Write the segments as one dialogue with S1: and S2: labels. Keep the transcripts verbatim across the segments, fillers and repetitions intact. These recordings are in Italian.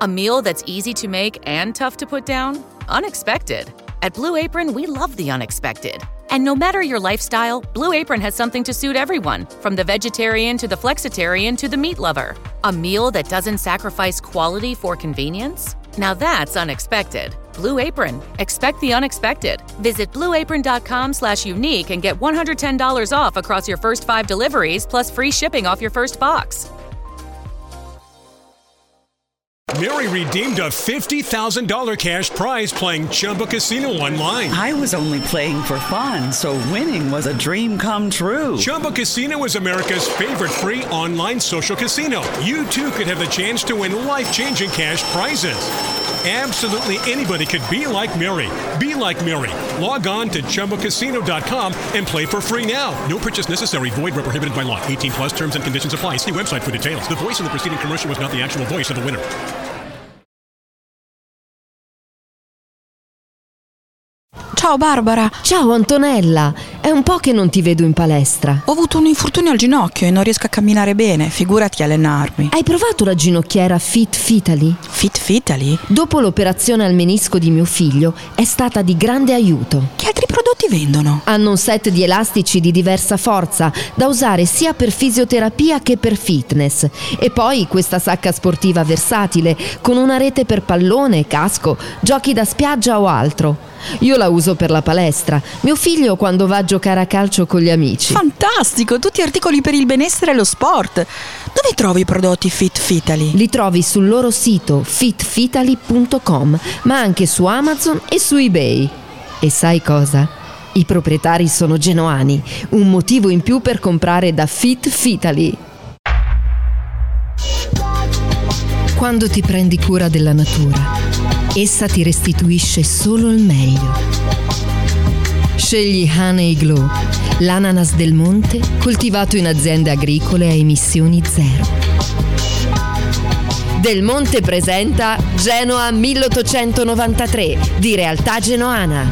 S1: A meal that's easy to make and tough to put down? Unexpected. At Blue Apron, we love the unexpected. And no matter your lifestyle, Blue Apron has something to suit everyone, from the vegetarian to the flexitarian to the meat lover. A meal that doesn't sacrifice quality for convenience? Now that's unexpected. Blue Apron. Expect the unexpected. Visit blueapron.com slash unique and get one hundred ten dollars off across your first five deliveries plus free shipping off your first box.
S2: Mary redeemed a fifty thousand dollars cash prize playing Chumba Casino online.
S3: I was only playing for fun, so winning was a dream come true.
S2: Chumba Casino is America's favorite free online social casino. You too could have the chance to win life-changing cash prizes. Absolutely anybody could be like Mary. Be like Mary. Log on to chumba casino dot com and play for free now. No purchase necessary. Void where prohibited by law. eighteen plus terms and conditions apply. See website for details. The voice in the preceding commercial was not the actual voice of the winner.
S4: Ciao Barbara.
S5: Ciao Antonella, è un po' che non ti vedo in palestra.
S4: Ho avuto un infortunio al ginocchio e non riesco a camminare bene, figurati allenarmi.
S5: Hai provato la ginocchiera Fit Fitali?
S4: Fit Fitali?
S5: Dopo l'operazione al menisco di mio figlio è stata di grande aiuto.
S4: Che altri prodotti vendono?
S5: Hanno un set di elastici di diversa forza da usare sia per fisioterapia che per fitness. E poi questa sacca sportiva versatile con una rete per pallone, casco, giochi da spiaggia o altro. Io la uso per la palestra, mio figlio quando va a giocare a calcio con gli amici.
S4: Fantastico, tutti articoli per il benessere e lo sport. Dove trovi i prodotti Fit Fitali?
S5: Li trovi sul loro sito fit fitali punto com, ma anche su Amazon e su eBay. E sai cosa? I proprietari sono genoani, un motivo in più per comprare da Fit Fitali. Quando ti prendi cura della natura, essa ti restituisce solo il meglio. Scegli Honey Glow, l'ananas del monte coltivato in aziende agricole a emissioni zero. Del Monte presenta Genoa milleottocentonovantatré di Realtà Genoana.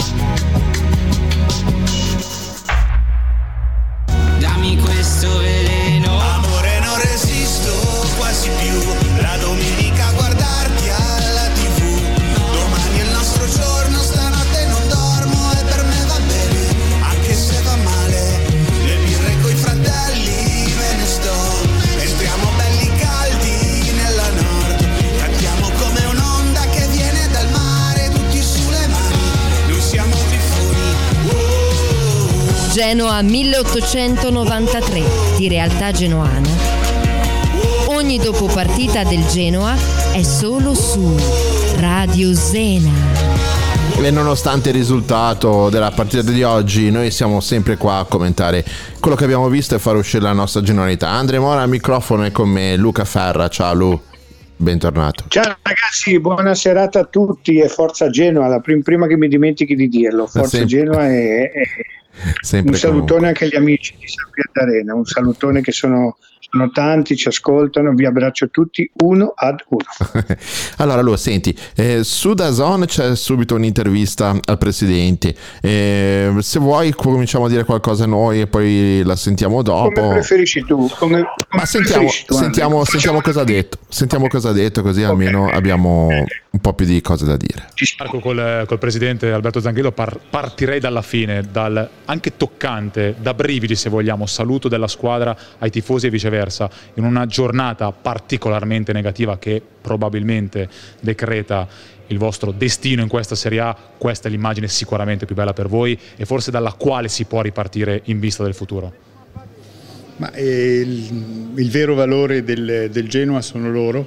S6: Dammi questo veleno, amore non resisto quasi più, la domenica a guardarti alla tivù, domani è il nostro giorno, stanotte non dormo e per me va bene, anche se va male, le birre coi fratelli me ne sto, entriamo belli caldi nella nord, cantiamo come un'onda che viene dal mare, tutti sulle mani, noi siamo grifoni. Oh.
S5: Genoa milleottocentonovantatré di Realtà Genoana. Ogni dopopartita del Genoa è solo su Radio Zena.
S7: E nonostante il risultato della partita di oggi, noi siamo sempre qua a commentare quello che abbiamo visto e far uscire la nostra genuinità. Andrea Mora al microfono e con me Luca Ferra. Ciao Lu, bentornato.
S8: Ciao ragazzi, buona serata a tutti e forza Genoa, la prim- prima che mi dimentichi di dirlo, forza sempre. Genoa e, e un salutone comunque anche agli amici di San Pietro Arena, un salutone che sono... sono tanti, ci ascoltano, vi abbraccio tutti uno ad uno.
S7: Allora, allora senti, eh, su DAZN c'è subito un'intervista al presidente, eh, se vuoi cominciamo a dire qualcosa noi e poi la sentiamo dopo.
S8: Come preferisci tu? Come, come
S7: Ma sentiamo,
S8: tu,
S7: sentiamo, sentiamo cosa ha detto, sentiamo cosa ha detto così okay. Almeno abbiamo un po' più di cose da dire.
S9: Marco, col, col presidente Alberto Zangrillo par- partirei dalla fine, dal anche toccante, da brividi se vogliamo, saluto della squadra ai tifosi e viceversa, in una giornata particolarmente negativa che probabilmente decreta il vostro destino in questa Serie A. Questa è l'immagine sicuramente più bella per voi e forse dalla quale si può ripartire in vista del futuro.
S10: Ma eh, il, il vero valore del, del Genoa sono loro.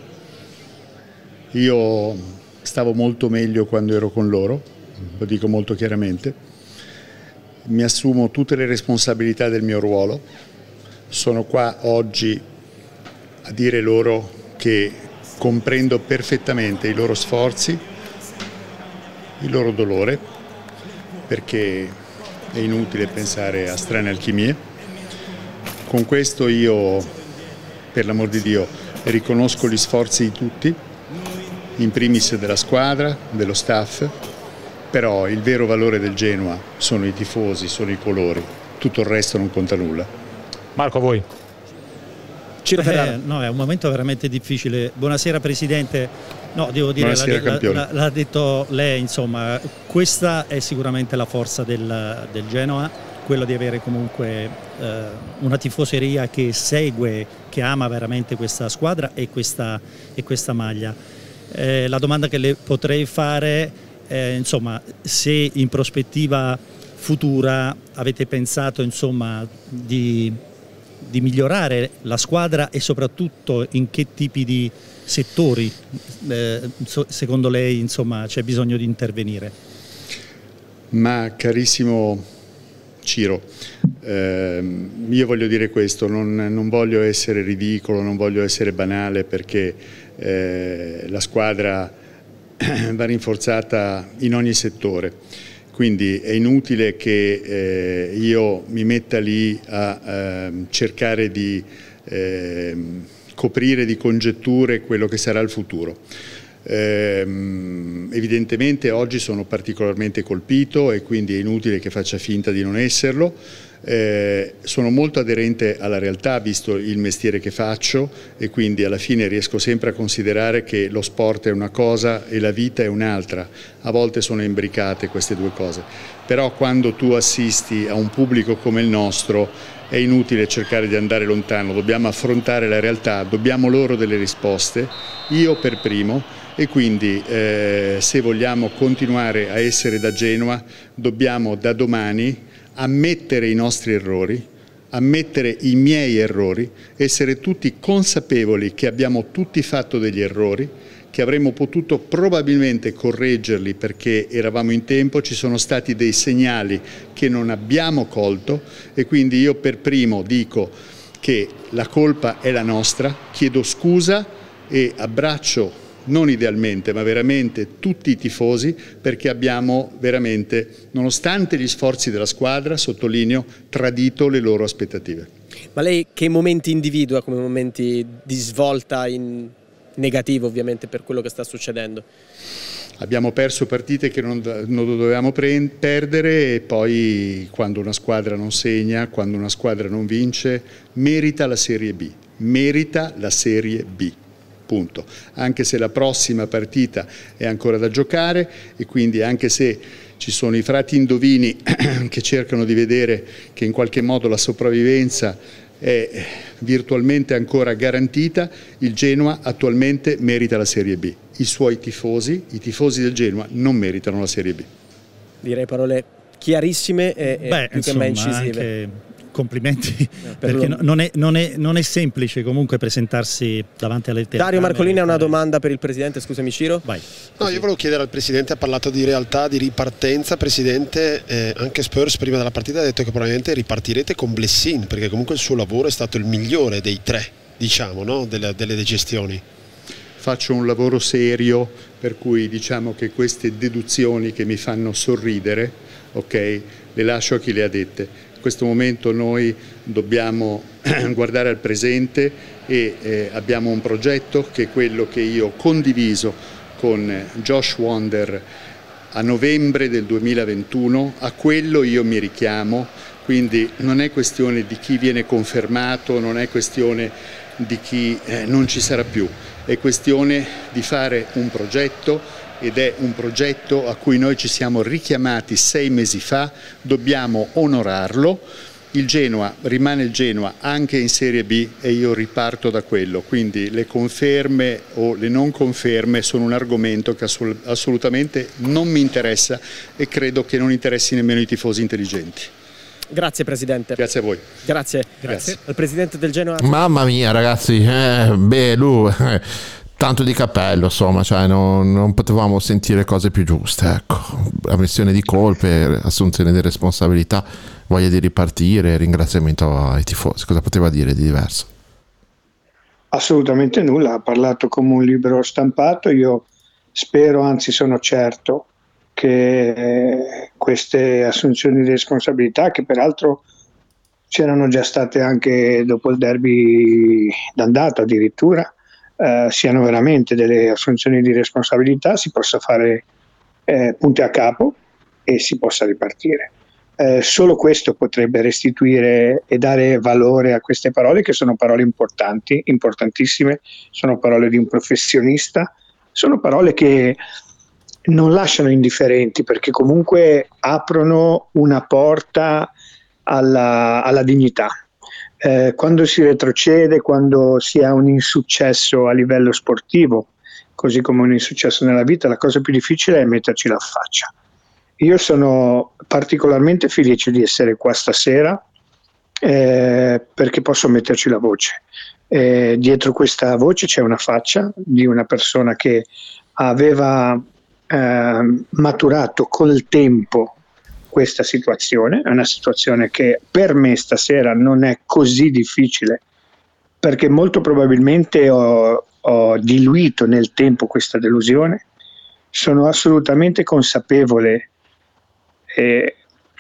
S10: Io stavo molto meglio quando ero con loro, lo dico molto chiaramente. Mi assumo tutte le responsabilità del mio ruolo. Sono qua oggi a dire loro che comprendo perfettamente i loro sforzi, il loro dolore, perché è inutile pensare a strane alchimie. Con questo io, per l'amor di Dio, riconosco gli sforzi di tutti, in primis della squadra, dello staff, però il vero valore del Genoa sono i tifosi, sono i colori, tutto il resto non conta nulla.
S9: Marco, a voi.
S11: Ciro Ferrara.
S12: Eh, no, è un momento veramente difficile. Buonasera Presidente. No, devo dire, l'ha, l'ha, l'ha detto lei, insomma, questa è sicuramente la forza del, del Genoa, quello di avere comunque eh, una tifoseria che segue, che ama veramente questa squadra e questa, e questa maglia. Eh, la domanda che le potrei fare è, insomma, se in prospettiva futura avete pensato, insomma, di, di migliorare la squadra e soprattutto in che tipi di settori eh, secondo lei, insomma, c'è bisogno di intervenire?
S10: Ma carissimo Ciro, ehm, io voglio dire questo, non, non voglio essere ridicolo, non voglio essere banale, perché eh, la squadra va rinforzata in ogni settore, quindi è inutile che eh, io mi metta lì a eh, cercare di eh, coprire di congetture quello che sarà il futuro. Ehm, evidentemente oggi sono particolarmente colpito e quindi è inutile che faccia finta di non esserlo. Eh, sono molto aderente alla realtà, visto il mestiere che faccio, e quindi alla fine riesco sempre a considerare che lo sport è una cosa e la vita è un'altra. A volte sono imbricate queste due cose, però quando tu assisti a un pubblico come il nostro è inutile cercare di andare lontano, dobbiamo affrontare la realtà, dobbiamo loro delle risposte, io per primo. E quindi eh, se vogliamo continuare a essere da Genoa dobbiamo da domani ammettere i nostri errori, ammettere i miei errori, essere tutti consapevoli che abbiamo tutti fatto degli errori, che avremmo potuto probabilmente correggerli perché eravamo in tempo, ci sono stati dei segnali che non abbiamo colto e quindi io per primo dico che la colpa è la nostra, chiedo scusa e abbraccio non idealmente ma veramente tutti i tifosi, perché abbiamo veramente, nonostante gli sforzi della squadra, sottolineo, tradito le loro aspettative.
S11: Ma lei che momenti individua come momenti di svolta in negativo, ovviamente, per quello che sta succedendo?
S10: Abbiamo perso partite che non, non dovevamo pre- perdere e poi quando una squadra non segna, quando una squadra non vince, merita la Serie B, merita la Serie B. Punto. Anche se la prossima partita è ancora da giocare e quindi anche se ci sono i frati indovini che cercano di vedere che in qualche modo la sopravvivenza è virtualmente ancora garantita, il Genoa attualmente merita la Serie B. I suoi tifosi, i tifosi del Genoa non meritano la Serie B.
S11: Direi parole chiarissime e,
S12: Beh,
S11: e più
S12: insomma,
S11: che mai incisive.
S12: Anche complimenti,
S11: eh, per
S12: perché
S11: lo...
S12: non, è, non, è, non è semplice comunque presentarsi davanti alle telecamere.
S11: Dario Marcolini ha una domanda per il Presidente, scusami Ciro.
S12: Vai.
S13: No, io volevo chiedere al Presidente, ha parlato di realtà, di ripartenza. Presidente, eh, anche Spurs prima della partita ha detto che probabilmente ripartirete con Blessin, perché comunque il suo lavoro è stato il migliore dei tre, diciamo, no? delle, delle gestioni.
S10: Faccio un lavoro serio, per cui diciamo che queste deduzioni che mi fanno sorridere, ok, le lascio a chi le ha dette. In questo momento noi dobbiamo guardare al presente e eh, abbiamo un progetto che è quello che io ho condiviso con Josh Wonder a novembre del duemilaventuno, a quello io mi richiamo, quindi non è questione di chi viene confermato, non è questione di chi eh, non ci sarà più, è questione di fare un progetto ed è un progetto a cui noi ci siamo richiamati sei mesi fa, dobbiamo onorarlo. Il Genoa rimane il Genoa anche in Serie B e io riparto da quello, quindi le conferme o le non conferme sono un argomento che assolutamente non mi interessa e credo che non interessi nemmeno i tifosi intelligenti.
S11: Grazie Presidente.
S10: Grazie a voi.
S11: Grazie.
S10: Grazie.
S11: Al Presidente del Genoa.
S7: Mamma mia ragazzi, eh, beh lui... Eh. Tanto di cappello, insomma, cioè non, non potevamo sentire cose più giuste, ecco. Ammissione di colpe, assunzione di responsabilità, voglia di ripartire, ringraziamento ai tifosi. Cosa poteva dire di diverso?
S8: Assolutamente nulla, ha parlato come un libro stampato. Io spero, anzi sono certo, che queste assunzioni di responsabilità, che peraltro c'erano già state anche dopo il derby d'andata addirittura, Uh, siano veramente delle assunzioni di responsabilità, si possa fare eh, punti a capo e si possa ripartire. Eh, solo questo potrebbe restituire e dare valore a queste parole, che sono parole importanti, importantissime, sono parole di un professionista, sono parole che non lasciano indifferenti, perché comunque aprono una porta alla, alla dignità. Eh, quando si retrocede, quando si ha un insuccesso a livello sportivo, così come un insuccesso nella vita, la cosa più difficile è metterci la faccia. Io sono particolarmente felice di essere qua stasera eh, perché posso metterci la voce. Eh, dietro questa voce c'è una faccia di una persona che aveva eh, maturato col tempo questa situazione. È una situazione che per me stasera non è così difficile, perché molto probabilmente ho, ho diluito nel tempo questa delusione. Sono assolutamente consapevole Eh,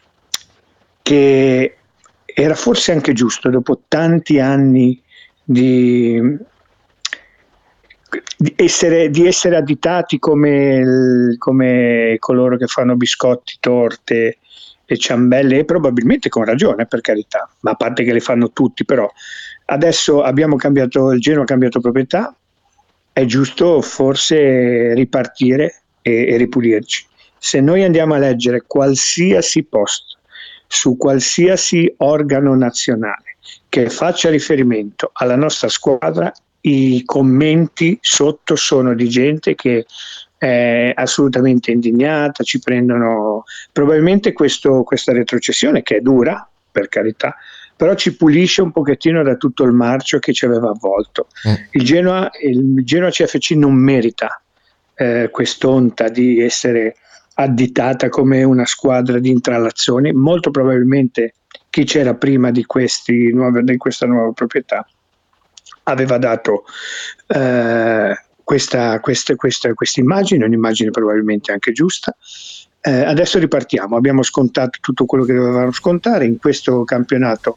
S8: che era forse anche giusto, dopo tanti anni di, di, essere, di essere additati come, come coloro che fanno biscotti, torte e ciambelle, e probabilmente con ragione, per carità, ma a parte che le fanno tutti, però adesso abbiamo cambiato, il Genoa ha cambiato proprietà, è giusto forse ripartire e, e ripulirci. Se noi andiamo a leggere qualsiasi post su qualsiasi organo nazionale che faccia riferimento alla nostra squadra, i commenti sotto sono di gente che è assolutamente indignata, ci prendono probabilmente questo, questa retrocessione, che è dura, per carità, però ci pulisce un pochettino da tutto il marcio che ci aveva avvolto. Mm. Il Genoa, il Genoa C F C non merita eh, quest'onta di essere additata come una squadra di intrallazioni. Molto probabilmente chi c'era prima di, questi nuove, di questa nuova proprietà aveva dato eh, questa, questa, questa, questa immagine, un'immagine probabilmente anche giusta. Eh, adesso ripartiamo, abbiamo scontato tutto quello che dovevamo scontare in questo campionato.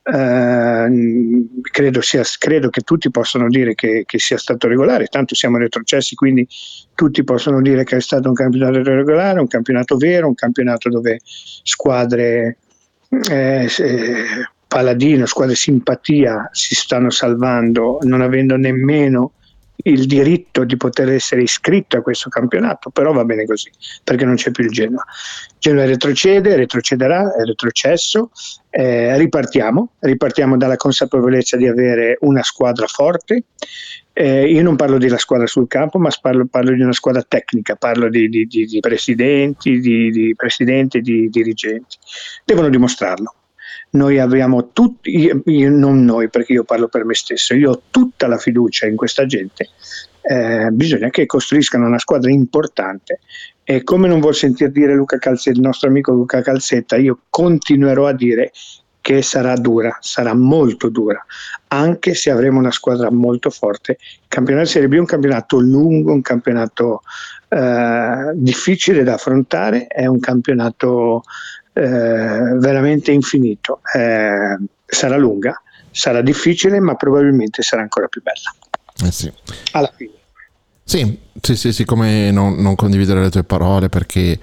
S8: Eh, credo, sia, credo che tutti possano dire che, che sia stato regolare, tanto siamo retrocessi, quindi tutti possono dire che è stato un campionato regolare, un campionato vero, un campionato dove squadre eh, eh, paladino, squadre simpatia si stanno salvando, non avendo nemmeno il diritto di poter essere iscritto a questo campionato, però va bene così, perché non c'è più il Genoa. Genoa retrocede, retrocederà, è retrocesso, eh, ripartiamo, ripartiamo dalla consapevolezza di avere una squadra forte. Eh, io non parlo della squadra sul campo, ma parlo, parlo di una squadra tecnica, parlo di, di, di, di presidenti, di, di presidenti, di dirigenti. Devono dimostrarlo. Noi abbiamo tutti, io, io, non noi, perché io parlo per me stesso, io ho tutta la fiducia in questa gente. Eh, bisogna che costruiscano una squadra importante, e come non vuol sentir dire Luca Calzetta, il nostro amico Luca Calzetta, io continuerò a dire che sarà dura, sarà molto dura, anche se avremo una squadra molto forte. Il campionato Serie B è un campionato lungo, un campionato eh, difficile da affrontare, è un campionato Eh, veramente infinito. Eh, sarà lunga, sarà difficile, ma probabilmente sarà ancora più bella.
S7: Eh sì.
S8: Alla fine.
S7: Sì, sì, sì, sì, come non, non condividere le tue parole, perché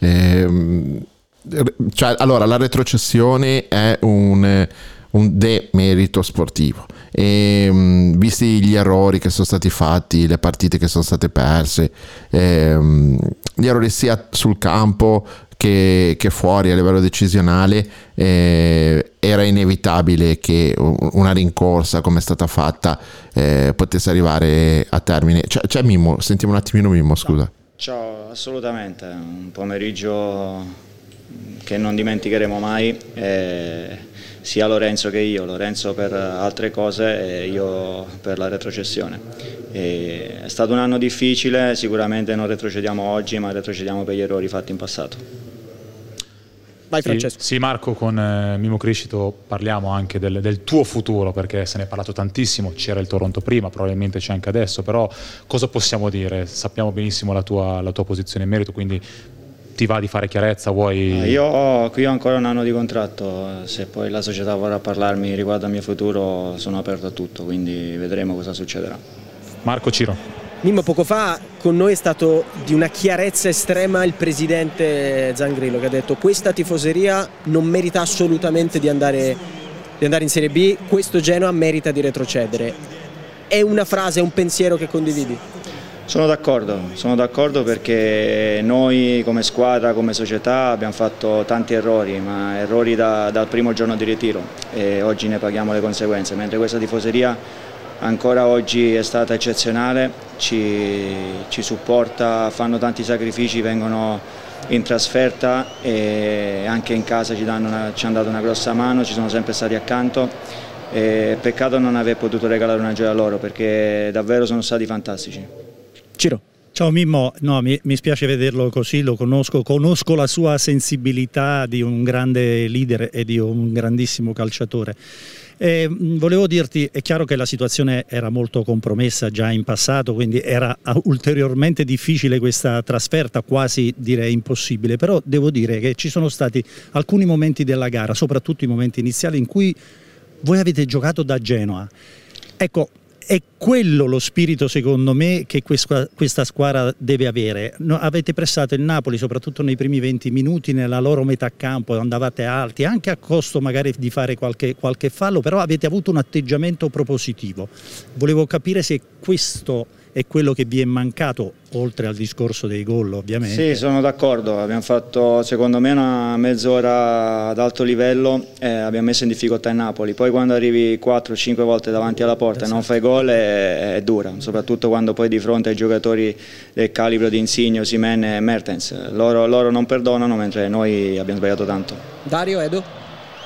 S7: ehm, cioè, allora la retrocessione è un, un demerito sportivo, e mh, visti gli errori che sono stati fatti, le partite che sono state perse, ehm, gli errori sia sul campo Che, che fuori a livello decisionale, eh, era inevitabile che una rincorsa come è stata fatta eh, potesse arrivare a termine. C'è, c'è Mimmo, sentiamo un attimino Mimmo, scusa.
S14: Ciao, assolutamente, un pomeriggio che non dimenticheremo mai, eh, sia Lorenzo che io, Lorenzo per altre cose e io per la retrocessione. E è stato un anno difficile, sicuramente non retrocediamo oggi, ma retrocediamo per gli errori fatti in passato.
S11: Vai Francesco.
S9: Sì, sì, Marco, con eh, Mimmo Criscito parliamo anche del, del tuo futuro, perché se ne è parlato tantissimo, c'era il Toronto prima, probabilmente c'è anche adesso, però cosa possiamo dire? Sappiamo benissimo la tua, la tua posizione in merito, quindi ti va di fare chiarezza? Vuoi...
S14: Io ho, qui ho ancora un anno di contratto, se poi la società vorrà parlarmi riguardo al mio futuro sono aperto a tutto, quindi vedremo cosa succederà.
S9: Marco Ciro.
S11: Mimmo, poco fa con noi è stato di una chiarezza estrema il presidente Zangrillo, che ha detto: questa tifoseria non merita assolutamente di andare, di andare in Serie B, questo Genoa merita di retrocedere. È una frase, è un pensiero che condividi?
S14: Sono d'accordo, sono d'accordo perché noi come squadra, come società abbiamo fatto tanti errori, ma errori da, dal primo giorno di ritiro, e oggi ne paghiamo le conseguenze, mentre questa tifoseria ancora oggi è stata eccezionale, ci, ci supporta, fanno tanti sacrifici, vengono in trasferta e anche in casa ci, danno una, ci hanno dato una grossa mano, ci sono sempre stati accanto, e peccato non aver potuto regalare una gioia a loro, perché davvero sono stati fantastici.
S11: Ciro.
S12: Ciao Mimmo, no, mi, mi spiace vederlo così, lo conosco, conosco la sua sensibilità di un grande leader e di un grandissimo calciatore. Eh, volevo dirti, è chiaro che la situazione era molto compromessa già in passato, quindi era ulteriormente difficile questa trasferta, quasi direi impossibile, però devo dire che ci sono stati alcuni momenti della gara, soprattutto i momenti iniziali, in cui voi avete giocato da Genoa. Ecco, è quello lo spirito, secondo me, che questa, questa squadra deve avere. No, avete pressato il Napoli soprattutto nei primi venti minuti nella loro metà campo, andavate alti, anche a costo magari di fare qualche, qualche fallo, però avete avuto un atteggiamento propositivo. Volevo capire se questo è quello che vi è mancato, oltre al discorso dei gol ovviamente.
S14: Sì, sono d'accordo, abbiamo fatto secondo me una mezz'ora ad alto livello e abbiamo messo in difficoltà il Napoli, poi quando arrivi quattro cinque volte davanti alla porta e non fai gol è, è dura, soprattutto quando poi di fronte ai giocatori del calibro di Insigne, Osimhen e Mertens, loro, loro non perdonano mentre noi abbiamo sbagliato tanto.
S11: Dario, Edo?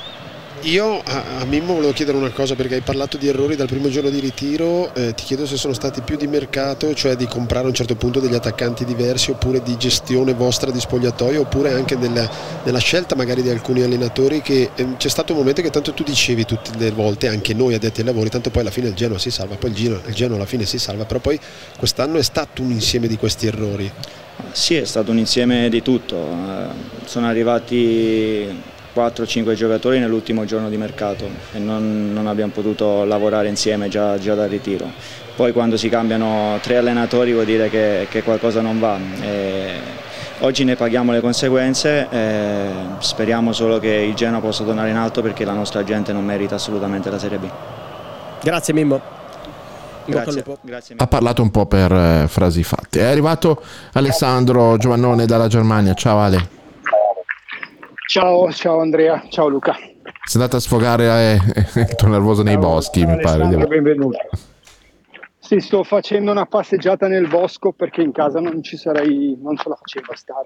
S13: Io a, a Mimmo volevo chiedere una cosa, perché hai parlato di errori dal primo giorno di ritiro, eh, ti chiedo se sono stati più di mercato, cioè di comprare a un certo punto degli attaccanti diversi, oppure di gestione vostra di spogliatoio, oppure anche nella, nella scelta magari di alcuni allenatori, che eh, c'è stato un momento che tanto tu dicevi tutte le volte, anche noi addetti ai lavori, tanto poi alla fine il Genoa si salva, poi il Genoa, il Genoa alla fine si salva, però poi quest'anno è stato un insieme di questi errori.
S14: Sì, è stato un insieme di tutto, eh, sono arrivati quattro cinque giocatori nell'ultimo giorno di mercato e non, non abbiamo potuto lavorare insieme già, già dal ritiro. Poi quando si cambiano tre allenatori vuol dire che, che qualcosa non va. E oggi ne paghiamo le conseguenze, e speriamo solo che il Genoa possa tornare in alto, perché la nostra gente non merita assolutamente la Serie B.
S11: Grazie Mimmo.
S14: Grazie. Grazie.
S7: Ha parlato un po' per eh, frasi fatte. È arrivato Alessandro Giovannone dalla Germania. Ciao Ale.
S15: Ciao, ciao Andrea, ciao Luca.
S7: Sei andato a sfogare eh, il tuo nervoso nei boschi, mi pare.
S15: Benvenuto. Sì, sto facendo una passeggiata nel bosco perché in casa non ci sarei, non ce la facevo a stare.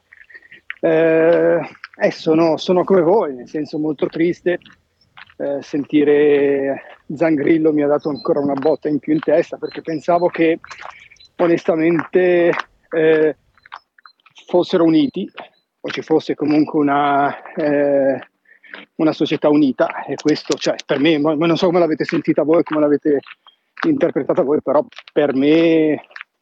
S15: Eh, eh, sono, sono come voi, nel senso molto triste. Eh, sentire Zangrillo mi ha dato ancora una botta in più in testa, perché pensavo che onestamente eh, fossero uniti, o ci fosse comunque una, eh, una società unita, e questo, cioè, per me, ma non so come l'avete sentita voi, come l'avete interpretata voi, però per me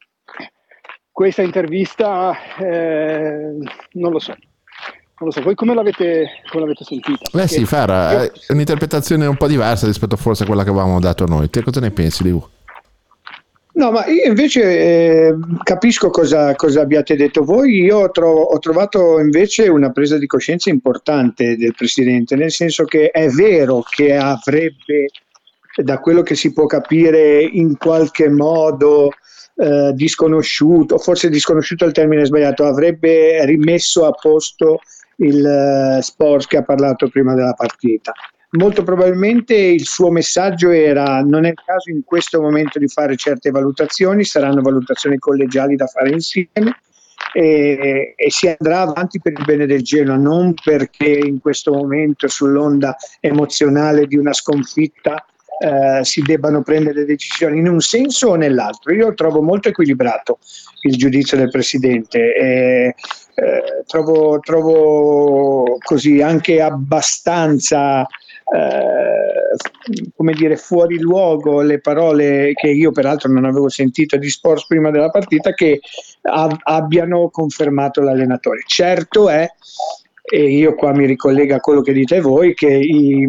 S15: questa intervista eh, non lo so, non lo so, voi come l'avete, come l'avete sentita?
S7: Beh sì, Ferra, è un'interpretazione un po' diversa rispetto forse a quella che avevamo dato noi. Te cosa ne pensi, Liu?
S8: No, ma io invece eh, capisco cosa, cosa abbiate detto voi. Io ho, tro- ho trovato invece una presa di coscienza importante del Presidente, nel senso che è vero che avrebbe, da quello che si può capire, in qualche modo eh, disconosciuto, forse disconosciuto è il termine sbagliato, avrebbe rimesso a posto il uh, Spurs che ha parlato prima della partita. Molto probabilmente il suo messaggio era: non è il caso in questo momento di fare certe valutazioni, saranno valutazioni collegiali da fare insieme, e, e si andrà avanti per il bene del Genoa, non perché in questo momento sull'onda emozionale di una sconfitta eh, si debbano prendere decisioni in un senso o nell'altro. Io trovo molto equilibrato il giudizio del Presidente e eh, trovo, trovo così anche abbastanza Eh, come dire, fuori luogo le parole che io peraltro non avevo sentito di Spurs prima della partita, che ab- abbiano confermato l'allenatore. Certo è, e io qua mi ricollego a quello che dite voi, che i,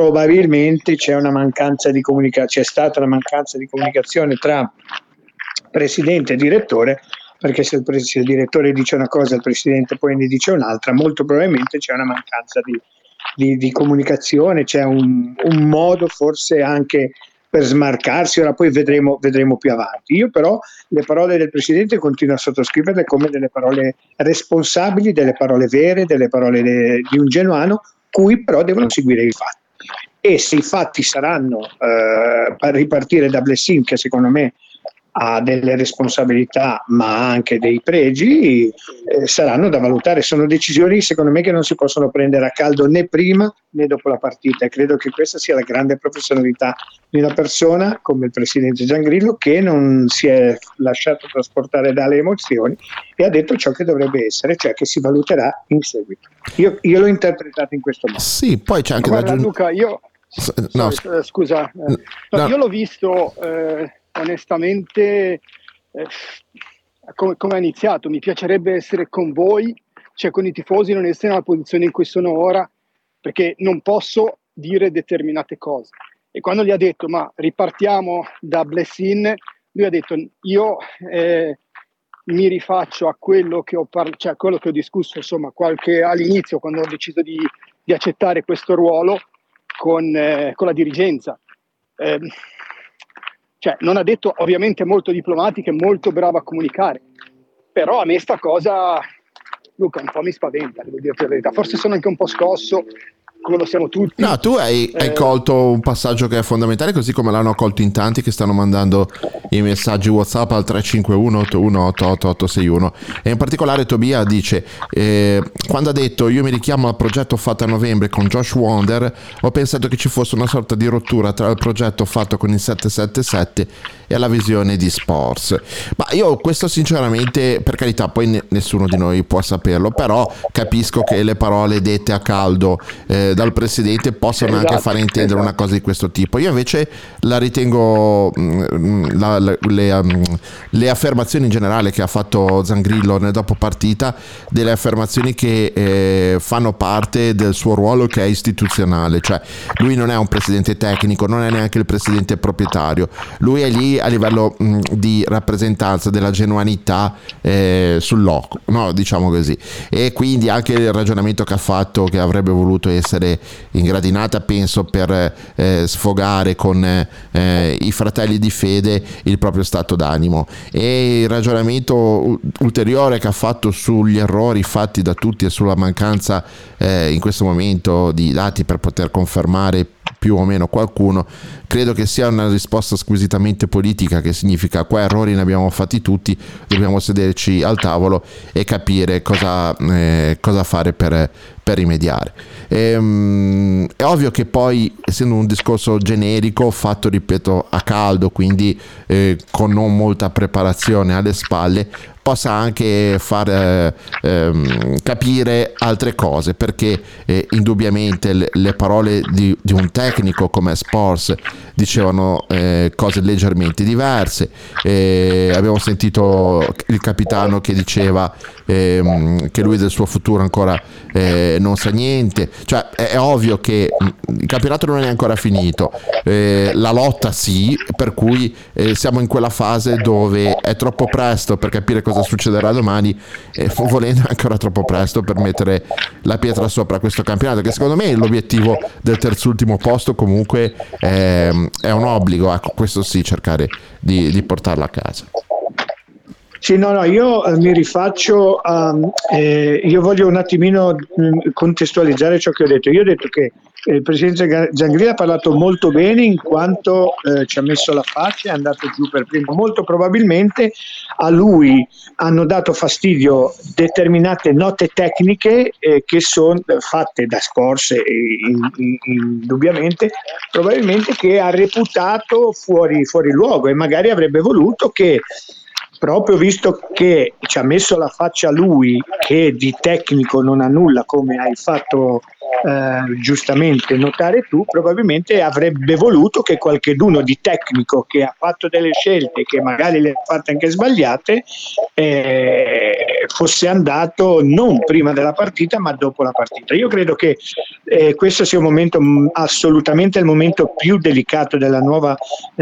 S8: probabilmente c'è una mancanza di comunicazione, c'è stata una mancanza di comunicazione tra presidente e direttore, perché se il, pres- se il direttore dice una cosa e il presidente poi ne dice un'altra, molto probabilmente c'è una mancanza di, di, di comunicazione, c'è un, un modo forse anche per smarcarsi. Ora poi vedremo, vedremo più avanti. Io però le parole del presidente continuo a sottoscriverle come delle parole responsabili, delle parole vere, delle parole de, di un genuano, cui però devono seguire i fatti. E se i fatti saranno eh, per ripartire da Blessin, che secondo me ha delle responsabilità ma anche dei pregi, eh, saranno da valutare. Sono decisioni secondo me che non si possono prendere a caldo né prima né dopo la partita, e credo che questa sia la grande professionalità di una persona come il presidente Zangrillo, che non si è lasciato trasportare dalle emozioni e ha detto ciò che dovrebbe essere, cioè che si valuterà in seguito. Io, io l'ho interpretato in questo modo.
S7: Sì, poi c'è anche
S15: Guarda,
S7: da aggiung-
S15: Luca, io
S7: no,
S15: sorry, scusa, eh, no. io l'ho visto eh, onestamente eh, come, come ha iniziato. Mi piacerebbe essere con voi, cioè con i tifosi, non essere nella posizione in cui sono ora, perché non posso dire determinate cose. E quando gli ha detto ma ripartiamo da Blessin, lui ha detto io eh, mi rifaccio a quello che ho par- cioè a quello che ho discusso insomma qualche all'inizio, quando ho deciso di, di accettare questo ruolo con, eh, con la dirigenza. Eh, cioè non ha detto, ovviamente molto diplomatica e molto brava a comunicare, però a me sta cosa, Luca, un po' mi spaventa, devo dirti la verità. Forse sono anche un po' scosso, come lo siamo tutti.
S7: No, tu hai, eh, hai colto un passaggio che è fondamentale, così come l'hanno colto in tanti che stanno mandando i messaggi WhatsApp al tre cinque uno otto uno otto otto otto sei uno, e in particolare Tobia dice eh, quando ha detto io mi richiamo al progetto fatto a novembre con Josh Wonder, ho pensato che ci fosse una sorta di rottura tra il progetto fatto con il sette sette sette e la visione di Sports. Ma io questo sinceramente, per carità, poi ne- nessuno di noi può saperlo, però capisco che le parole dette a caldo eh, dal presidente possono esatto, anche fare intendere esatto. una cosa di questo tipo. Io invece la ritengo mh, la, la, le, um, le affermazioni in generale che ha fatto Zangrillo nel dopo partita, delle affermazioni che eh, fanno parte del suo ruolo, che è istituzionale, cioè lui non è un presidente tecnico, non è neanche il presidente proprietario, lui è lì a livello mh, di rappresentanza della genuinità eh, sul loco, no, diciamo così. E quindi anche il ragionamento che ha fatto, che avrebbe voluto essere in gradinata, penso, per eh, sfogare con eh, i fratelli di fede il proprio stato d'animo, e il ragionamento ulteriore che ha fatto sugli errori fatti da tutti e sulla mancanza eh, in questo momento di dati per poter confermare più o meno qualcuno, credo che sia una risposta squisitamente politica, che significa qua errori ne abbiamo fatti tutti, dobbiamo sederci al tavolo e capire cosa, eh, cosa fare per, per rimediare. E, um, è ovvio che poi, essendo un discorso generico fatto, ripeto, a caldo, quindi eh, con non molta preparazione alle spalle, possa anche far eh, ehm, capire altre cose, perché eh, indubbiamente le, le parole di, di un tecnico come Sports dicevano eh, cose leggermente diverse. Eh, abbiamo sentito il capitano che diceva ehm, che lui del suo futuro ancora eh, non sa niente, cioè è, è ovvio che il campionato non è ancora finito, eh, la lotta sì, per cui eh, siamo in quella fase dove è troppo presto per capire cosa succederà domani, e volendo ancora troppo presto per mettere la pietra sopra questo campionato, che secondo me l'obiettivo del terzultimo posto comunque è, è un obbligo, ecco, questo sì, cercare di, di portarlo a casa.
S8: Sì, no, no, io eh, mi rifaccio a, eh, io voglio un attimino mh, contestualizzare ciò che ho detto. Io ho detto che eh, il presidente Zangrillo ha parlato molto bene, in quanto eh, ci ha messo la faccia, è andato giù per primo. Molto probabilmente a lui hanno dato fastidio determinate note tecniche eh, che sono fatte da Sports, eh, in, in, indubbiamente, probabilmente, che ha reputato fuori, fuori luogo, e magari avrebbe voluto che, proprio visto che ci ha messo la faccia lui, che di tecnico non ha nulla, come hai fatto eh, giustamente notare tu, probabilmente avrebbe voluto che qualcheduno di tecnico che ha fatto delle scelte che magari le ha fatte anche sbagliate eh, fosse andato non prima della partita ma dopo la partita. Io credo che eh, questo sia un momento mh, assolutamente il momento più delicato della nuova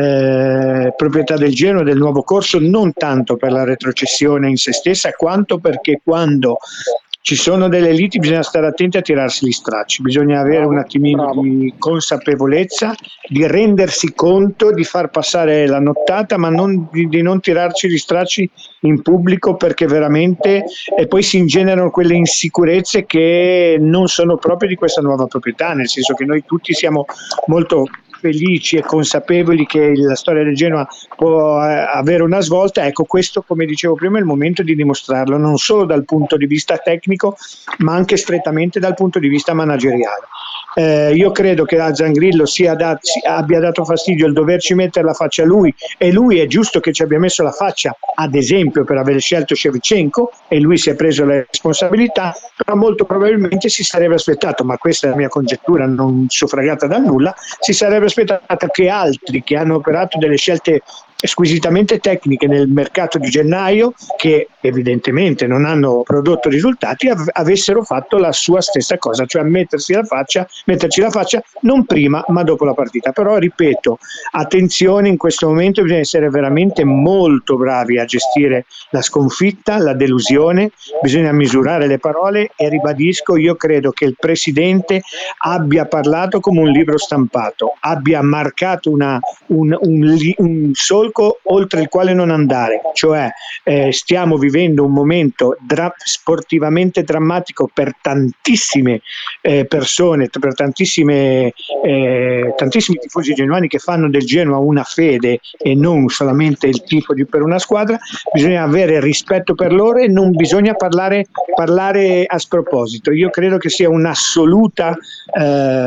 S8: eh, proprietà del Genoa, del nuovo corso, non tanto per la retrocessione in se stessa quanto perché quando ci sono delle liti bisogna stare attenti a tirarsi gli stracci, bisogna avere un attimino di consapevolezza, di rendersi conto, di far passare la nottata, ma non, di, di non tirarci gli stracci in pubblico, perché veramente e poi si ingenerano quelle insicurezze che non sono proprio di questa nuova proprietà, nel senso che noi tutti siamo molto felici e consapevoli che la storia del Genoa può eh, avere una svolta. Ecco, questo, come dicevo prima, è il momento di dimostrarlo, non solo dal punto di vista tecnico ma anche strettamente dal punto di vista manageriale. Eh, io credo che a Zangrillo sia dat- abbia dato fastidio il doverci mettere la faccia a lui, e lui è giusto che ci abbia messo la faccia, ad esempio per aver scelto Shevchenko, e lui si è preso le responsabilità, però molto probabilmente si sarebbe aspettato, ma questa è la mia congettura non suffragata da nulla, si sarebbe aspettato che altri che hanno operato delle scelte squisitamente tecniche nel mercato di gennaio, che evidentemente non hanno prodotto risultati, av- avessero fatto la sua stessa cosa, cioè mettersi la faccia, metterci la faccia non prima ma dopo la partita. Però ripeto, attenzione, in questo momento bisogna essere veramente molto bravi a gestire la sconfitta, la delusione, bisogna misurare le parole, e ribadisco, io credo che il presidente abbia parlato come un libro stampato, abbia marcato una, un, un, un solco oltre il quale non andare, cioè eh, stiamo vivendo un momento dra- sportivamente drammatico per tantissime eh, persone, per tantissime eh, tantissimi tifosi genuani che fanno del Genoa una fede e non solamente il tifo di, per una squadra. Bisogna avere rispetto per loro e non bisogna parlare, parlare a sproposito. Io credo che sia un'assoluta eh,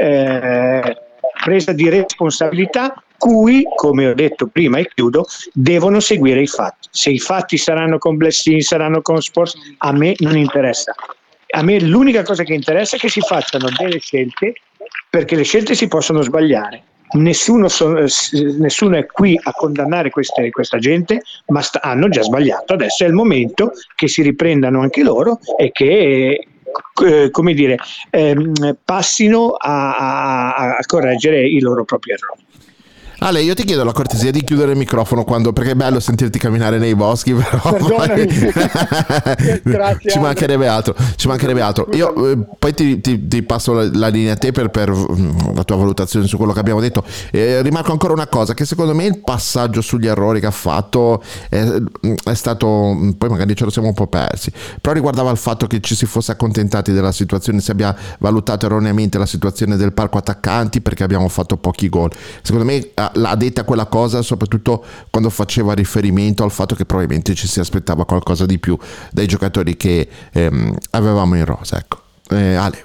S8: eh, presa di responsabilità, cui, come ho detto prima e chiudo, devono seguire i fatti. Se i fatti saranno con Blessin, saranno con Sports, a me non interessa. A me l'unica cosa che interessa è che si facciano delle scelte, perché le scelte si possono sbagliare. Nessuno, so, nessuno è qui a condannare queste, questa gente, ma sta, hanno già sbagliato. Adesso è il momento che si riprendano anche loro e che eh, come dire, ehm, passino a, a, a correggere i loro propri errori.
S7: Ale, io ti chiedo la cortesia di chiudere il microfono quando, perché è bello sentirti camminare nei boschi, però poi...
S15: Grazie,
S7: ci mancherebbe altro, ci mancherebbe altro. Io eh, poi ti, ti, ti passo la, la linea a te per, per la tua valutazione su quello che abbiamo detto. Eh, rimarco ancora una cosa, che secondo me il passaggio sugli errori che ha fatto è, è stato, poi magari ce lo siamo un po' persi, però riguardava il fatto che ci si fosse accontentati della situazione, si abbia valutato erroneamente la situazione del parco attaccanti perché abbiamo fatto pochi gol. Secondo me l'ha detta quella cosa soprattutto quando faceva riferimento al fatto che probabilmente ci si aspettava qualcosa di più dai giocatori che ehm, avevamo in rosa. Ecco, eh, Ale.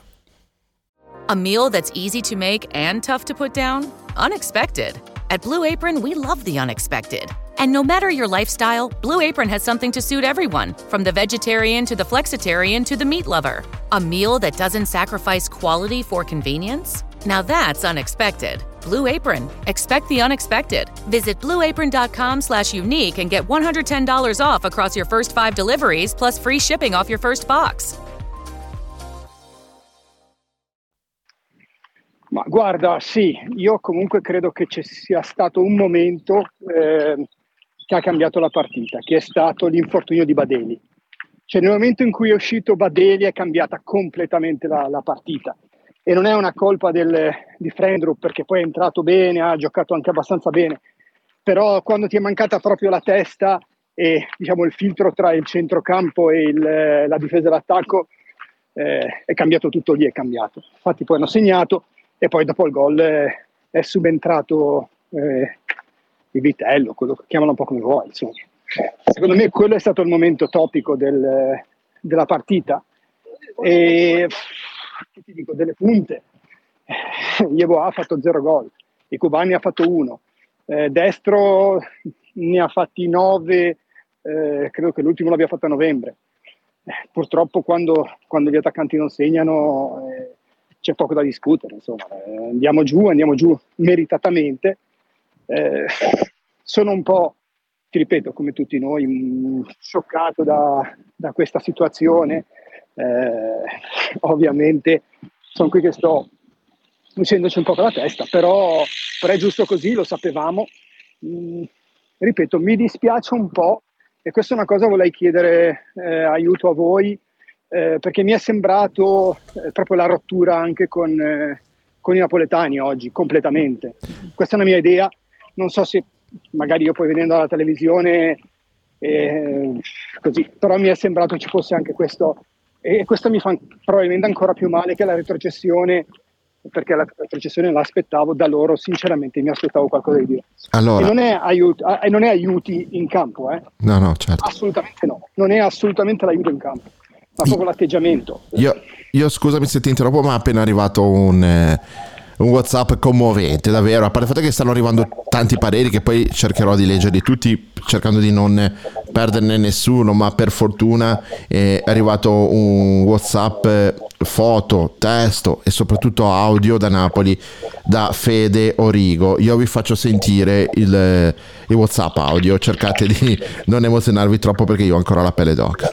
S1: A meal that's easy to make and tough to put down? Unexpected. At Blue Apron, we love the unexpected. And no matter your lifestyle, Blue Apron has something to suit everyone, from the vegetarian to the flexitarian to the meat lover. A meal that doesn't sacrifice quality for convenience? Now that's unexpected. Blue Apron. Expect the unexpected. Visit blueapron.com slash unique and get one hundred ten dollars off across your first five deliveries plus free shipping off your first box.
S15: Ma guarda, sì, io comunque credo che ci sia stato un momento eh, che ha cambiato la partita, che è stato l'infortunio di Badeli. Cioè nel momento in cui è uscito Badeli è cambiata completamente la, la partita. E non è una colpa del, di Frendrup, perché poi è entrato bene, ha giocato anche abbastanza bene, però quando ti è mancata proprio la testa e diciamo il filtro tra il centrocampo e il, la difesa e l'attacco, eh, è cambiato tutto lì, è cambiato. Infatti poi hanno segnato e poi dopo il gol eh, è subentrato eh, il Vitello, quello che chiamano un po' come vuoi. Insomma. Secondo me quello è stato il momento topico del, della partita. E ti dico, delle punte, Yeboah ha fatto zero gol, i Cubani ha fatto uno, eh, Destro ne ha fatti nove, eh, credo che l'ultimo l'abbia fatto a novembre. Eh, purtroppo quando, quando gli attaccanti non segnano eh, c'è poco da discutere, insomma, eh, andiamo giù, andiamo giù meritatamente. Eh, sono un po', ti ripeto, come tutti noi, mh, scioccato da, da questa situazione. Eh, ovviamente sono qui che sto uccidendoci un po' con la testa, però, però è giusto così, lo sapevamo. Mh, ripeto, mi dispiace un po', e questa è una cosa vorrei chiedere eh, aiuto a voi, eh, perché mi è sembrato eh, proprio la rottura anche con, eh, con i napoletani oggi, completamente. Questa è una mia idea, non so se magari io poi venendo alla televisione eh, così, però mi è sembrato ci fosse anche questo, e questo mi fa probabilmente ancora più male che la retrocessione, perché la retrocessione l'aspettavo da loro, sinceramente mi aspettavo qualcosa di diverso.
S7: Allora,
S15: e non è, aiuti, e non è aiuti in campo, eh?
S7: No, no, certo.
S15: Assolutamente no, non è assolutamente l'aiuto in campo, ma proprio l'atteggiamento.
S7: Io, io scusami se ti interrompo, ma è appena arrivato un, eh, un WhatsApp commovente, davvero, a parte il fatto che stanno arrivando tanti pareri che poi cercherò di leggerli tutti cercando di non perderne nessuno, ma per fortuna è arrivato un WhatsApp foto, testo e soprattutto audio da Napoli, da Fede Origo. Io vi faccio sentire il, il WhatsApp audio, cercate di non emozionarvi troppo perché io ho ancora la pelle d'oca.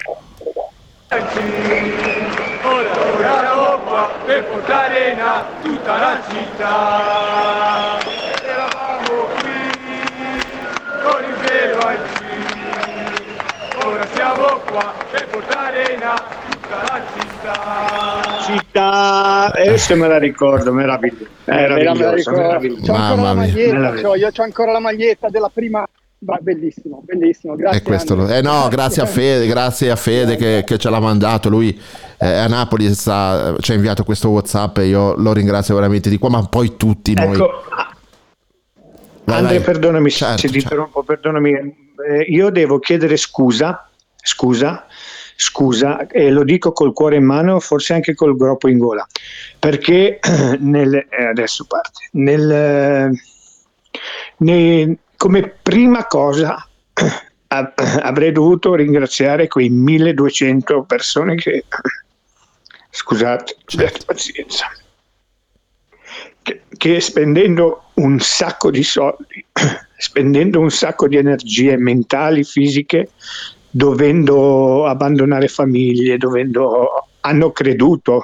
S16: Ora siamo qua per portare in tutta la città. Eravamo qui con il velo al G. Ora siamo qua per portare in tutta la città.
S8: Città, adesso me la ricordo, meraviglioso. Meraviglioso, meraviglioso.
S15: C'ho ancora la maglietta, c'ho, io c'ho ancora la maglietta della prima. Va, bellissimo, bellissimo, grazie.
S7: E questo lo, eh no, grazie a Fede, grazie a Fede che, che ce l'ha mandato. Lui eh, a Napoli sta, ci ha inviato questo WhatsApp e io lo ringrazio veramente di qua, ma poi tutti noi.
S8: Ecco,
S7: vai,
S8: Andre,
S7: vai.
S8: perdonami
S7: certo,
S8: se ti
S7: certo.
S8: interrompo, perdonami. Eh, io devo chiedere scusa, scusa, scusa, e lo dico col cuore in mano, forse anche col groppo in gola, perché nel, eh, adesso parte, nel, nel come prima cosa avrei dovuto ringraziare quei milleduecento persone che, scusate, abbiate pazienza, che, che spendendo un sacco di soldi, spendendo un sacco di energie mentali, fisiche, dovendo abbandonare famiglie, dovendo, hanno creduto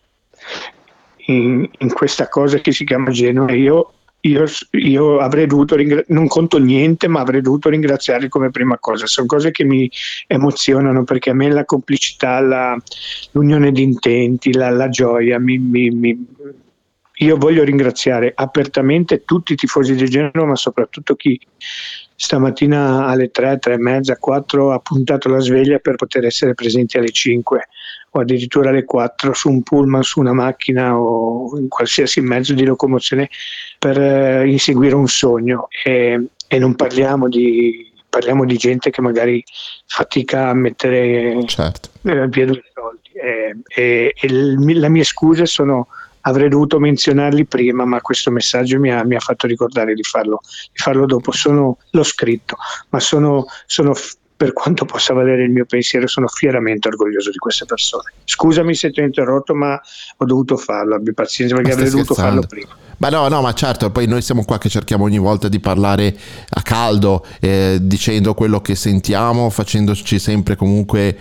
S8: in, in questa cosa che si chiama Genoa. Io Io, io avrei dovuto ringraziare, non conto niente, ma avrei dovuto ringraziarli come prima cosa. Sono cose che mi emozionano, perché a me la complicità, la, l'unione di intenti, la, la gioia, mi, mi, mi, io voglio ringraziare apertamente tutti i tifosi di Genoa, ma soprattutto chi stamattina alle tre, tre e mezza, quattro ha puntato la sveglia per poter essere presenti alle cinque o addirittura alle quattro su un pullman, su una macchina o in qualsiasi mezzo di locomozione per eh, inseguire un sogno. E, e non parliamo di, parliamo di gente che magari fatica a mettere
S7: certo.
S8: eh, via due soldi. E, e, e il, le mie scuse sono, avrei dovuto menzionarli prima, ma questo messaggio mi ha, mi ha fatto ricordare di farlo, di farlo dopo. Sono, l'ho scritto, ma sono, sono per quanto possa valere il mio pensiero, sono fieramente orgoglioso di queste persone. Scusami se ti ho interrotto, ma ho dovuto farlo, abbi pazienza, perché avrei dovuto farlo prima.
S7: Ma no, no, ma certo, poi noi siamo qua che cerchiamo ogni volta di parlare a caldo, eh, dicendo quello che sentiamo, facendoci sempre comunque,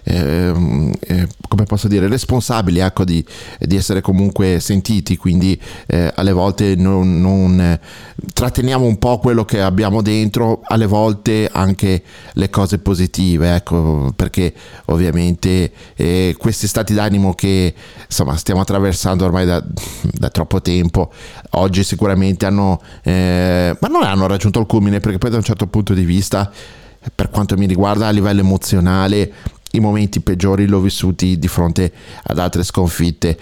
S7: eh, eh, come posso dire, responsabili, ecco, di, di essere comunque sentiti, quindi eh, alle volte non, non eh, tratteniamo un po' quello che abbiamo dentro, alle volte anche le cose positive, ecco, perché ovviamente eh, questi stati d'animo che insomma stiamo attraversando ormai da, da troppo tempo, oggi sicuramente hanno eh, ma non hanno raggiunto il culmine, perché poi da un certo punto di vista, per quanto mi riguarda a livello emozionale, i momenti peggiori l'ho vissuti di fronte ad altre sconfitte.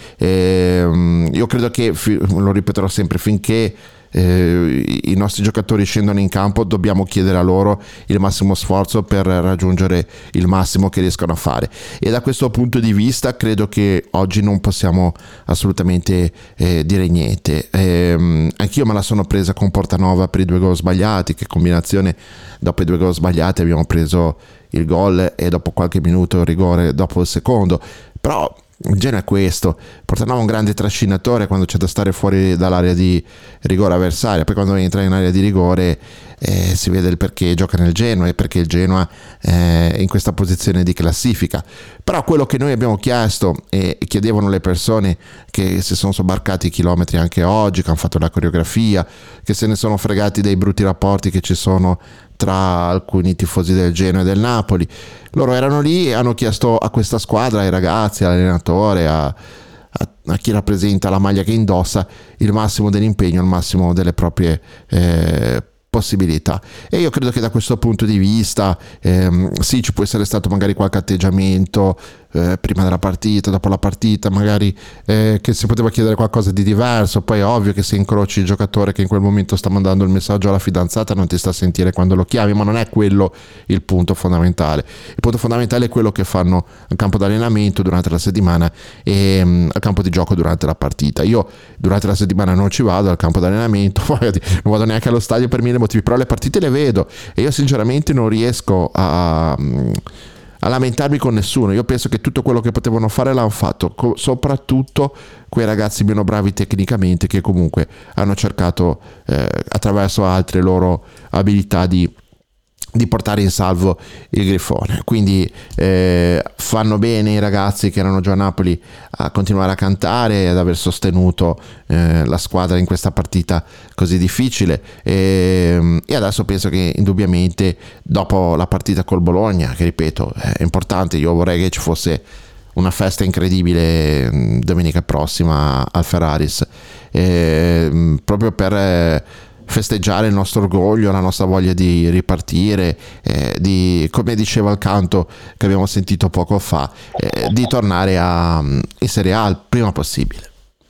S7: Eh, io credo che, lo ripeterò sempre, finché eh, i nostri giocatori scendono in campo dobbiamo chiedere a loro il massimo sforzo per raggiungere il massimo che riescono a fare, e da questo punto di vista credo che oggi non possiamo assolutamente eh, dire niente. Eh, anch'io me la sono presa con Portanova per i due gol sbagliati, che combinazione, dopo i due gol sbagliati abbiamo preso il gol e dopo qualche minuto il rigore dopo il secondo, però il Genoa è questo, Portanova è un grande trascinatore quando c'è da stare fuori dall'area di rigore avversaria, poi quando entra in area di rigore eh, si vede il perché gioca nel Genoa e perché il Genoa è in questa posizione di classifica. Però quello che noi abbiamo chiesto e chiedevano le persone che si sono sobbarcati chilometri anche oggi, che hanno fatto la coreografia, che se ne sono fregati dei brutti rapporti che ci sono tra alcuni tifosi del Genoa e del Napoli, loro erano lì e hanno chiesto a questa squadra, ai ragazzi, all'allenatore, a, a, a chi rappresenta la maglia che indossa, il massimo dell'impegno, il massimo delle proprie eh, possibilità. E io credo che da questo punto di vista ehm, sì, ci può essere stato magari qualche atteggiamento eh, prima della partita, dopo la partita, magari eh, che si poteva chiedere qualcosa di diverso. Poi è ovvio che se incroci il giocatore che in quel momento sta mandando il messaggio alla fidanzata non ti sta a sentire quando lo chiami, ma non è quello il punto fondamentale. Il punto fondamentale è quello che fanno al campo d'allenamento durante la settimana e um, al campo di gioco durante la partita. Io durante la settimana non ci vado al campo d'allenamento, poi non vado neanche allo stadio per mille motivi, però le partite le vedo e io sinceramente non riesco a, a lamentarmi con nessuno. Io penso che tutto quello che potevano fare l'hanno fatto, co- soprattutto quei ragazzi meno bravi tecnicamente che comunque hanno cercato eh, attraverso altre loro abilità di di portare in salvo il Grifone. Quindi eh, fanno bene i ragazzi che erano già a Napoli a continuare a cantare e ad aver sostenuto eh, la squadra in questa partita così difficile e, e adesso penso che indubbiamente dopo la partita col Bologna, che ripeto è importante, io vorrei che ci fosse una festa incredibile domenica prossima al Ferraris eh, proprio per eh, festeggiare il nostro orgoglio, la nostra voglia di ripartire, eh, di, come diceva il canto che abbiamo sentito poco fa, eh, di tornare a, in Serie A il prima possibile.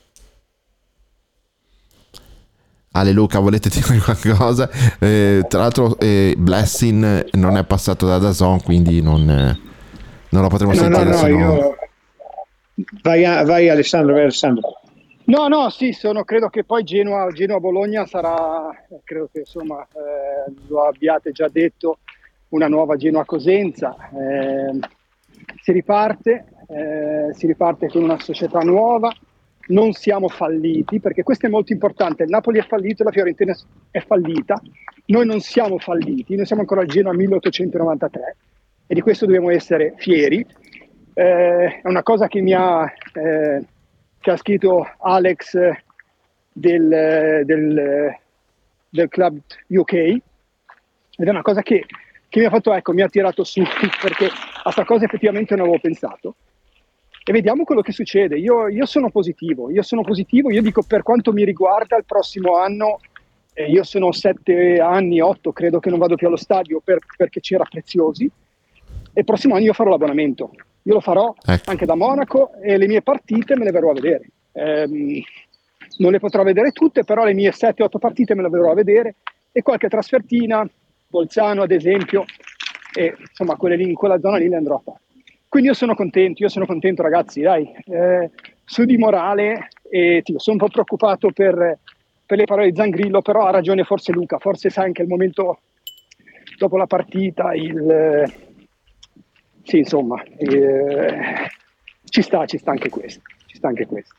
S7: Ale Luca, volete dire qualcosa? Eh, tra l'altro eh, Blessing non è passato da DAZN, quindi non, eh, non lo potremo
S8: no,
S7: sentire.
S8: No, no,
S7: sennò...
S8: io... vai, a, vai Alessandro, vai Alessandro.
S15: No, no, sì, sono, credo che poi Genoa, Genoa-Bologna sarà, credo che insomma eh, lo abbiate già detto, una nuova Genoa-Cosenza. Eh, si riparte, eh, si riparte con una società nuova, non siamo falliti, perché questo è molto importante. Il Napoli è fallito, la Fiorentina è fallita, noi non siamo falliti, noi siamo ancora al Genoa milleottocentonovantatré e di questo dobbiamo essere fieri. Eh, è una cosa che mi ha... Eh, che ha scritto Alex del, del, del club U K ed è una cosa che, che mi ha fatto, ecco, mi ha tirato su perché a sta cosa effettivamente non avevo pensato e vediamo quello che succede. Io, io sono positivo, io sono positivo, io dico per quanto mi riguarda il prossimo anno, eh, io sono sette anni, otto, credo che non vado più allo stadio per, perché c'era Preziosi e il prossimo anno io farò l'abbonamento. Io lo farò ecco. anche da Monaco e le mie partite me le verrò a vedere. Ehm, non le potrò vedere tutte, però le mie sette otto partite me le verrò a vedere e qualche trasfertina, Bolzano ad esempio, e insomma quelle lì in quella zona lì le andrò a fare. Quindi io sono contento, io sono contento ragazzi, dai, eh, su di morale e tipo, sono un po' preoccupato per, per le parole di Zangrillo, però ha ragione forse Luca, forse sai anche il momento dopo la partita, il... Sì, insomma, eh, ci sta, ci sta anche questo, ci sta anche questo.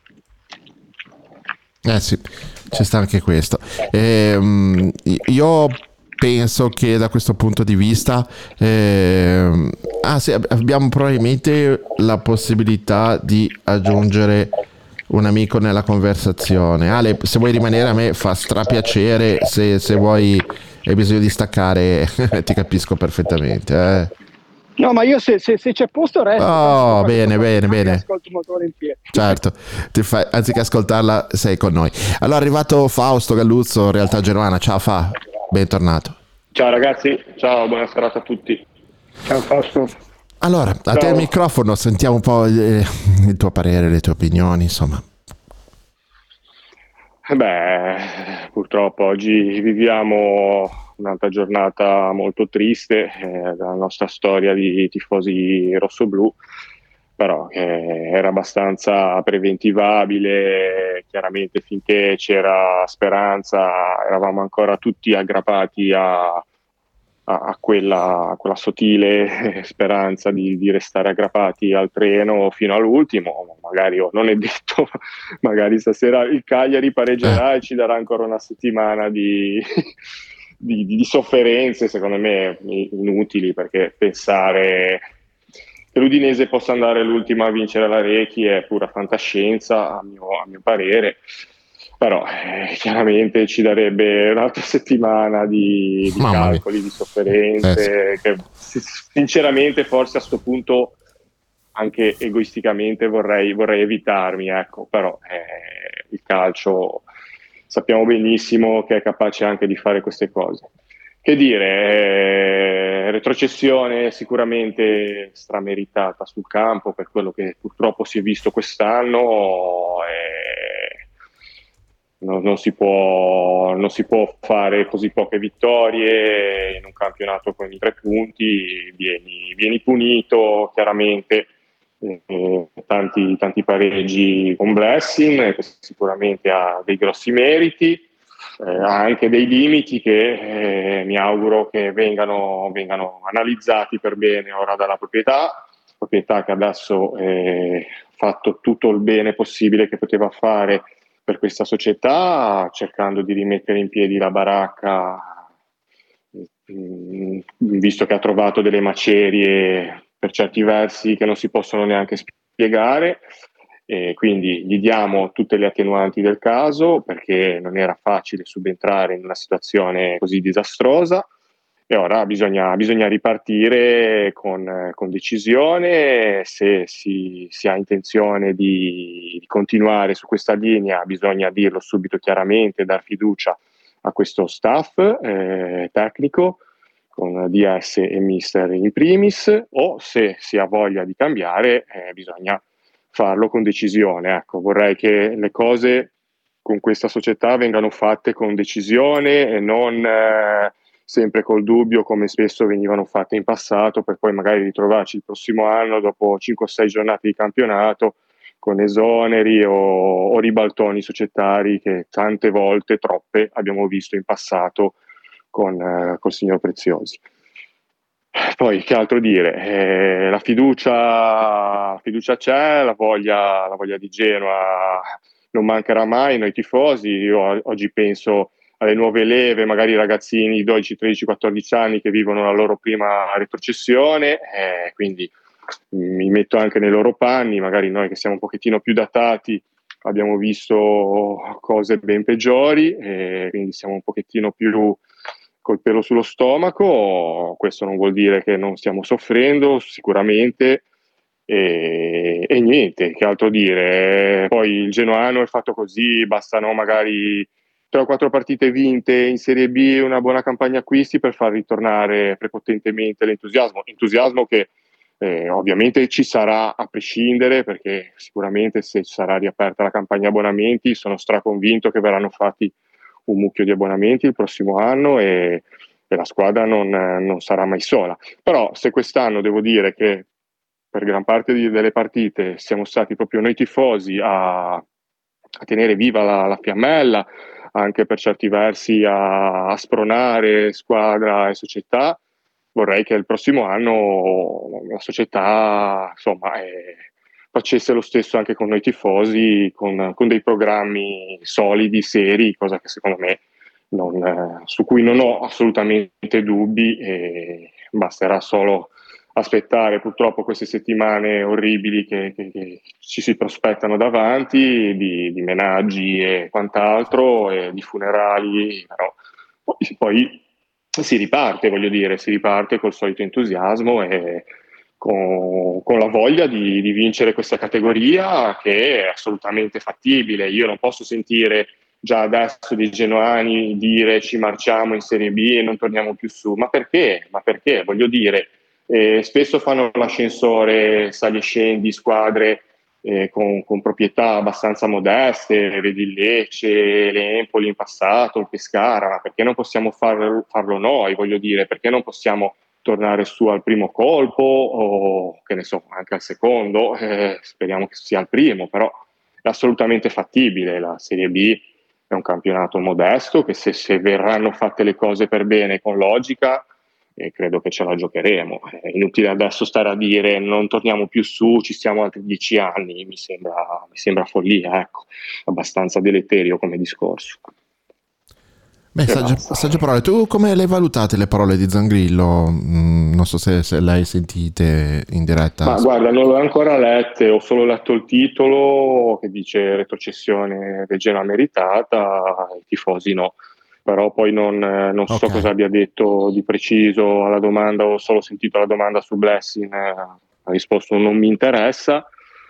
S7: Eh sì, ci sta anche questo. Eh, io penso che da questo punto di vista, eh, ah sì, abbiamo probabilmente la possibilità di aggiungere un amico nella conversazione. Ale, se vuoi rimanere a me fa strapiacere, se, se vuoi hai bisogno di staccare ti capisco perfettamente, eh.
S15: No, ma io se, se, se c'è posto resto.
S7: Oh, bene, bene, bene.
S15: Ascolto molto volentieri.
S7: Certo, ti fai, anziché ascoltarla sei con noi. Allora è arrivato Fausto Galluzzo, Realtà Genuana. Ciao Fa, bentornato.
S17: Ciao ragazzi, ciao, buona serata a tutti.
S8: Ciao Fausto.
S7: Allora, a
S17: ciao.
S7: te il microfono, sentiamo un po' il, il tuo parere, le tue opinioni, insomma.
S17: Beh, purtroppo oggi viviamo un'altra giornata molto triste eh, della nostra storia di tifosi rossoblù, però eh, era abbastanza preventivabile. Chiaramente finché c'era speranza eravamo ancora tutti aggrappati a, a, a, quella, a quella sottile speranza di, di restare aggrappati al treno fino all'ultimo. Magari oh, non è detto, magari stasera il Cagliari pareggerà e ci darà ancora una settimana di, di, di sofferenze, secondo me inutili, perché pensare che l'Udinese possa andare l'ultima a vincere la Rechi è pura fantascienza, a mio, a mio parere. Però eh, chiaramente ci darebbe un'altra settimana di, di calcoli, di sofferenze, eh. che sinceramente forse a sto punto anche egoisticamente vorrei, vorrei evitarmi, ecco. Però eh, il calcio sappiamo benissimo che è capace anche di fare queste cose. Che dire, eh, retrocessione sicuramente strameritata sul campo per quello che purtroppo si è visto quest'anno. Eh, Non, non, si può, non si può fare così poche vittorie in un campionato con i tre punti, vieni, vieni punito chiaramente, eh, tanti, tanti pareggi con Blessing, che sicuramente ha dei grossi meriti, eh, ha anche dei limiti che eh, mi auguro che vengano, vengano analizzati per bene ora dalla proprietà, proprietà che adesso ha eh, fatto tutto il bene possibile che poteva fare per questa società, cercando di rimettere in piedi la baracca, visto che ha trovato delle macerie per certi versi che non si possono neanche spiegare, e quindi gli diamo tutte le attenuanti del caso, perché non era facile subentrare in una situazione così disastrosa. E ora bisogna, bisogna ripartire con, con decisione. Se si, si ha intenzione di, di continuare su questa linea, bisogna dirlo subito chiaramente, dar fiducia a questo staff eh, tecnico, con D S e Mister in primis, o se si ha voglia di cambiare eh, bisogna farlo con decisione. Ecco, vorrei che le cose con questa società vengano fatte con decisione e non... Eh, sempre col dubbio, come spesso venivano fatte in passato, per poi magari ritrovarci il prossimo anno dopo cinque o sei giornate di campionato con esoneri o, o ribaltoni societari che tante volte, troppe, abbiamo visto in passato con eh, col signor Preziosi. Poi che altro dire? Eh, la fiducia, la fiducia c'è, la voglia, la voglia di Genoa non mancherà mai, noi tifosi. Io oggi penso alle nuove leve, magari i ragazzini di dodici, tredici, quattordici anni che vivono la loro prima retrocessione, eh, quindi mi metto anche nei loro panni. Magari noi che siamo un pochettino più datati abbiamo visto cose ben peggiori, eh, quindi siamo un pochettino più col pelo sullo stomaco. Questo non vuol dire che non stiamo soffrendo, sicuramente, e, e niente, che altro dire. Poi il genoano è fatto così, bastano magari tre o quattro partite vinte in Serie B, una buona campagna acquisti per far ritornare prepotentemente l'entusiasmo, entusiasmo che eh, ovviamente ci sarà a prescindere, perché sicuramente se sarà riaperta la campagna abbonamenti sono straconvinto che verranno fatti un mucchio di abbonamenti il prossimo anno e, e la squadra non, non sarà mai sola. Però se quest'anno devo dire che per gran parte di, delle partite siamo stati proprio noi tifosi a, a tenere viva la, la fiammella, anche per certi versi a, a spronare squadra e società, vorrei che il prossimo anno la società insomma eh, facesse lo stesso anche con noi tifosi, con, con dei programmi solidi, seri, cosa che secondo me non, eh, su cui non ho assolutamente dubbi, e basterà solo aspettare purtroppo queste settimane orribili che, che, che ci si prospettano davanti, di, di menaggi e quant'altro, e di funerali, però poi, poi si riparte, voglio dire, si riparte col solito entusiasmo e con, con la voglia di, di vincere questa categoria, che è assolutamente fattibile. Io non posso sentire già adesso dei genoani dire ci marciamo in Serie B e non torniamo più su, ma perché? Ma perché? Voglio dire, Eh, spesso fanno l'ascensore, sali e scendi, squadre eh, con, con proprietà abbastanza modeste, vedi il Lecce, l'Empoli in passato, il Pescara, ma perché non possiamo far, farlo noi? Voglio dire, perché non possiamo tornare su al primo colpo o che ne so, anche al secondo? Eh, speriamo che sia al primo, però è assolutamente fattibile. La Serie B è un campionato modesto che se, se verranno fatte le cose per bene con logica e credo che ce la giocheremo. È inutile adesso stare a dire non torniamo più su, ci stiamo altri dieci anni, mi sembra, mi sembra follia, ecco, abbastanza deleterio come discorso.
S7: Beh, sagge, sagge parole. Tu come le hai valutate le parole di Zangrillo? Mm, non so se, se le hai sentite in diretta.
S17: Ma guarda, non l'ho ancora lette, ho solo letto il titolo che dice retrocessione del Genoa meritata, i tifosi no. Però poi non, non okay. so cosa abbia detto di preciso alla domanda, ho solo sentito la domanda su Blessing, ha risposto non mi interessa.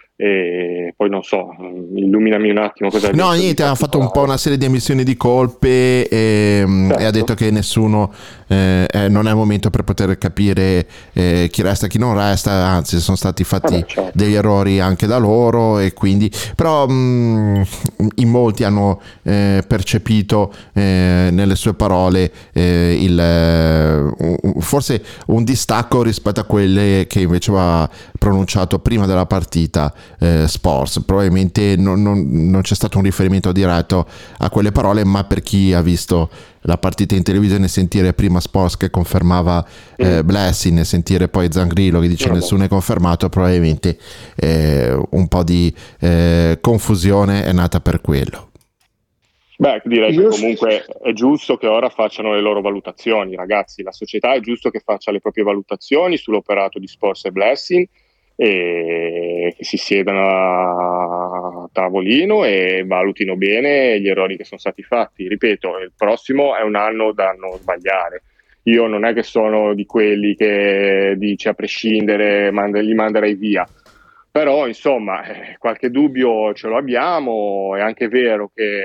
S17: E poi non so, illuminami un attimo cosa
S7: no niente, ha fatto un po' una serie di ammissioni di colpe e, certo. e ha detto che nessuno eh, non è il momento per poter capire eh, chi resta e chi non resta, anzi sono stati fatti ah, certo. degli errori anche da loro, e quindi però mh, in molti hanno eh, percepito eh, nelle sue parole eh, il, eh, forse un distacco rispetto a quelle che invece aveva pronunciato prima della partita Eh, Sports. Probabilmente non, non, non c'è stato un riferimento diretto a quelle parole, ma per chi ha visto la partita in televisione, sentire prima Sports che confermava eh, Blessing e sentire poi Zangrillo che dice nessuno è confermato, probabilmente eh, un po' di eh, confusione è nata per quello.
S17: Beh, direi che comunque è giusto che ora facciano le loro valutazioni, ragazzi, la società è giusto che faccia le proprie valutazioni sull'operato di Sports e Blessing e che si siedano a tavolino e valutino bene gli errori che sono stati fatti. Ripeto, il prossimo è un anno da non sbagliare. Io non è che sono di quelli che dice a prescindere mand- li manderei via, però insomma eh, qualche dubbio ce lo abbiamo. È anche vero che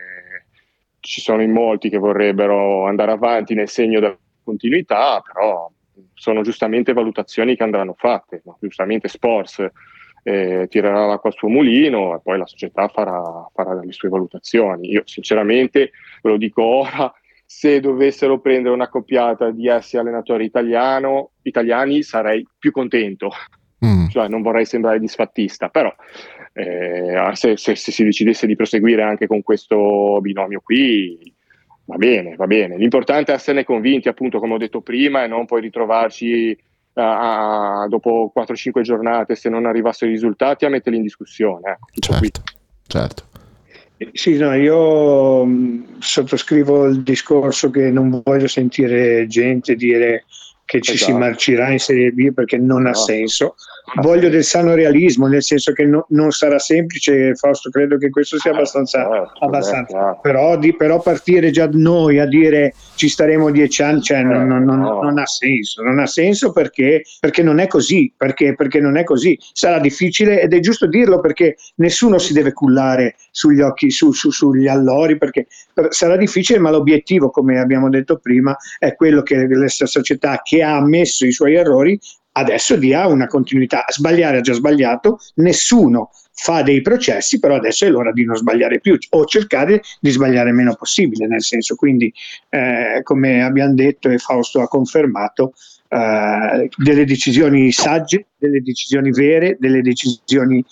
S17: ci sono in molti che vorrebbero andare avanti nel segno della continuità, però sono giustamente valutazioni che andranno fatte, no? Giustamente Sports eh, tirerà l'acqua al suo mulino e poi la società farà, farà le sue valutazioni. Io sinceramente ve lo dico ora, se dovessero prendere una coppiata di essi allenatori italiano, italiani sarei più contento, mm. cioè non vorrei sembrare disfattista, però eh, se, se, se si decidesse di proseguire anche con questo binomio qui va bene, va bene. L'importante è esserne convinti, appunto, come ho detto prima, e non poi ritrovarci a, a, dopo quattro cinque giornate, se non arrivassero i risultati, a metterli in discussione. Ecco, tutto
S7: certo,
S17: qui.
S7: certo.
S8: Sì, no, io mh, sottoscrivo il discorso che non voglio sentire gente dire che ci esatto. si marcirà in Serie B, perché non no. ha senso. Voglio del sano realismo, nel senso che no, non sarà semplice, Fausto, credo che questo sia abbastanza, eh, abbastanza. Però, di, però partire già noi a dire ci staremo dieci anni, cioè, eh, non, non, no. non ha senso, non ha senso perché, perché non è così, perché, perché non è così, sarà difficile ed è giusto dirlo, perché nessuno si deve cullare sugli occhi, su, su, sugli allori, perché sarà difficile, ma l'obiettivo, come abbiamo detto prima, è quello che la società che ha ammesso i suoi errori adesso dia una continuità. Sbagliare ha già sbagliato, nessuno fa dei processi, però adesso è l'ora di non sbagliare più o cercare di sbagliare il meno possibile, nel senso, quindi eh, come abbiamo detto e Fausto ha confermato, eh, delle decisioni sagge, delle decisioni vere, delle decisioni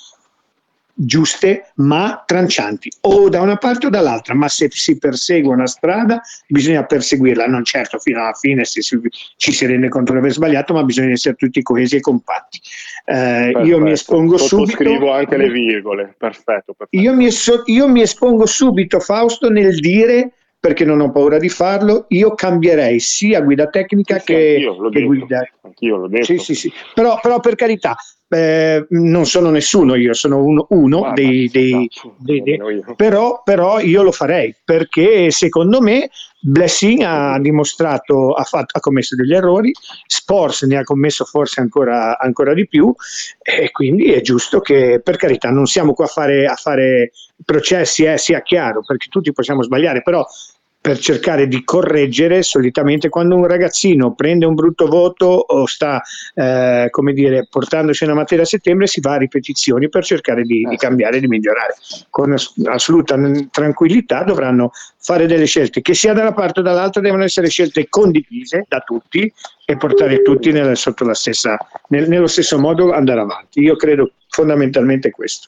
S8: giuste ma trancianti, o da una parte o dall'altra, ma se si persegue una strada bisogna perseguirla, non certo fino alla fine se si, ci si rende conto di aver sbagliato, ma bisogna essere tutti coesi e compatti. Eh, io mi espongo subito,
S17: scrivo anche le virgole, perfetto, perfetto.
S8: Io, mi es- io mi espongo subito, Fausto, nel dire, perché non ho paura di farlo, io cambierei sia guida tecnica sì, che,
S17: sì, anch'io,
S8: che guida.
S17: Anch'io l'ho detto.
S8: Sì, sì, sì. Però, però per carità, eh, non sono nessuno, io sono uno, uno
S17: Guarda,
S8: dei, dei,
S17: esatto,
S8: dei, dei però, però io lo farei, perché secondo me Blessing ha dimostrato, ha, fatto, ha commesso degli errori, Sports ne ha commesso forse ancora, ancora di più, e quindi è giusto che, per carità, non siamo qua a fare, a fare processi, eh, sia chiaro, perché tutti possiamo sbagliare, però per cercare di correggere. Solitamente quando un ragazzino prende un brutto voto o sta eh, come dire portandoci una materia a settembre, si va a ripetizioni per cercare di, di cambiare, di migliorare. Con assoluta tranquillità dovranno fare delle scelte, che sia da una parte o dall'altra, devono essere scelte condivise da tutti e portare tutti nella, sotto la stessa, nel, nello stesso modo andare avanti. Io credo fondamentalmente questo.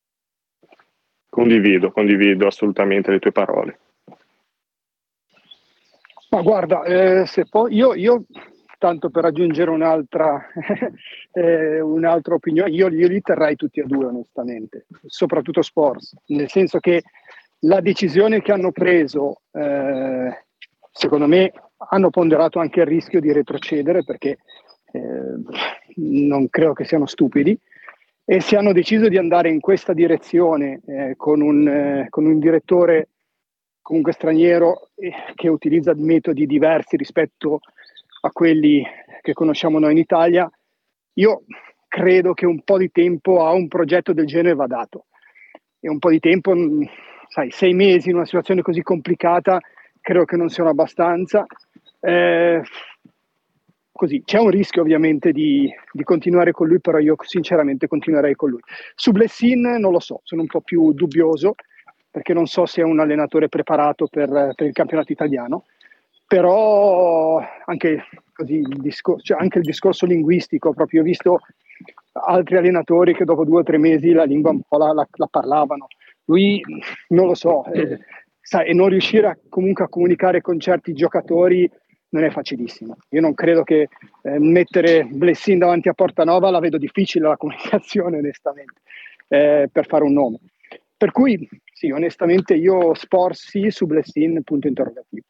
S17: Condivido, condivido assolutamente le tue parole.
S15: Ma guarda, eh, se poi io, io tanto per aggiungere un'altra, eh, un'altra opinione, io, io li terrei tutti e due onestamente, soprattutto Spurs, nel senso che la decisione che hanno preso, eh, secondo me, hanno ponderato anche il rischio di retrocedere, perché eh, non credo che siano stupidi, e se hanno deciso di andare in questa direzione eh, con, un, eh, con un direttore comunque straniero eh, che utilizza metodi diversi rispetto a quelli che conosciamo noi in Italia, io credo che un po' di tempo a un progetto del genere va dato. E un po' di tempo, sai, sei mesi in una situazione così complicata, credo che non siano abbastanza. Eh, così, c'è un rischio ovviamente di, di continuare con lui, però io sinceramente continuerei con lui. Su Blessin non lo so, sono un po' più dubbioso, perché non so se è un allenatore preparato per, per il campionato italiano, però anche, così, il discorso, cioè anche il discorso linguistico, proprio ho visto altri allenatori che dopo due o tre mesi la lingua un po' la, la, la parlavano. Lui non lo so, eh, sai, e non riuscire a, comunque a comunicare con certi giocatori non è facilissimo. Io non credo che eh, mettere Blessin davanti a Portanova la vedo difficile la comunicazione, onestamente, eh, per fare un nome. Per cui sì, onestamente io Spurs sì, su Blessin punto interrogativo.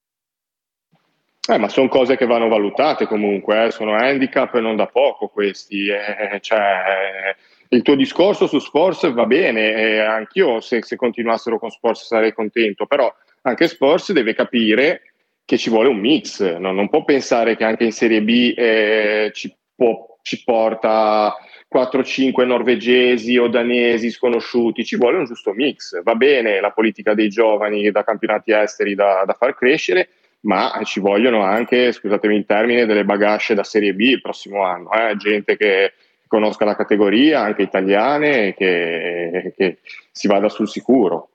S17: Eh, ma sono cose che vanno valutate comunque, eh. Sono handicap non da poco questi. Eh. Cioè, il tuo discorso su Spurs va bene, eh, anch'io se, se continuassero con Spurs sarei contento, però anche Spurs deve capire che ci vuole un mix, no? Non può pensare che anche in Serie B eh, ci, può, ci porta quattro cinque norvegesi o danesi sconosciuti, ci vuole un giusto mix. Va bene la politica dei giovani da campionati esteri da, da far crescere, ma ci vogliono anche, scusatemi il termine, delle bagasce da Serie B il prossimo anno, eh? Gente che conosca la categoria, anche italiane, che, che si vada sul sicuro.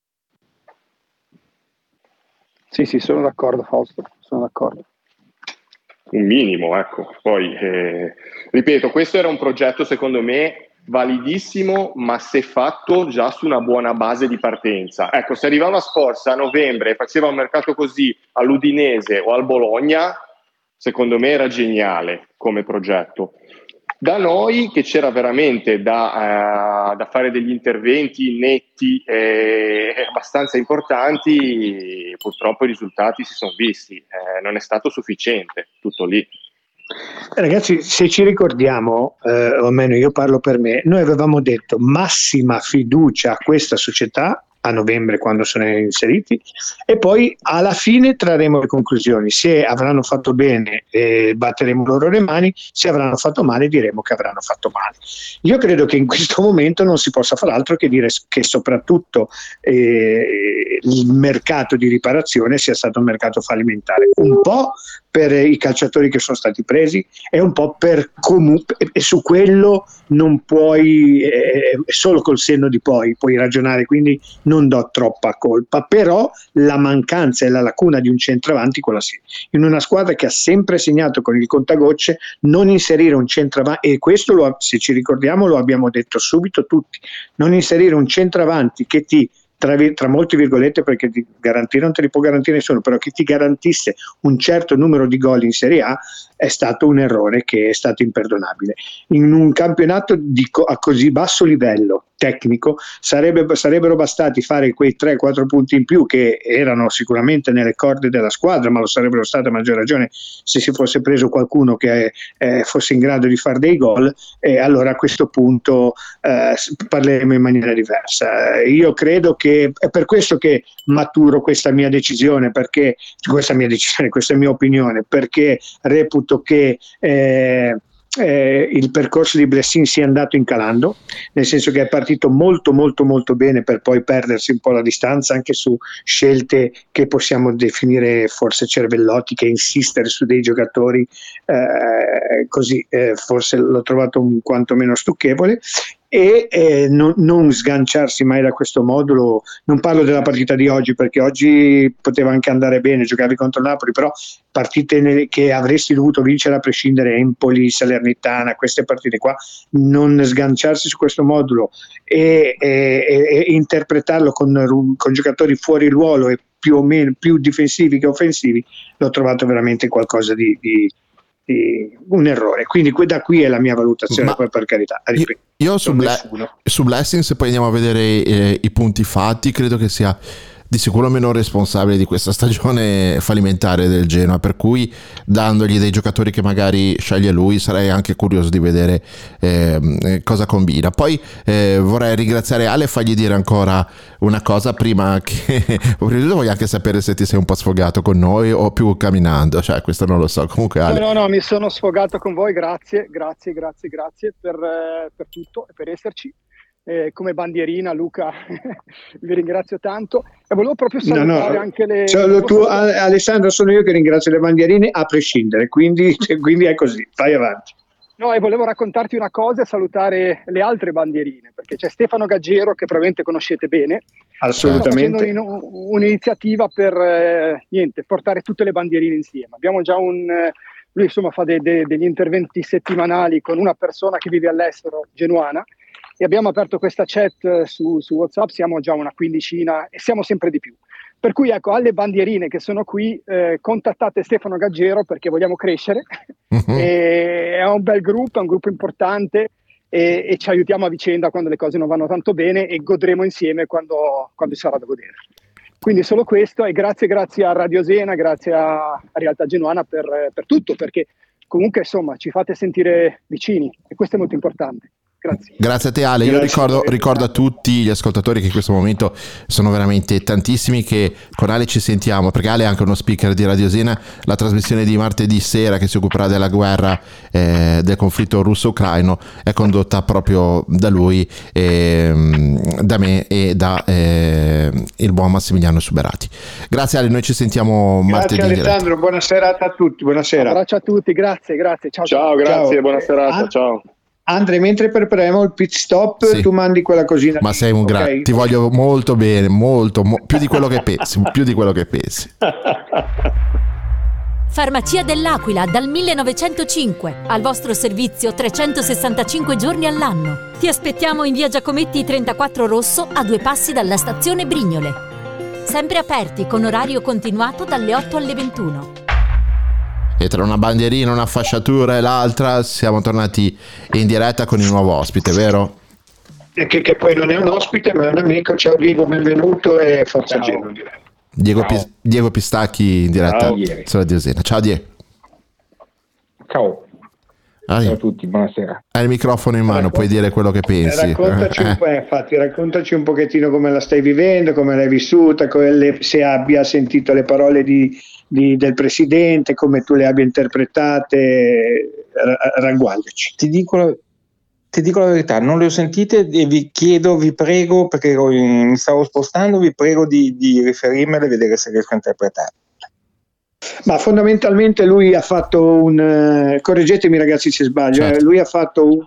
S15: Sì, sì, sono d'accordo Fausto, sono d'accordo.
S17: Un minimo, ecco. Poi, eh, ripeto, questo era un progetto secondo me validissimo, ma se fatto già su una buona base di partenza. Ecco, se arrivava Spurs a novembre e faceva un mercato così all'Udinese o al Bologna, secondo me era geniale come progetto. Da noi, che c'era veramente da, uh, da fare degli interventi netti e abbastanza importanti, purtroppo i risultati si sono visti, eh, non è stato sufficiente, tutto lì.
S8: Ragazzi, se ci ricordiamo, eh, o almeno io parlo per me, noi avevamo detto massima fiducia a questa società a novembre quando sono inseriti, e poi alla fine trarremo le conclusioni. Se avranno fatto bene eh, batteremo loro le mani, se avranno fatto male diremo che avranno fatto male. Io credo che in questo momento non si possa far altro che dire che soprattutto eh, il mercato di riparazione sia stato un mercato fallimentare, un po' per i calciatori che sono stati presi e un po' per comunque, e su quello non puoi, eh, solo col senno di poi puoi ragionare, quindi non do troppa colpa, però la mancanza e la lacuna di un centravanti, quella sì, in una squadra che ha sempre segnato con il contagocce, non inserire un centravanti, e questo lo, se ci ricordiamo lo abbiamo detto subito tutti, non inserire un centravanti che ti Tra, tra molte virgolette, perché ti garantire non te li può garantire nessuno, però che ti garantisse un certo numero di gol in Serie A è stato un errore che è stato imperdonabile. In un campionato di co- a così basso livello tecnico sarebbe, sarebbero bastati fare quei tre quattro punti in più che erano sicuramente nelle corde della squadra, ma lo sarebbero state a maggior ragione se si fosse preso qualcuno che eh, fosse in grado di fare dei gol, e allora a questo punto eh, parleremo in maniera diversa. Io credo che è per questo che maturo questa mia decisione, perché questa mia decisione, questa mia opinione, perché reputo che eh, eh, il percorso di Blessin sia andato incalando, nel senso che è partito molto molto molto bene per poi perdersi un po' la distanza anche su scelte che possiamo definire forse cervellotiche, insistere su dei giocatori eh, così eh, forse l'ho trovato un quantomeno stucchevole, e eh, non, non sganciarsi mai da questo modulo. Non parlo della partita di oggi, perché oggi poteva anche andare bene, giocavi contro Napoli, però partite nelle, che avresti dovuto vincere a prescindere, Empoli, Salernitana, queste partite qua, non sganciarsi su questo modulo e, e, e interpretarlo con, con giocatori fuori ruolo e più o meno più difensivi che offensivi, l'ho trovato veramente qualcosa di, di di un errore. Quindi da qui è la mia valutazione. Ma poi per carità, ripeto,
S7: io, io su, Ble- su Blessing, se poi andiamo a vedere eh, i punti fatti, credo che sia di sicuro meno responsabile di questa stagione fallimentare del Genoa, per cui dandogli dei giocatori che magari sceglie lui sarei anche curioso di vedere eh, cosa combina. Poi eh, vorrei ringraziare Ale e fargli dire ancora una cosa prima che prima di tutto voglio anche sapere se ti sei un po' sfogato con noi o più camminando, cioè questo non lo so. Comunque Ale.
S15: No, no, no, mi sono sfogato con voi, grazie, grazie, grazie, grazie per, eh, per tutto e per esserci. Eh, come bandierina, Luca, vi ringrazio tanto e volevo proprio salutare no, no. anche le
S8: cioè, tu, Alessandro, sono io che ringrazio le bandierine a prescindere, quindi, quindi è così, vai avanti.
S15: No, e volevo raccontarti una cosa e salutare le altre bandierine, perché c'è Stefano Gaggiero che probabilmente conoscete bene,
S8: assolutamente,
S15: sta facendo un'iniziativa per eh, niente, portare tutte le bandierine insieme. Abbiamo già un eh, lui insomma fa de, de, degli interventi settimanali con una persona che vive all'estero, genuana, e abbiamo aperto questa chat su, su WhatsApp, siamo già una quindicina e siamo sempre di più. Per cui ecco, alle bandierine che sono qui, eh, contattate Stefano Gaggiero perché vogliamo crescere. Uh-huh. E è un bel gruppo, è un gruppo importante e, e ci aiutiamo a vicenda quando le cose non vanno tanto bene e godremo insieme quando, quando ci sarà da godere. Quindi solo questo, e grazie, grazie a Radio Sena, grazie a, a Realtà Genuana per, per tutto, perché comunque insomma ci fate sentire vicini e questo è molto importante. Grazie.
S7: Grazie a te Ale, io ricordo, ricordo a tutti gli ascoltatori che in questo momento sono veramente tantissimi, che con Ale ci sentiamo, perché Ale è anche uno speaker di Radio Sena, la trasmissione di martedì sera che si occuperà della guerra, eh, del conflitto russo-ucraino, è condotta proprio da lui, eh, da me e da eh, il buon Massimiliano Suberati. Grazie Ale, noi ci sentiamo martedì.
S8: Grazie Alessandro, buona serata a tutti, buonasera.
S15: Un abbraccio a tutti, grazie, grazie. Ciao,
S17: ciao, grazie, ciao. Buona serata,
S8: ah.
S17: ciao.
S8: Andre, mentre prepariamo il pit stop, sì. tu mandi quella cosina.
S7: Ma sei un grande, okay. Ti voglio molto bene, molto, mo- più di quello che pensi, più di quello che pensi.
S18: Farmacia dell'Aquila dal millenovecentocinque, al vostro servizio trecentosessantacinque giorni all'anno. Ti aspettiamo in via Giacometti trentaquattro Rosso, a due passi dalla stazione Brignole. Sempre aperti con orario continuato dalle otto alle ventuno.
S7: E tra una bandierina, una fasciatura e l'altra siamo tornati in diretta con il nuovo ospite, vero?
S8: E che, che poi non è un ospite ma è un amico. Ciao Diego, benvenuto e forza Genoa.
S7: Diego, Pis- Diego Pistacchi in diretta sulla Diosena. Ciao Diego.
S19: Ciao. Ah, ciao a tutti, buonasera.
S7: Hai il microfono in mano, Racconta- puoi dire quello che pensi.
S8: Raccontaci, un po', eh, infatti, raccontaci un pochettino come la stai vivendo, come l'hai vissuta, le, se abbia sentito le parole di Di, del presidente, come tu le abbia interpretate, ragguagliaci.
S19: Ti dico, ti dico la verità, non le ho sentite e vi chiedo, vi prego, perché mi stavo spostando, vi prego di, di riferirmele e vedere se riesco a interpretarle.
S8: Ma fondamentalmente lui ha fatto un, uh, correggetemi ragazzi se sbaglio, certo. eh, lui ha fatto un,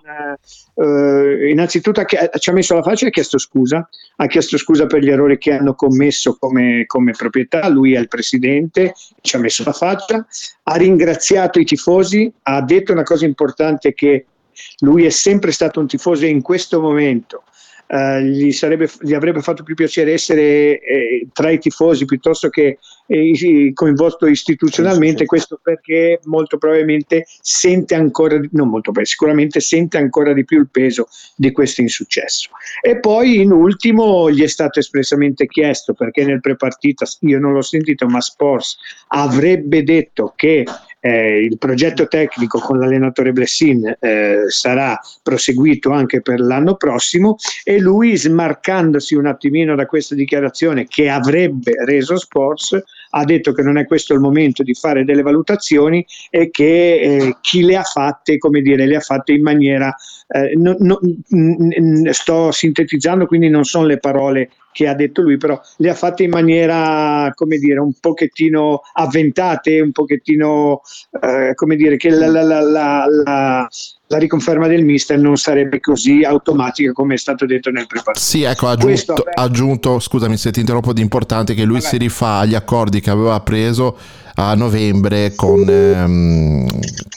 S8: uh, innanzitutto ha, ci ha messo la faccia e ha chiesto scusa, ha chiesto scusa per gli errori che hanno commesso come, come proprietà, lui è il presidente, ci ha messo la faccia, ha ringraziato i tifosi, ha detto una cosa importante, che lui è sempre stato un tifoso e in questo momento Uh, gli, sarebbe, gli avrebbe fatto più piacere essere eh, tra i tifosi piuttosto che eh, coinvolto istituzionalmente, questo perché molto probabilmente sente ancora, non molto bene, sicuramente sente ancora di più il peso di questo insuccesso. E poi in ultimo gli è stato espressamente chiesto, perché nel prepartita, io non l'ho sentito, ma Sports avrebbe detto che Eh, il progetto tecnico con l'allenatore Blessin eh, sarà proseguito anche per l'anno prossimo, e lui, smarcandosi un attimino da questa dichiarazione che avrebbe reso Sports, ha detto che non è questo il momento di fare delle valutazioni e che eh, chi le ha fatte, come dire, le ha fatte in maniera eh, no, no, n- sto sintetizzando, quindi non sono le parole che ha detto lui, però le ha fatte in maniera, come dire, un pochettino avventate, un pochettino, eh, come dire, che la, la, la, la, la, la riconferma del mister non sarebbe così automatica come è stato detto nel preparato.
S7: Sì, ecco, ha aggiunto, ha aggiunto, scusami se ti interrompo, di importante, che lui Vabbè. si rifà agli accordi che aveva preso a novembre con, ehm,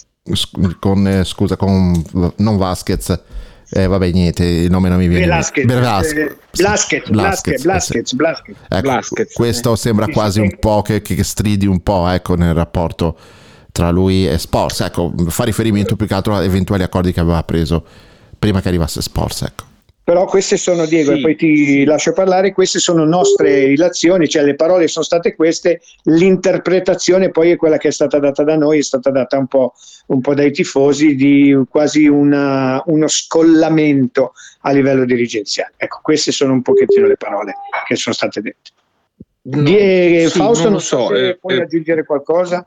S7: con eh, scusa, con non Vasquez, Eh, vabbè, niente, il nome non mi viene.
S8: Blasquez,
S7: Blasquez,
S8: Blasquez, Blasquez, Blasquez, Blasquez.
S7: Ecco, Blasquez. Questo sembra quasi un po' che, che stridi un po', ecco, nel rapporto tra lui e Sports. Ecco, fa riferimento più che altro a eventuali accordi che aveva preso prima che arrivasse Sports, ecco.
S8: Però queste sono, Diego, sì, e poi ti sì. lascio parlare, queste sono nostre ilazioni, cioè le parole sono state queste, l'interpretazione poi è quella che è stata data da noi, è stata data un po', un po' dai tifosi, di quasi una, uno scollamento a livello dirigenziale. Ecco, queste sono un pochettino le parole che sono state dette. No, Die, sì, Fausto, non, non so, so se eh, puoi eh, aggiungere qualcosa?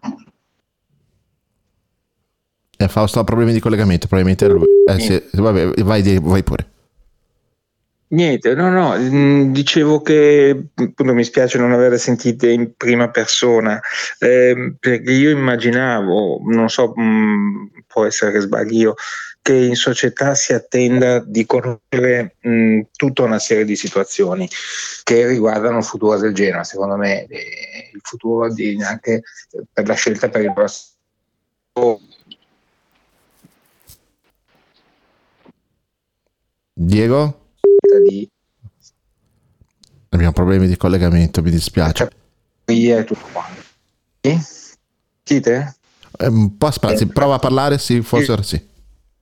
S7: Eh, Fausto ha problemi di collegamento, probabilmente lui. Eh, sì, vabbè, vai, vai pure.
S19: Niente, no, no, dicevo che appunto mi spiace non aver sentite in prima persona, eh, perché io immaginavo, non so, mh, può essere che sbaglio, che in società si attenda di conoscere mh, tutta una serie di situazioni che riguardano il futuro del Genoa, secondo me, eh, il futuro di, anche per la scelta per il prossimo.
S7: Diego?
S19: Di...
S7: Abbiamo problemi di collegamento, mi dispiace.
S19: Tutto quanto. Sì? Sentite?
S7: Eh, un po' spazio, prova a parlare, sì, forse ora sì.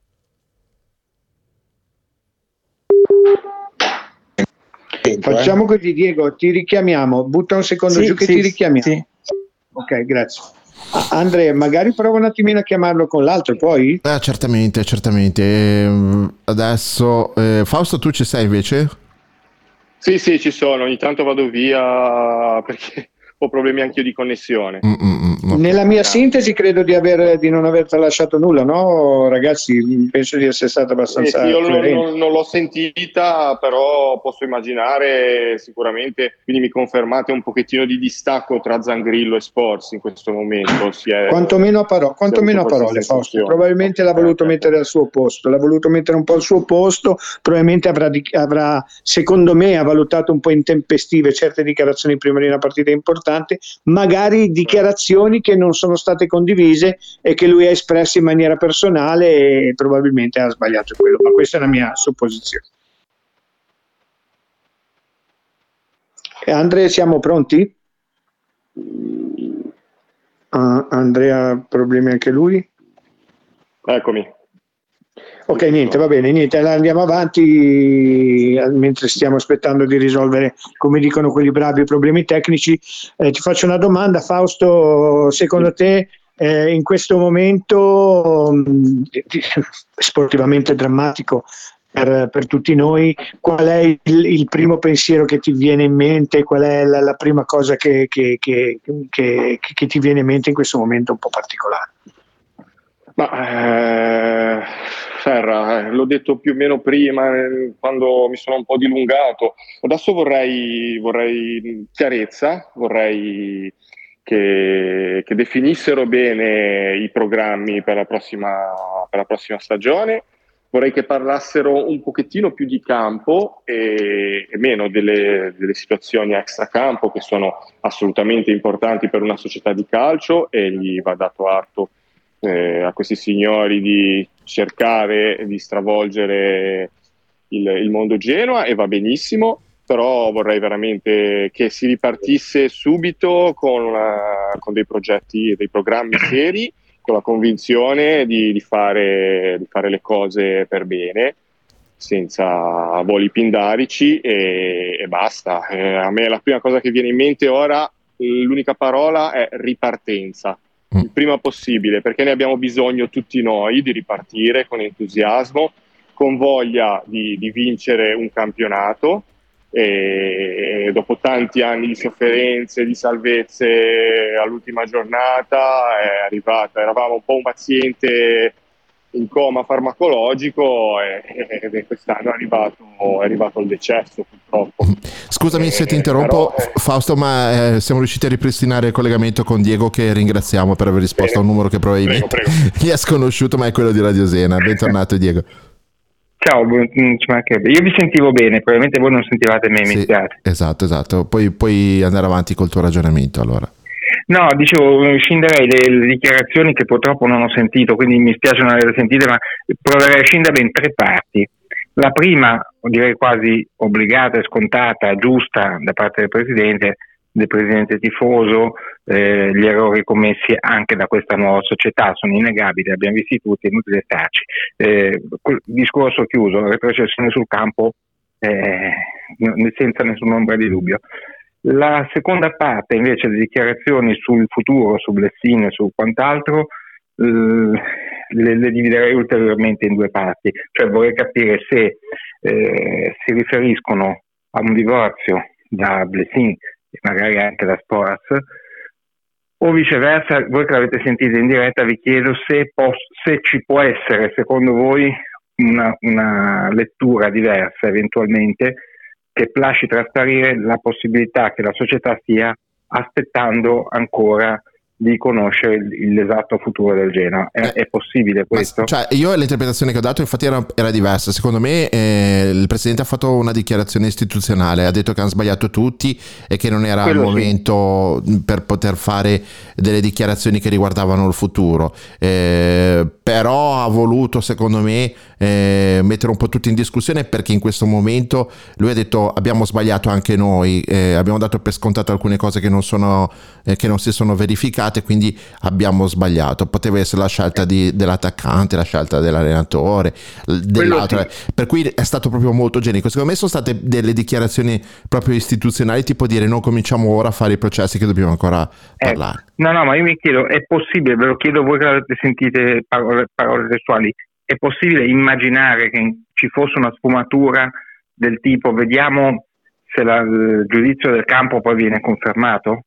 S8: Facciamo così, Diego, ti richiamiamo, butta un secondo
S19: sì,
S8: giù che
S19: sì,
S8: ti richiamiamo.
S19: Sì.
S8: Ok, grazie. Andrea, magari prova un attimino a chiamarlo con l'altro, poi?
S7: Eh, certamente, certamente. Eh, adesso, eh, Fausto, tu ci sei invece?
S17: Sì, sì, ci sono. Ogni tanto vado via perché ho problemi anche io di connessione.
S7: Mm, mm, mm,
S8: Nella mia sintesi credo di, aver, di non aver lasciato nulla, no ragazzi? Penso di essere stato abbastanza
S17: eh sì, io non, non, non l'ho sentita, però posso immaginare sicuramente, quindi mi confermate un pochettino di distacco tra Zangrillo e Sports in questo momento. Si è,
S8: quantomeno a, paro- quantomeno a parole, Fausto. Probabilmente l'ha voluto mettere al suo posto, l'ha voluto mettere un po' al suo posto, probabilmente avrà, di- avrà secondo me ha valutato un po' intempestive certe dichiarazioni prima di una partita importante, magari dichiarazioni che non sono state condivise e che lui ha espresso in maniera personale e probabilmente ha sbagliato quello, ma questa è la mia supposizione. E Andrea, siamo pronti? Uh, Andrea, problemi anche lui?
S17: Eccomi.
S8: Ok, niente, va bene, niente, andiamo avanti mentre stiamo aspettando di risolvere, come dicono quelli bravi, i problemi tecnici. Eh, ti faccio una domanda, Fausto, secondo te eh, in questo momento mh, sportivamente drammatico per, per tutti noi, qual è il, il primo pensiero che ti viene in mente, qual è la, la prima cosa che, che, che, che, che ti viene in mente in questo momento un po' particolare?
S17: Ma eh, Ferra, eh, l'ho detto più o meno prima eh, quando mi sono un po' dilungato. Adesso vorrei, vorrei chiarezza, vorrei che, che definissero bene i programmi per la prossima, per la prossima stagione. Vorrei che parlassero un pochettino più di campo e, e meno delle, delle situazioni extracampo che sono assolutamente importanti per una società di calcio e gli va dato atto Eh, a questi signori di cercare di stravolgere il, il mondo Genoa e va benissimo, però vorrei veramente che si ripartisse subito con, uh, con dei progetti e dei programmi seri, con la convinzione di, di, fare, di fare le cose per bene, senza voli pindarici e, e basta. Eh, a me la prima cosa che viene in mente ora, l'unica parola è ripartenza. Il prima possibile, perché ne abbiamo bisogno tutti noi di ripartire con entusiasmo, con voglia di, di vincere un campionato e, e dopo tanti anni di sofferenze, di salvezze all'ultima giornata è arrivata, eravamo un po' un paziente in coma farmacologico e, e quest'anno è arrivato, è arrivato il decesso purtroppo.
S7: Scusami eh, se ti interrompo però, Fausto, ma eh, siamo riusciti a ripristinare il collegamento con Diego, che ringraziamo per aver risposto bene. A un numero che probabilmente prego, prego. gli è sconosciuto, ma è quello di Radio Sena. Bentornato Diego.
S19: Ciao, io vi sentivo bene, probabilmente voi non sentivate me, mi
S7: sì,
S19: spiace.
S7: Esatto, esatto, poi puoi andare avanti col tuo ragionamento allora.
S19: No, dicevo, scinderei le, le dichiarazioni che purtroppo non ho sentito, quindi mi spiace non averle sentite, ma proverei a scinderle in tre parti. La prima, direi quasi obbligata e scontata, giusta da parte del Presidente, del presidente tifoso, eh, gli errori commessi anche da questa nuova società sono innegabili, abbiamo visti tutti, è inutile starci. Eh, discorso chiuso, la retrocessione sul campo eh, senza nessuna ombra di dubbio. La seconda parte invece, le dichiarazioni sul futuro, su Blessin e su quant'altro, eh, le, le dividerei ulteriormente in due parti, cioè vorrei capire se eh, si riferiscono a un divorzio da Blessin e magari anche da Sporas, o viceversa. Voi che l'avete sentita in diretta, vi chiedo se, pos- se ci può essere secondo voi una, una lettura diversa eventualmente che lasci trasparire la possibilità che la società stia aspettando ancora di conoscere l'esatto futuro del Genoa. È, è possibile questo?
S7: Ma, cioè, io l'interpretazione che ho dato infatti era, era diversa. Secondo me eh, il presidente ha fatto una dichiarazione istituzionale, ha detto che hanno sbagliato tutti e che non era Quello il momento sì. per poter fare delle dichiarazioni che riguardavano il futuro, eh, però ha voluto secondo me eh, mettere un po' tutti in discussione, perché in questo momento lui ha detto abbiamo sbagliato anche noi, eh, abbiamo dato per scontato alcune cose che non, sono, eh, che non si sono verificate, quindi abbiamo sbagliato. Poteva essere la scelta di, dell'attaccante, la scelta dell'allenatore, dell'altro, sì. Per cui è stato proprio molto generico. Secondo me sono state delle dichiarazioni proprio istituzionali, tipo dire non cominciamo ora a fare i processi che dobbiamo ancora parlare.
S19: Eh, no no ma io mi chiedo, è possibile, ve lo chiedo voi che avete sentite parole, parole testuali, è possibile immaginare che ci fosse una sfumatura del tipo vediamo se la, il giudizio del campo poi viene confermato?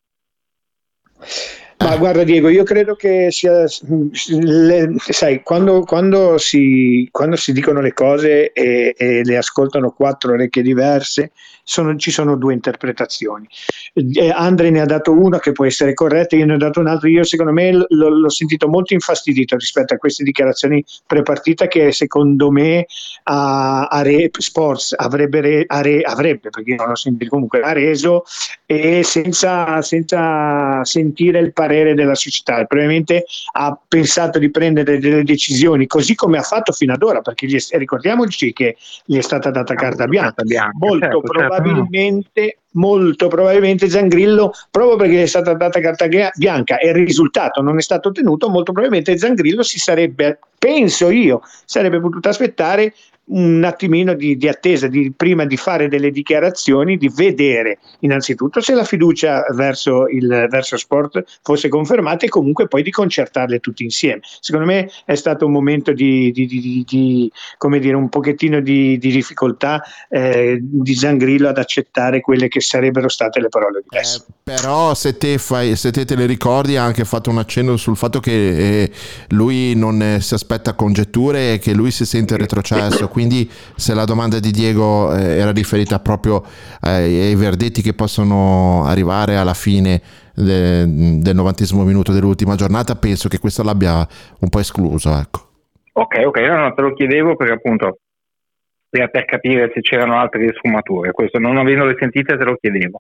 S8: Ma guarda Diego, io credo che sia, le, sai, quando, quando, si, quando si dicono le cose e, e le ascoltano quattro orecchie diverse, sono, ci sono due interpretazioni. Eh, Andre ne ha dato una che può essere corretta, io ne ho dato un'altra. Io secondo me l- l'ho sentito molto infastidito rispetto a queste dichiarazioni prepartita, che secondo me a, a Re Sports avrebbe, re, a re, avrebbe, perché non l'ho sentito comunque, ha reso e senza, senza sentire il parere della società. Probabilmente ha pensato di prendere delle decisioni così come ha fatto fino ad ora, perché gli è, ricordiamoci che gli è stata data carta bianca, bianca molto certo, probabilmente certo. molto probabilmente Zangrillo, proprio perché gli è stata data carta bianca e il risultato non è stato ottenuto, molto probabilmente Zangrillo si sarebbe, penso io, sarebbe potuto aspettare un attimino di, di attesa, di, prima di fare delle dichiarazioni, di vedere innanzitutto se la fiducia verso il verso Sport fosse confermata e comunque poi di concertarle tutti insieme. Secondo me è stato un momento di, di, di, di come dire, un pochettino di, di difficoltà eh, di Zangrillo ad accettare quelle che sarebbero state le parole di Alessio.
S7: Eh, però se te, fai, se te te le ricordi, ha anche fatto un accenno sul fatto che eh, lui non eh, si aspetta congetture e che lui si sente retrocesso. Quindi se la domanda di Diego eh, era riferita proprio eh, ai verdetti che possono arrivare alla fine de, del novantesimo minuto dell'ultima giornata, penso che questo l'abbia un po' escluso, ecco.
S19: Ok, ok, no, no, te lo chiedevo perché appunto per, per capire se c'erano altre sfumature, questo non avendole sentite te lo chiedevo.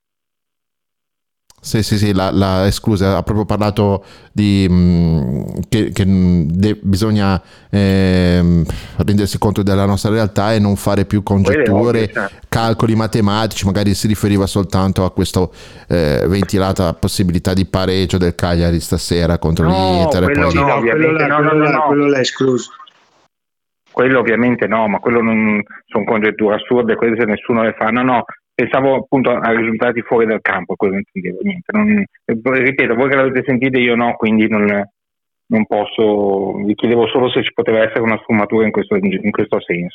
S7: Sì, sì, sì, la, la esclusa, ha proprio parlato di mh, che, che de, bisogna eh, rendersi conto della nostra realtà e non fare più congetture, calcoli matematici. Magari si riferiva soltanto a questa eh, ventilata possibilità di pareggio del Cagliari stasera contro
S19: no,
S7: l'Inter.
S19: Quello
S7: poi...
S19: no, ovviamente no, no, no, no,
S8: quello l'ha escluso.
S19: Quello ovviamente no, ma quello non sono congetture assurde, quelle nessuno le fa, no, no. Pensavo appunto a risultati fuori dal campo, quello non intendevo niente. Non, ripeto, voi che l'avete sentito, io no, quindi non, non posso. Vi chiedevo solo se ci poteva essere una sfumatura in questo, in questo senso.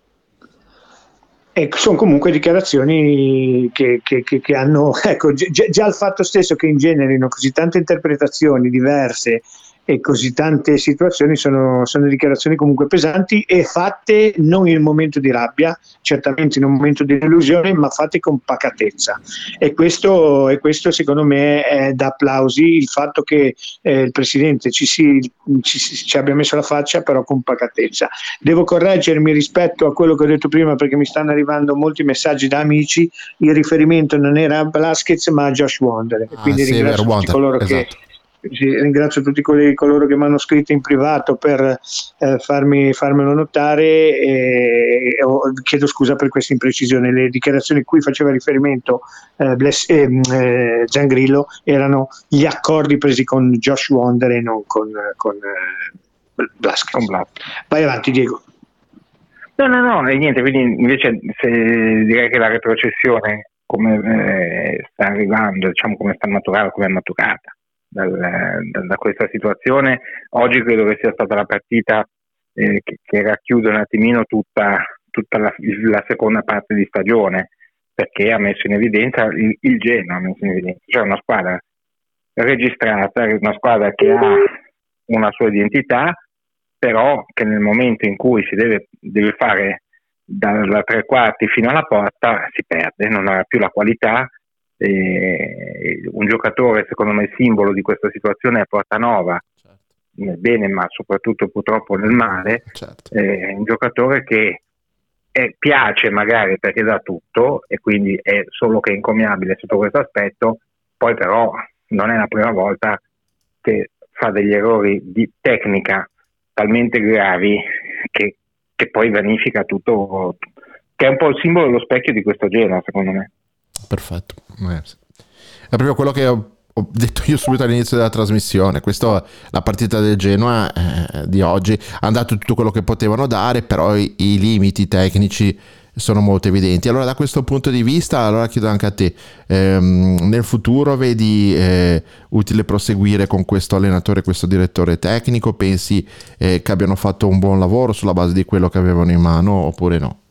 S8: E sono comunque dichiarazioni che, che, che, che hanno, ecco, già, già il fatto stesso che ingenerino così tante interpretazioni diverse e così tante situazioni sono, sono dichiarazioni comunque pesanti e fatte non in un momento di rabbia, certamente in un momento di delusione, ma fatte con pacatezza. E questo, e questo secondo me è da applausi, il fatto che eh, il Presidente ci, si, ci, ci abbia messo la faccia, però con pacatezza. Devo correggermi rispetto a quello che ho detto prima, perché mi stanno arrivando molti messaggi da amici. Il riferimento non era a Blasquez ma a Josh Wonder,
S7: ah,
S8: quindi
S7: sì,
S8: ringrazio tutti coloro
S7: esatto.
S8: che ringrazio tutti quelli, coloro che mi hanno scritto in privato per eh, farmi, farmelo notare e, e oh, chiedo scusa per questa imprecisione. Le dichiarazioni a cui faceva riferimento eh, Bless, eh, eh, Zangrillo erano gli accordi presi con Josh Wonder e non con, con eh, Blasquez. Vai avanti, Diego.
S19: No, no, no, e niente, quindi invece se direi che la retrocessione come eh, sta arrivando, diciamo come sta maturando, come è maturata dal, da, da questa situazione, oggi credo che sia stata la partita eh, che, che racchiude un attimino tutta, tutta la, la seconda parte di stagione, perché ha messo in evidenza il, il Genoa, ha messo in evidenza, cioè una squadra registrata, una squadra che ha una sua identità, però che nel momento in cui si deve, deve fare dalla tre quarti fino alla porta si perde, non ha più la qualità. Eh, un giocatore secondo me simbolo di questa situazione è Portanova, certo. Nel bene ma soprattutto purtroppo nel male, certo. eh, un giocatore che è, piace magari perché dà tutto e quindi è solo che incommiabile sotto questo aspetto, poi però non è la prima volta che fa degli errori di tecnica talmente gravi che, che poi vanifica tutto, che è un po' il simbolo dello specchio di questo Genoa, secondo me.
S7: Perfetto, è proprio quello che ho, ho detto io subito all'inizio della trasmissione. Questa la partita del Genoa eh, di oggi ha dato tutto quello che potevano dare, però i, i limiti tecnici sono molto evidenti. Allora da questo punto di vista, allora chiedo anche a te, ehm, nel futuro vedi eh, utile proseguire con questo allenatore, questo direttore tecnico? Pensi eh, che abbiano fatto un buon lavoro sulla base di quello che avevano in mano oppure no?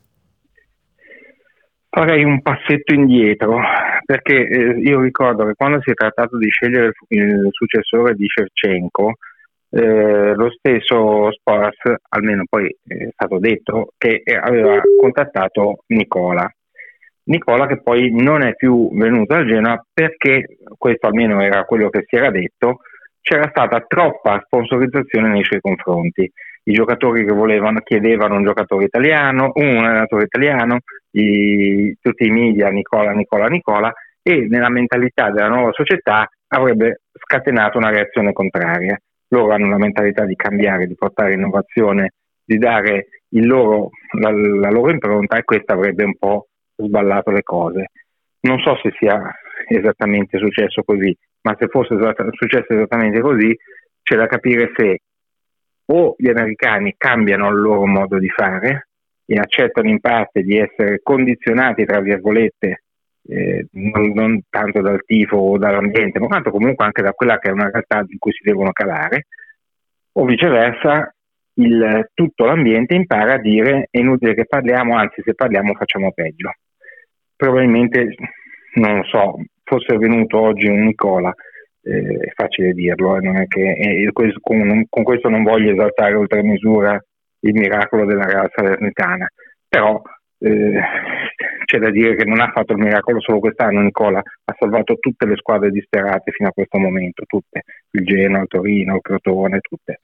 S19: Farei un passetto indietro, perché eh, io ricordo che quando si è trattato di scegliere il, il successore di Shevchenko, Eh, lo stesso Spurs, almeno poi è stato detto, che aveva contattato Nicola Nicola che poi non è più venuto al Genoa perché, questo almeno era quello che si era detto, c'era stata troppa sponsorizzazione nei suoi confronti. I giocatori che volevano chiedevano un giocatore italiano, un allenatore italiano, i, tutti i media Nicola, Nicola, Nicola, e nella mentalità della nuova società avrebbe scatenato una reazione contraria. Loro hanno una mentalità di cambiare, di portare innovazione, di dare il loro, la, la loro impronta, e questa avrebbe un po' sballato le cose. Non so se sia esattamente successo così, ma se fosse esatt- successo esattamente così, c'è da capire se o gli americani cambiano il loro modo di fare e accettano in parte di essere condizionati, tra virgolette, Eh, non, non tanto dal tifo o dall'ambiente, ma quanto comunque anche da quella che è una realtà in cui si devono calare, o viceversa il, tutto l'ambiente impara a dire è inutile che parliamo, anzi se parliamo facciamo peggio. Probabilmente, non lo so, fosse venuto oggi un Nicola, eh, è facile dirlo, eh, non è che, eh, questo, con, con questo non voglio esaltare oltre misura il miracolo della Real Salernitana, però eh, c'è da dire che non ha fatto il miracolo solo quest'anno. Nicola ha salvato tutte le squadre disperate fino a questo momento, tutte, il Genoa, il Torino, il Crotone, tutte.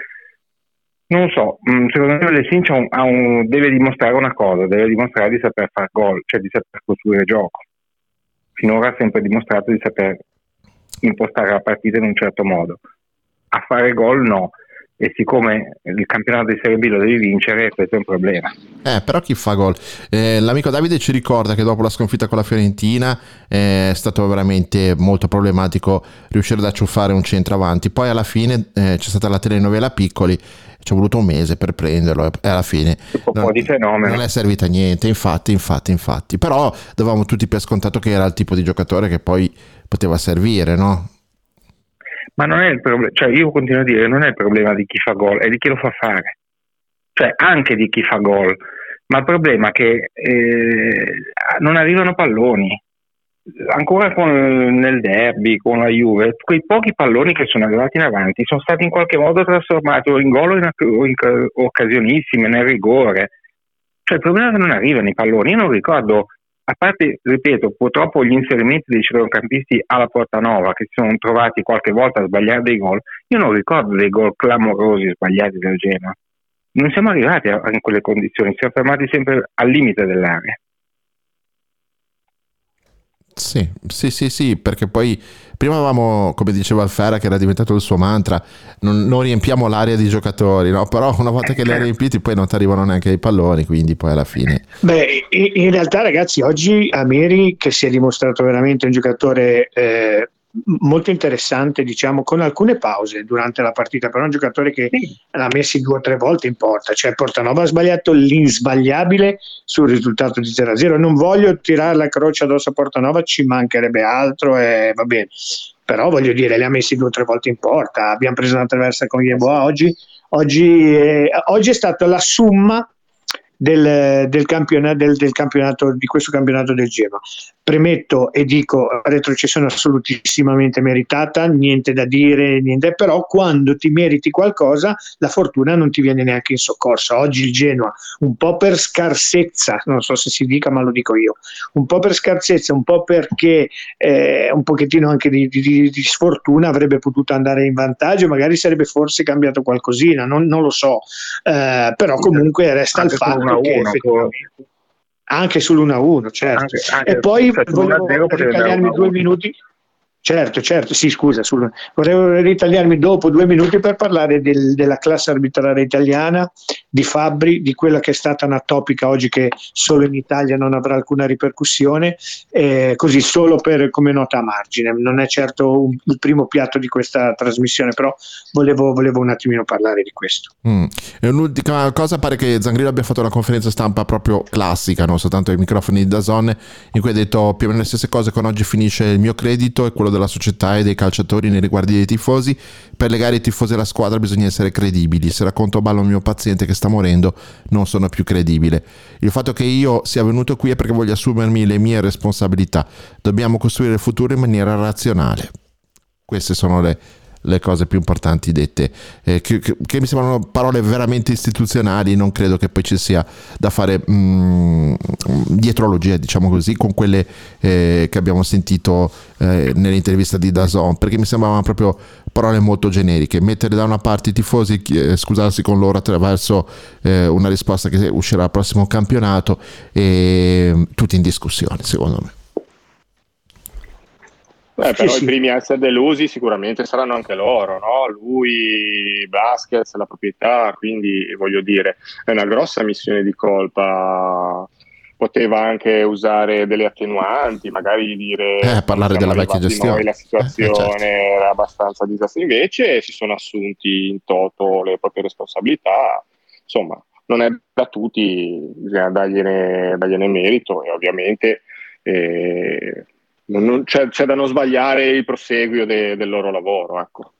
S19: Non so, secondo me Blessin ha un, deve dimostrare una cosa, deve dimostrare di saper fare gol, cioè di saper costruire gioco. Finora ha sempre dimostrato di saper impostare la partita in un certo modo. A fare gol no. E siccome il campionato di Serie B lo devi vincere, questo è un problema.
S7: Eh, però chi fa gol? Eh, l'amico Davide ci ricorda che dopo la sconfitta con la Fiorentina eh, è stato veramente molto problematico riuscire ad acciuffare un centravanti. Poi alla fine eh, c'è stata la telenovela Piccoli, ci è voluto un mese per prenderlo e alla fine
S19: un po' di fenomeno.
S7: Non è servita a niente, infatti, infatti, infatti. Però davamo tutti per scontato che era il tipo di giocatore che poi poteva servire, no?
S19: Ma non è il problema, cioè io continuo a dire non è il problema di chi fa gol, è di chi lo fa fare, cioè anche di chi fa gol, ma il problema è che eh, non arrivano palloni, ancora con, nel derby, con la Juve, quei pochi palloni che sono arrivati in avanti sono stati in qualche modo trasformati o in gol o in, in occasionissime, nel rigore, cioè il problema è che non arrivano i palloni. Io non ricordo, a parte, ripeto, purtroppo gli inserimenti dei centrocampisti alla Portanova che si sono trovati qualche volta a sbagliare dei gol, io non ricordo dei gol clamorosi sbagliati del Genoa. Non siamo arrivati a, in quelle condizioni, siamo fermati sempre al limite dell'area.
S7: Sì, sì, sì, sì, perché poi prima avevamo, come diceva Alfera, che era diventato il suo mantra, non, non riempiamo l'area di giocatori, no? Però una volta che li hai riempiti poi non ti arrivano neanche i palloni, quindi poi alla fine...
S8: Beh, in realtà ragazzi, oggi Amiri, che si è dimostrato veramente un giocatore eh, molto interessante, diciamo, con alcune pause durante la partita, però un giocatore che l'ha messi due o tre volte in porta, cioè Portanova ha sbagliato l'insbagliabile sul risultato di zero a zero. Non voglio tirare la croce addosso a Portanova, ci mancherebbe altro e va bene, però voglio dire, li ha messi due o tre volte in porta. Abbiamo preso una traversa con Yeboah oggi, oggi, eh, oggi è stata la summa Del, del, campionato, del, del campionato di questo campionato del Genoa. Premetto e dico, retrocessione assolutissimamente meritata, niente da dire, niente, però quando ti meriti qualcosa la fortuna non ti viene neanche in soccorso. Oggi il Genoa, un po' per scarsezza, non so se si dica ma lo dico io, un po' per scarsezza, un po' perché eh, un pochettino anche di, di, di sfortuna, avrebbe potuto andare in vantaggio, magari sarebbe forse cambiato qualcosina, non, non lo so, eh, però comunque resta il fatto che effettivamente anche sull'uno a uno, certo. Anche, anche e poi volevo ritagliarmi due minuti. Certo, certo, sì, scusa, sul, vorrei ritagliarmi dopo due minuti per parlare del, della classe arbitrale italiana, di Fabbri, di quella che è stata una topica oggi che solo in Italia non avrà alcuna ripercussione, eh, così solo per, come nota a margine. Non è certo un, il primo piatto di questa trasmissione, però volevo, volevo un attimino parlare di questo.
S7: Mm. E un'ultima cosa, pare che Zangrillo abbia fatto una conferenza stampa proprio classica, non soltanto ai microfoni di DAZN, in cui ha detto più o meno le stesse cose: con oggi finisce il mio credito e quello della società e dei calciatori nei riguardi dei tifosi. Per legare i tifosi alla squadra bisogna essere credibili. Se racconto a ballo un mio paziente che sta morendo, non sono più credibile. Il fatto che io sia venuto qui è perché voglio assumermi le mie responsabilità. Dobbiamo costruire il futuro in maniera razionale. Queste sono le le cose più importanti dette, eh, che, che, che mi sembrano parole veramente istituzionali. Non credo che poi ci sia da fare mh, dietrologia, diciamo così, con quelle eh, che abbiamo sentito eh, nell'intervista di DAZN, perché mi sembravano proprio parole molto generiche. Mettere da una parte i tifosi, eh, scusarsi con loro attraverso eh, una risposta che uscirà al prossimo campionato, e tutti in discussione, secondo me.
S17: Beh, però
S8: sì,
S17: i
S8: sì.
S17: primi a essere delusi sicuramente saranno anche loro, no? Lui, Vasquez, la proprietà, quindi voglio dire, è una grossa missione di colpa. Poteva anche usare delle attenuanti, magari dire
S7: eh, parlare della vecchia gestione.
S17: Noi la situazione
S7: eh, certo.
S17: era abbastanza disastrosa, invece si sono assunti in toto le proprie responsabilità. Insomma, non è da tutti, bisogna dargliene, dargliene merito, e ovviamente eh, Non, non, c'è, c'è da non sbagliare il proseguio de, del loro lavoro, ecco.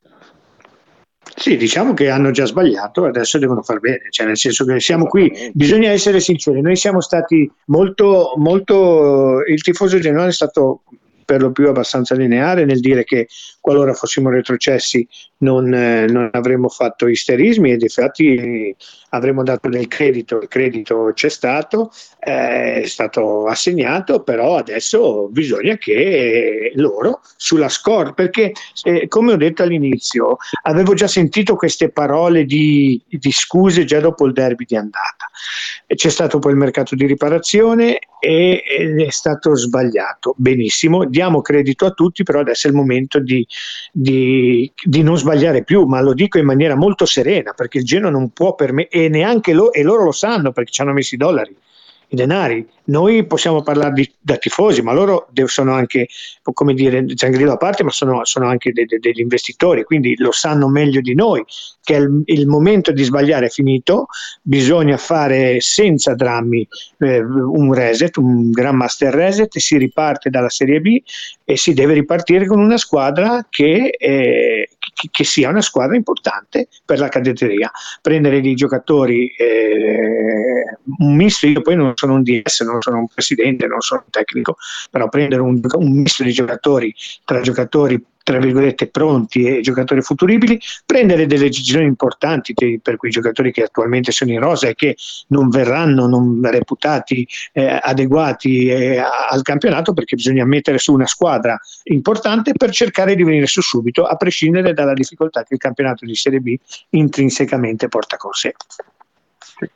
S8: Sì, diciamo che hanno già sbagliato, adesso devono far bene, cioè nel senso che siamo qui, bisogna essere sinceri, noi siamo stati molto, molto, il tifoso genoano è stato per lo più abbastanza lineare nel dire che qualora fossimo retrocessi non, eh, non avremmo fatto isterismi, ed infatti avremmo dato del credito, il credito c'è stato, eh, è stato assegnato, però adesso bisogna che loro sulla scorta, perché eh, come ho detto all'inizio, avevo già sentito queste parole di, di scuse già dopo il derby di andata, e c'è stato poi il mercato di riparazione e, ed è stato sbagliato, benissimo, diamo credito a tutti, però adesso è il momento di, di, di non sbagliare più, ma lo dico in maniera molto serena, perché il Genoa non può permettere, e neanche lo, e loro lo sanno perché ci hanno messo i dollari, i denari. Noi possiamo parlare di, da tifosi, ma loro sono anche, come dire, Zangrillo a parte, ma sono, sono anche de, de, degli investitori, quindi lo sanno meglio di noi che il, il momento di sbagliare è finito, bisogna fare senza drammi eh, un reset, un grandmaster reset, e si riparte dalla Serie B e si deve ripartire con una squadra che, eh, che, che sia una squadra importante per la cadetteria, prendere dei giocatori eh, un misto, io poi non sono un D S, non sono un presidente, non sono un tecnico, però prendere un, un misto di giocatori, tra giocatori tra virgolette pronti e giocatori futuribili, prendere delle decisioni importanti dei, per quei giocatori che attualmente sono in rosa e che non verranno non reputati eh, adeguati eh, al campionato, perché bisogna mettere su una squadra importante per cercare di venire su subito, a prescindere dalla difficoltà che il campionato di Serie B intrinsecamente porta con sé.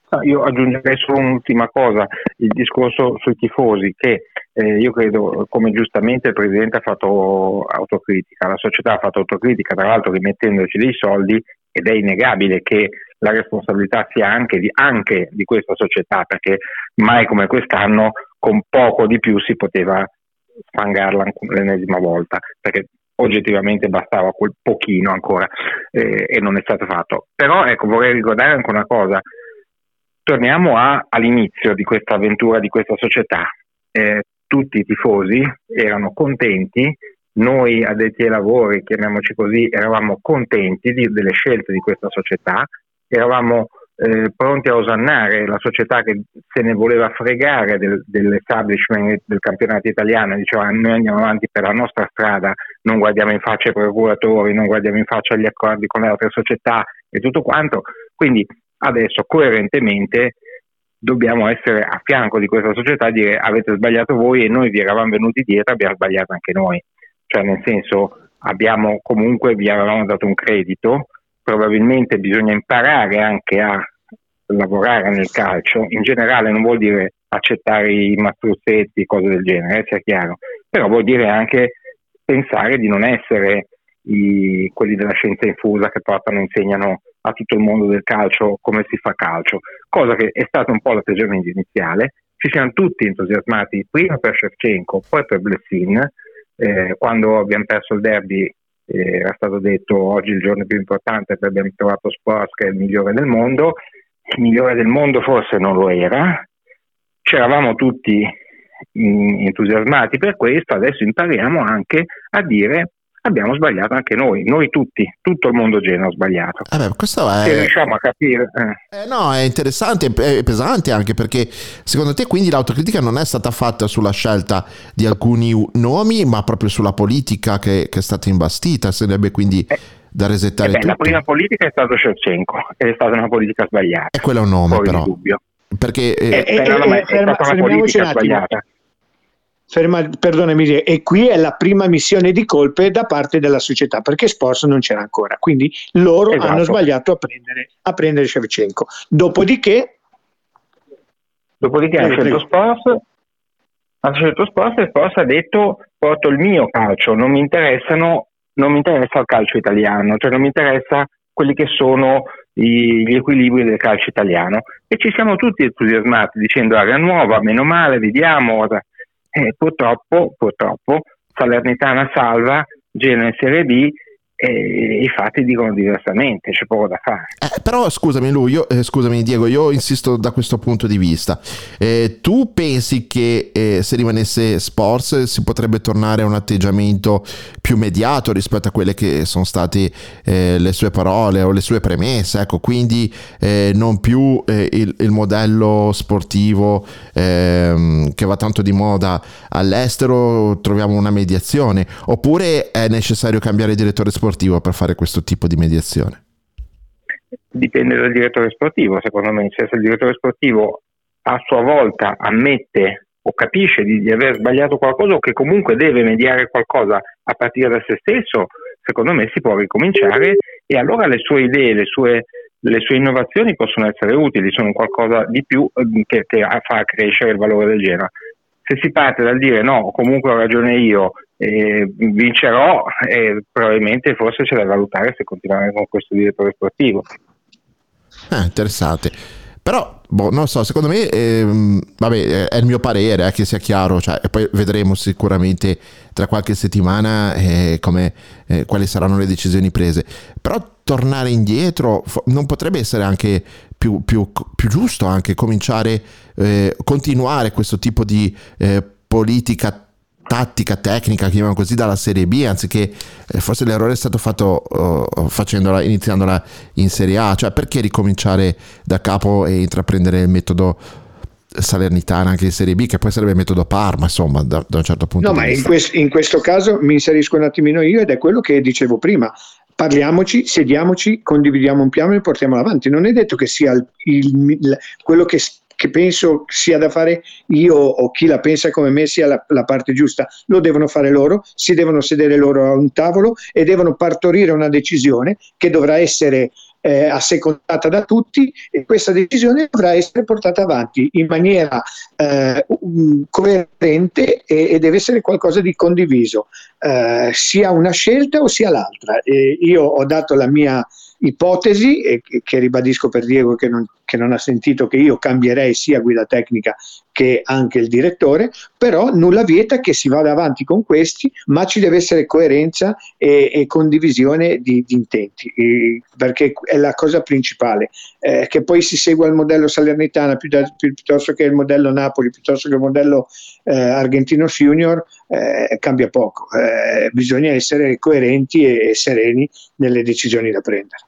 S19: No, io aggiungerei solo un'ultima cosa, il discorso sui tifosi, che eh, io credo, come giustamente il Presidente ha fatto autocritica, la società ha fatto autocritica, tra l'altro rimettendoci dei soldi, ed è innegabile che la responsabilità sia anche di, anche di questa società, perché mai come quest'anno con poco di più si poteva sfangarla l'ennesima volta, perché oggettivamente bastava quel pochino ancora eh, e non è stato fatto. Però ecco, vorrei ricordare anche una cosa. Torniamo a, all'inizio di questa avventura, di questa società. Eh, tutti i tifosi erano contenti, noi addetti ai lavori, chiamiamoci così, eravamo contenti di, delle scelte di questa società, eravamo eh, pronti a osannare la società che se ne voleva fregare del, dell'establishment del campionato italiano, diceva noi andiamo avanti per la nostra strada, non guardiamo in faccia ai procuratori, non guardiamo in faccia agli accordi con le altre società e tutto quanto. Quindi adesso coerentemente dobbiamo essere a fianco di questa società e dire avete sbagliato voi e noi vi eravamo venuti dietro, abbiamo sbagliato anche noi, cioè nel senso abbiamo comunque vi avevamo dato un credito, probabilmente bisogna imparare anche a lavorare nel calcio, in generale non vuol dire accettare i mastruzzetti, cose del genere, sia chiaro, però vuol dire anche pensare di non essere i, quelli della scienza infusa che portano, insegnano a tutto il mondo del calcio come si fa calcio, cosa che è stato un po' l'atteggiamento iniziale. Ci siamo tutti entusiasmati prima per Shevchenko, poi per Blessin, eh, quando abbiamo perso il derby eh, era stato detto oggi è il giorno più importante perché abbiamo trovato Spurs che è il migliore del mondo. Il migliore del mondo forse non lo era, c'eravamo tutti mh, entusiasmati per questo, adesso impariamo anche a dire abbiamo sbagliato anche noi, noi tutti, tutto il mondo Genoa ha sbagliato.
S7: Eh beh, questo è...
S19: Se riusciamo a capire... Eh.
S7: Eh no, è interessante, è pesante anche perché secondo te quindi l'autocritica non è stata fatta sulla scelta di alcuni nomi, ma proprio sulla politica che, che è stata imbastita, sarebbe quindi eh. da resettare
S19: eh beh,
S7: tutto.
S19: La prima politica è stato Shevchenko, è stata una politica sbagliata.
S7: E quello è un nome
S19: Fuori
S7: però.
S19: Dubbio.
S7: Perché...
S19: Eh,
S7: eh,
S19: eh, però,
S8: eh,
S19: è ferma, stata una politica sbagliata.
S8: Ferma, perdonami, e qui è la prima missione di colpe da parte della società perché Spurs non c'era ancora, quindi loro esatto. hanno sbagliato a prendere, a prendere Shevchenko. Dopodiché,
S19: dopodiché hanno scelto Spurs, hanno scelto Spurs e Spurs ha detto porto il mio calcio, non mi interessano, non mi interessa il calcio italiano, cioè non mi interessa quelli che sono i, gli equilibri del calcio italiano, e ci siamo tutti entusiasmati dicendo area nuova, meno male, vediamo. Eh, purtroppo, purtroppo Salernitana salva, Genoa in Serie B e i fatti dicono diversamente, c'è poco da fare.
S7: Eh, però scusami Lu, io, eh, scusami Diego, io insisto da questo punto di vista. Eh, tu pensi che eh, se rimanesse Spurs si potrebbe tornare a un atteggiamento più mediato rispetto a quelle che sono state eh, le sue parole o le sue premesse, ecco, quindi eh, non più eh, il, il modello sportivo eh, che va tanto di moda all'estero, troviamo una mediazione, oppure è necessario cambiare direttore sportivo per fare questo tipo di mediazione?
S19: Dipende dal direttore sportivo, secondo me. Se il direttore sportivo a sua volta ammette o capisce di, di aver sbagliato qualcosa o che comunque deve mediare qualcosa a partire da se stesso, secondo me si può ricominciare e allora le sue idee, le sue, le sue innovazioni possono essere utili, sono qualcosa di più che, che fa crescere il valore del Genoa. Se si parte dal dire no, comunque ho ragione io, eh, vincerò, eh, probabilmente forse c'è da valutare se continuare con questo direttore sportivo.
S7: Ah, interessante. Però, boh, non so, secondo me, ehm, vabbè, è il mio parere, eh, che sia chiaro, cioè, e poi vedremo sicuramente tra qualche settimana eh, come, eh, quali saranno le decisioni prese. Però tornare indietro non potrebbe essere anche più, più, più giusto, anche cominciare, eh, continuare questo tipo di eh, politica tattica, tecnica, chiamiamo così, dalla Serie B, anziché eh, forse l'errore è stato fatto uh, facendola, iniziandola in Serie A, cioè perché ricominciare da capo e intraprendere il metodo Salernitana anche in Serie B, che poi sarebbe il metodo Parma, insomma, da, da un certo punto
S8: no,
S7: di
S8: vista. No, ma in, quest, in questo caso mi inserisco un attimino io ed è quello che dicevo prima. Parliamoci, sediamoci, condividiamo un piano e portiamolo avanti. Non è detto che sia il, il, il, quello che che penso sia da fare io o chi la pensa come me sia la, la parte giusta, lo devono fare loro, si devono sedere loro a un tavolo e devono partorire una decisione che dovrà essere eh, assecondata da tutti, e questa decisione dovrà essere portata avanti in maniera eh, coerente e, e deve essere qualcosa di condiviso, eh, sia una scelta o sia l'altra. E io ho dato la mia ipotesi, e che ribadisco per Diego che non, che non ha sentito, che io cambierei sia guida tecnica che anche il direttore, però nulla vieta che si vada avanti con questi, ma ci deve essere coerenza e, e condivisione di, di intenti, e, perché è la cosa principale. Eh, che poi si segua il modello Salernitana più da, più, piuttosto che il modello Napoli, piuttosto che il modello eh, Argentino Junior, eh, cambia poco. Eh, bisogna essere coerenti e, e sereni nelle decisioni da prendere.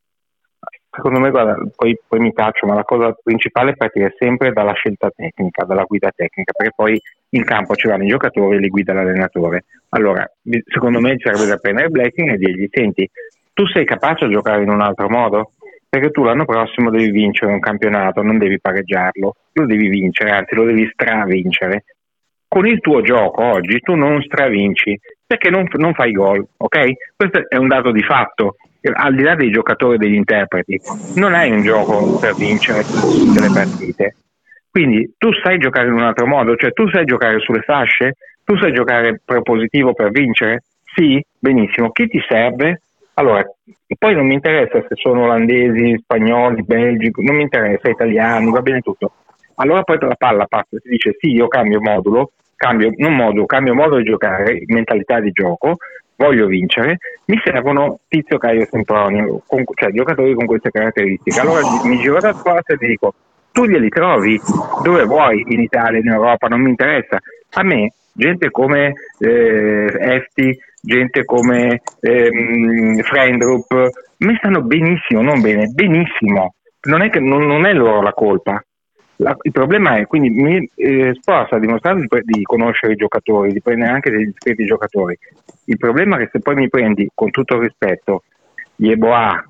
S19: Secondo me, guarda, poi, poi mi taccio, ma la cosa principale è partire sempre dalla scelta tecnica, dalla guida tecnica, perché poi in campo ci vanno i giocatori e li guida l'allenatore. Allora, secondo me sarebbe da prendere Blessing e dirgli: senti, tu sei capace a giocare in un altro modo? Perché tu l'anno prossimo devi vincere un campionato, non devi pareggiarlo, lo devi vincere, anzi lo devi stravincere. Con il tuo gioco oggi tu non stravinci, perché non, non fai gol, ok? Questo è un dato di fatto. Al di là dei giocatori e degli interpreti, non hai un gioco per vincere tutte le partite. Quindi tu sai giocare in un altro modo, cioè tu sai giocare sulle fasce, tu sai giocare propositivo per vincere? Sì, benissimo. Chi ti serve? Allora, poi non mi interessa se sono olandesi, spagnoli, belgi, non mi interessa, italiani, va bene tutto. Allora poi la palla passa, si dice sì, io cambio modulo, cambio, non modulo, cambio modo di giocare, mentalità di gioco, voglio vincere, mi servono Tizio, Caio, Sempronio, con, cioè giocatori con queste caratteristiche. Allora mi giro da squadra e ti dico: tu glieli trovi dove vuoi, in Italia, in Europa, non mi interessa. A me gente come eh, Esti, gente come ehm, Frendrup mi stanno benissimo, non bene, benissimo. Non è che non, non è loro la colpa. La, il problema è, quindi mi, eh, Sport ha dimostrato di, di conoscere i giocatori, di prendere anche degli discreti giocatori. Il problema è che se poi mi prendi, con tutto il rispetto, Yeboah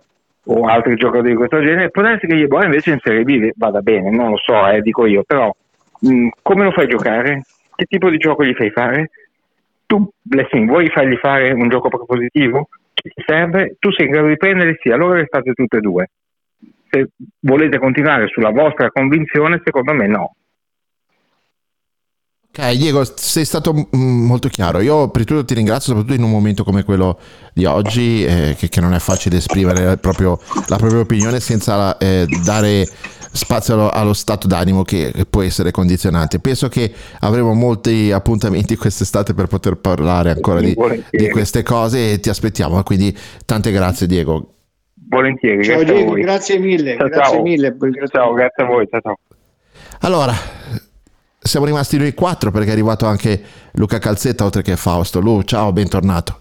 S19: o altri giocatori di questo genere, può darsi che Yeboah invece in Serie B vada bene, non lo so, eh, dico io, però mh, come lo fai giocare? Che tipo di gioco gli fai fare? Tu, Blessing, vuoi fargli fare un gioco propositivo? Chi ti serve? Tu sei in grado di prenderli? Sì, allora restate tutte e due. Se volete continuare sulla vostra convinzione, secondo me no.
S7: Ok, Diego, sei stato m- molto chiaro. Io per tutto ti ringrazio, soprattutto in un momento come quello di oggi, eh, che, che non è facile esprimere proprio, la propria opinione senza eh, dare spazio allo, allo stato d'animo che, che può essere condizionante. Penso che avremo molti appuntamenti quest'estate per poter parlare ancora di, di queste cose, e ti aspettiamo, quindi tante grazie, Diego.
S19: Volentieri.
S8: Ciao
S19: grazie
S8: Diego,
S19: a voi.
S8: grazie mille,
S19: ciao,
S8: grazie
S19: ciao.
S8: mille. Grazie
S19: ciao, grazie a voi. Ciao, ciao.
S7: Allora, siamo rimasti noi quattro perché è arrivato anche Luca Calzetta oltre che Fausto. Lu, ciao, bentornato.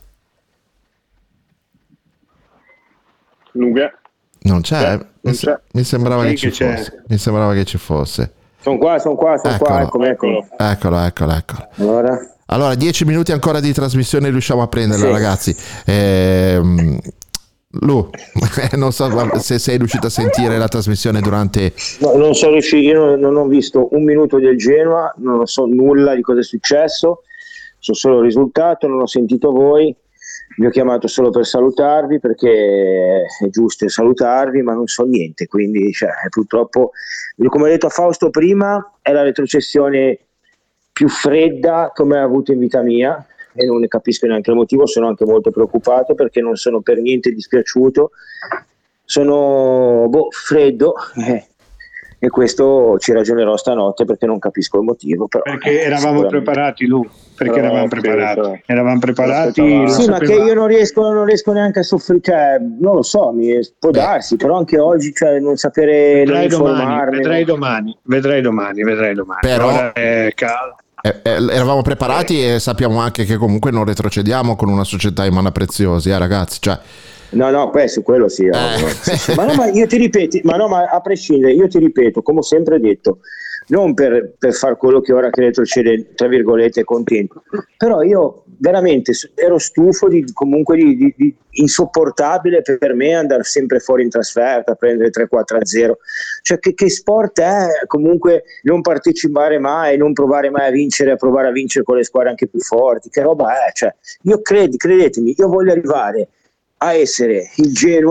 S20: Luca?
S7: Non c'è?
S20: Eh, non
S7: mi,
S20: c'è.
S7: mi sembrava
S20: Sì,
S7: che ci
S20: che
S7: fosse. Mi sembrava che ci fosse.
S20: Sono qua, sono qua, sono qua, eccomi, eccolo.
S7: Eccolo, eccolo, eccolo.
S20: Allora?
S7: Allora, dieci minuti ancora di trasmissione, riusciamo a prenderla,
S20: sì.
S7: ragazzi. Ehm... Lu, non so se sei riuscito a sentire la trasmissione durante...
S20: No, non sono riuscito, io non ho visto un minuto del Genoa, non so nulla di cosa è successo, so solo il risultato, non ho sentito voi, vi ho chiamato solo per salutarvi perché è giusto salutarvi, ma non so niente, quindi cioè, purtroppo, come ho detto a Fausto prima, è la retrocessione più fredda che ho mai avuto in vita mia, e non ne capisco neanche il motivo, sono anche molto preoccupato perché non sono per niente dispiaciuto, sono boh, freddo eh, e questo ci ragionerò stanotte perché non capisco il motivo. Però,
S8: perché eravamo preparati, Lu, perché
S20: però,
S8: eravamo preparati, sì, eravamo preparati.
S20: Sì, ma che io non riesco, non riesco neanche a soffrire, cioè, non lo so, mi, può Beh. darsi, però anche oggi cioè, non sapere, non informarmi.
S8: Vedrai domani, vedrai domani, vedrai domani.
S7: Però...
S8: Ora è caldo.
S7: Eh, eh, eravamo preparati e sappiamo anche che comunque non retrocediamo con una società in mano preziosi, eh ragazzi, cioè...
S20: No, no, questo, quello sì, eh. sì, sì. Ma no, ma io ti ripeto, ma no, ma a prescindere, io ti ripeto, come ho sempre detto, non per, per far quello che ora che retrocede, tra virgolette, è contento, però io veramente ero stufo di comunque di, di, di insopportabile per, per me andare sempre fuori in trasferta, prendere tre quattro a zero, cioè che, che sport è comunque non partecipare mai, non provare mai a vincere, a provare a vincere con le squadre anche più forti, che roba è, cioè io credi, credetemi, io voglio arrivare a essere il Genoa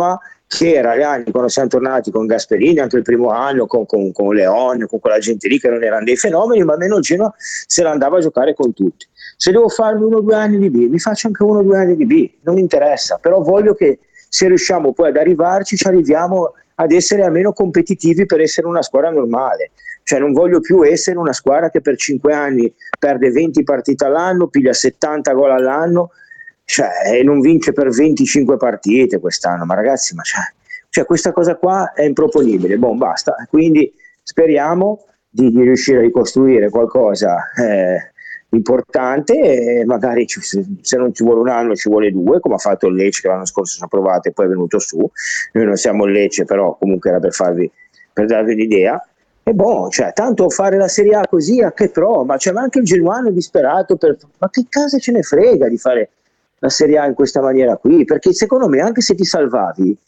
S20: che era gli anni quando siamo tornati con Gasperini, anche il primo anno con, con, con Leon, con quella gente lì che non erano dei fenomeni, ma almeno il Genoa se la andava a giocare con tutti. Se devo farmi uno o due anni di B, mi faccio anche uno o due anni di B, non mi interessa, però voglio che se riusciamo poi ad arrivarci, ci arriviamo ad essere almeno competitivi per essere una squadra normale. Cioè non voglio più essere una squadra che per cinque anni perde venti partite all'anno, piglia settanta gol all'anno, cioè, e non vince per venticinque partite quest'anno. Ma ragazzi, ma cioè, cioè questa cosa qua è improponibile. Boh, basta. Quindi speriamo di, di riuscire a ricostruire qualcosa eh, importante, e magari ci, se non ci vuole un anno ci vuole due, come ha fatto il Lecce che l'anno scorso ci ha provato e poi è venuto su. Noi non siamo il Lecce, però comunque era per farvi, per darvi l'idea. E boh, cioè, tanto fare la Serie A così a che pro, ma c'è anche il genuano disperato per, ma che cosa ce ne frega di fare la Serie A in questa maniera qui? Perché secondo me anche se ti salvavi,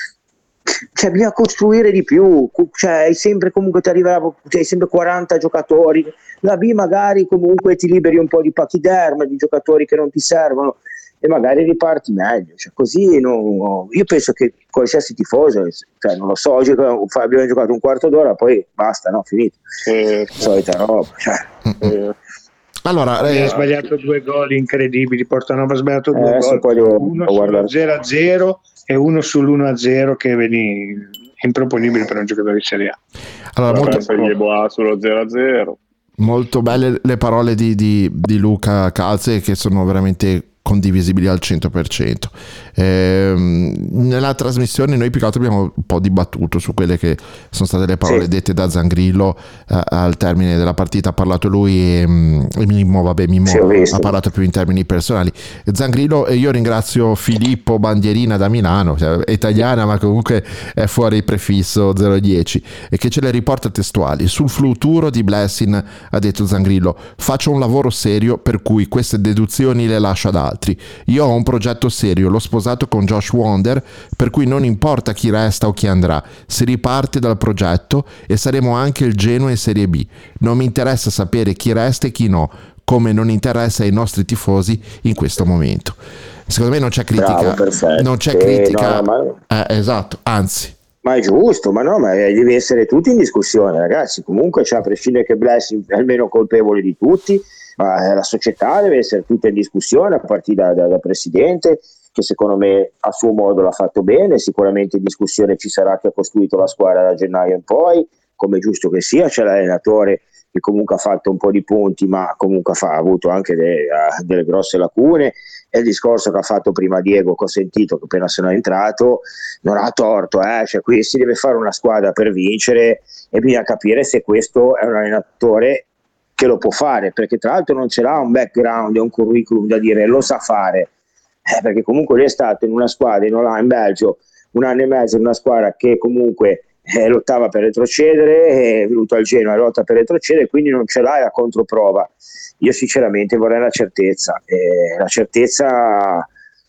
S20: cioè, bisogna costruire di più, cioè hai sempre comunque ti arrivava, cioè, hai sempre quaranta giocatori. La B magari comunque ti liberi un po' di pachiderma, di giocatori che non ti servono, e magari riparti meglio, cioè, così non, io penso che qualsiasi tifoso, cioè, non lo so, oggi abbiamo giocato un quarto d'ora, poi basta, no, finito, eh, solita roba, cioè.
S8: eh. Allora, eh, ha sbagliato due gol incredibili, Portanova ha sbagliato due
S20: eh,
S8: gol, uno sullo zero a zero e uno sull'uno a zero che veni improponibile per un giocatore di Serie A.
S17: Allora, molto Boa sullo zero a zero.
S7: Molto belle le parole di, di, di Luca Calze, che sono veramente condivisibili al cento per cento. Eh, nella trasmissione noi più che altro abbiamo un po' dibattuto su quelle che sono state le parole sì. dette da Zangrillo eh, al termine della partita. Ha parlato lui e, e Mimmo, vabbè, Mimmo sì, ha parlato più in termini personali. Zangrillo, e io ringrazio Filippo Bandierina da Milano, cioè, è italiana ma comunque è fuori il prefisso zero dieci, e che ce le riporta testuali. Sul futuro di Blessing ha detto Zangrillo: faccio un lavoro serio per cui queste deduzioni le lascio ad altri. Io ho un progetto serio, l'ho sposato con Josh Wonder, per cui non importa chi resta o chi andrà, si riparte dal progetto e saremo anche il Genoa in Serie B. Non mi interessa sapere chi resta e chi no, come non interessa ai nostri tifosi in questo momento. Secondo me non c'è critica,
S20: Bravo,
S7: non c'è
S20: eh,
S7: critica,
S20: no, ma...
S7: eh, esatto, anzi.
S20: Ma è giusto, ma no, ma devi essere tutti in discussione, ragazzi. Comunque, cioè, a prescindere che Blessing è il meno colpevole di tutti, ma la società deve essere tutta in discussione, a partire da, da, da presidente, che secondo me a suo modo l'ha fatto bene. Sicuramente in discussione ci sarà chi ha costruito la squadra da gennaio in poi, come è giusto che sia. C'è l'allenatore che comunque ha fatto un po' di punti, ma comunque ha avuto anche delle, delle grosse lacune. E il discorso che ha fatto prima Diego, che ho sentito, che appena sono entrato, non ha torto, eh? Cioè, qui si deve fare una squadra per vincere e bisogna capire se questo è un allenatore che lo può fare, perché tra l'altro non ce l'ha un background e un curriculum da dire lo sa fare, eh, perché comunque lui è stato in una squadra in Olanda, in Belgio, un anno e mezzo in una squadra che comunque eh, lottava per retrocedere, è venuto al Genoa e lotta per retrocedere, quindi non ce l'ha, è la controprova. Io sinceramente vorrei la certezza, eh, la certezza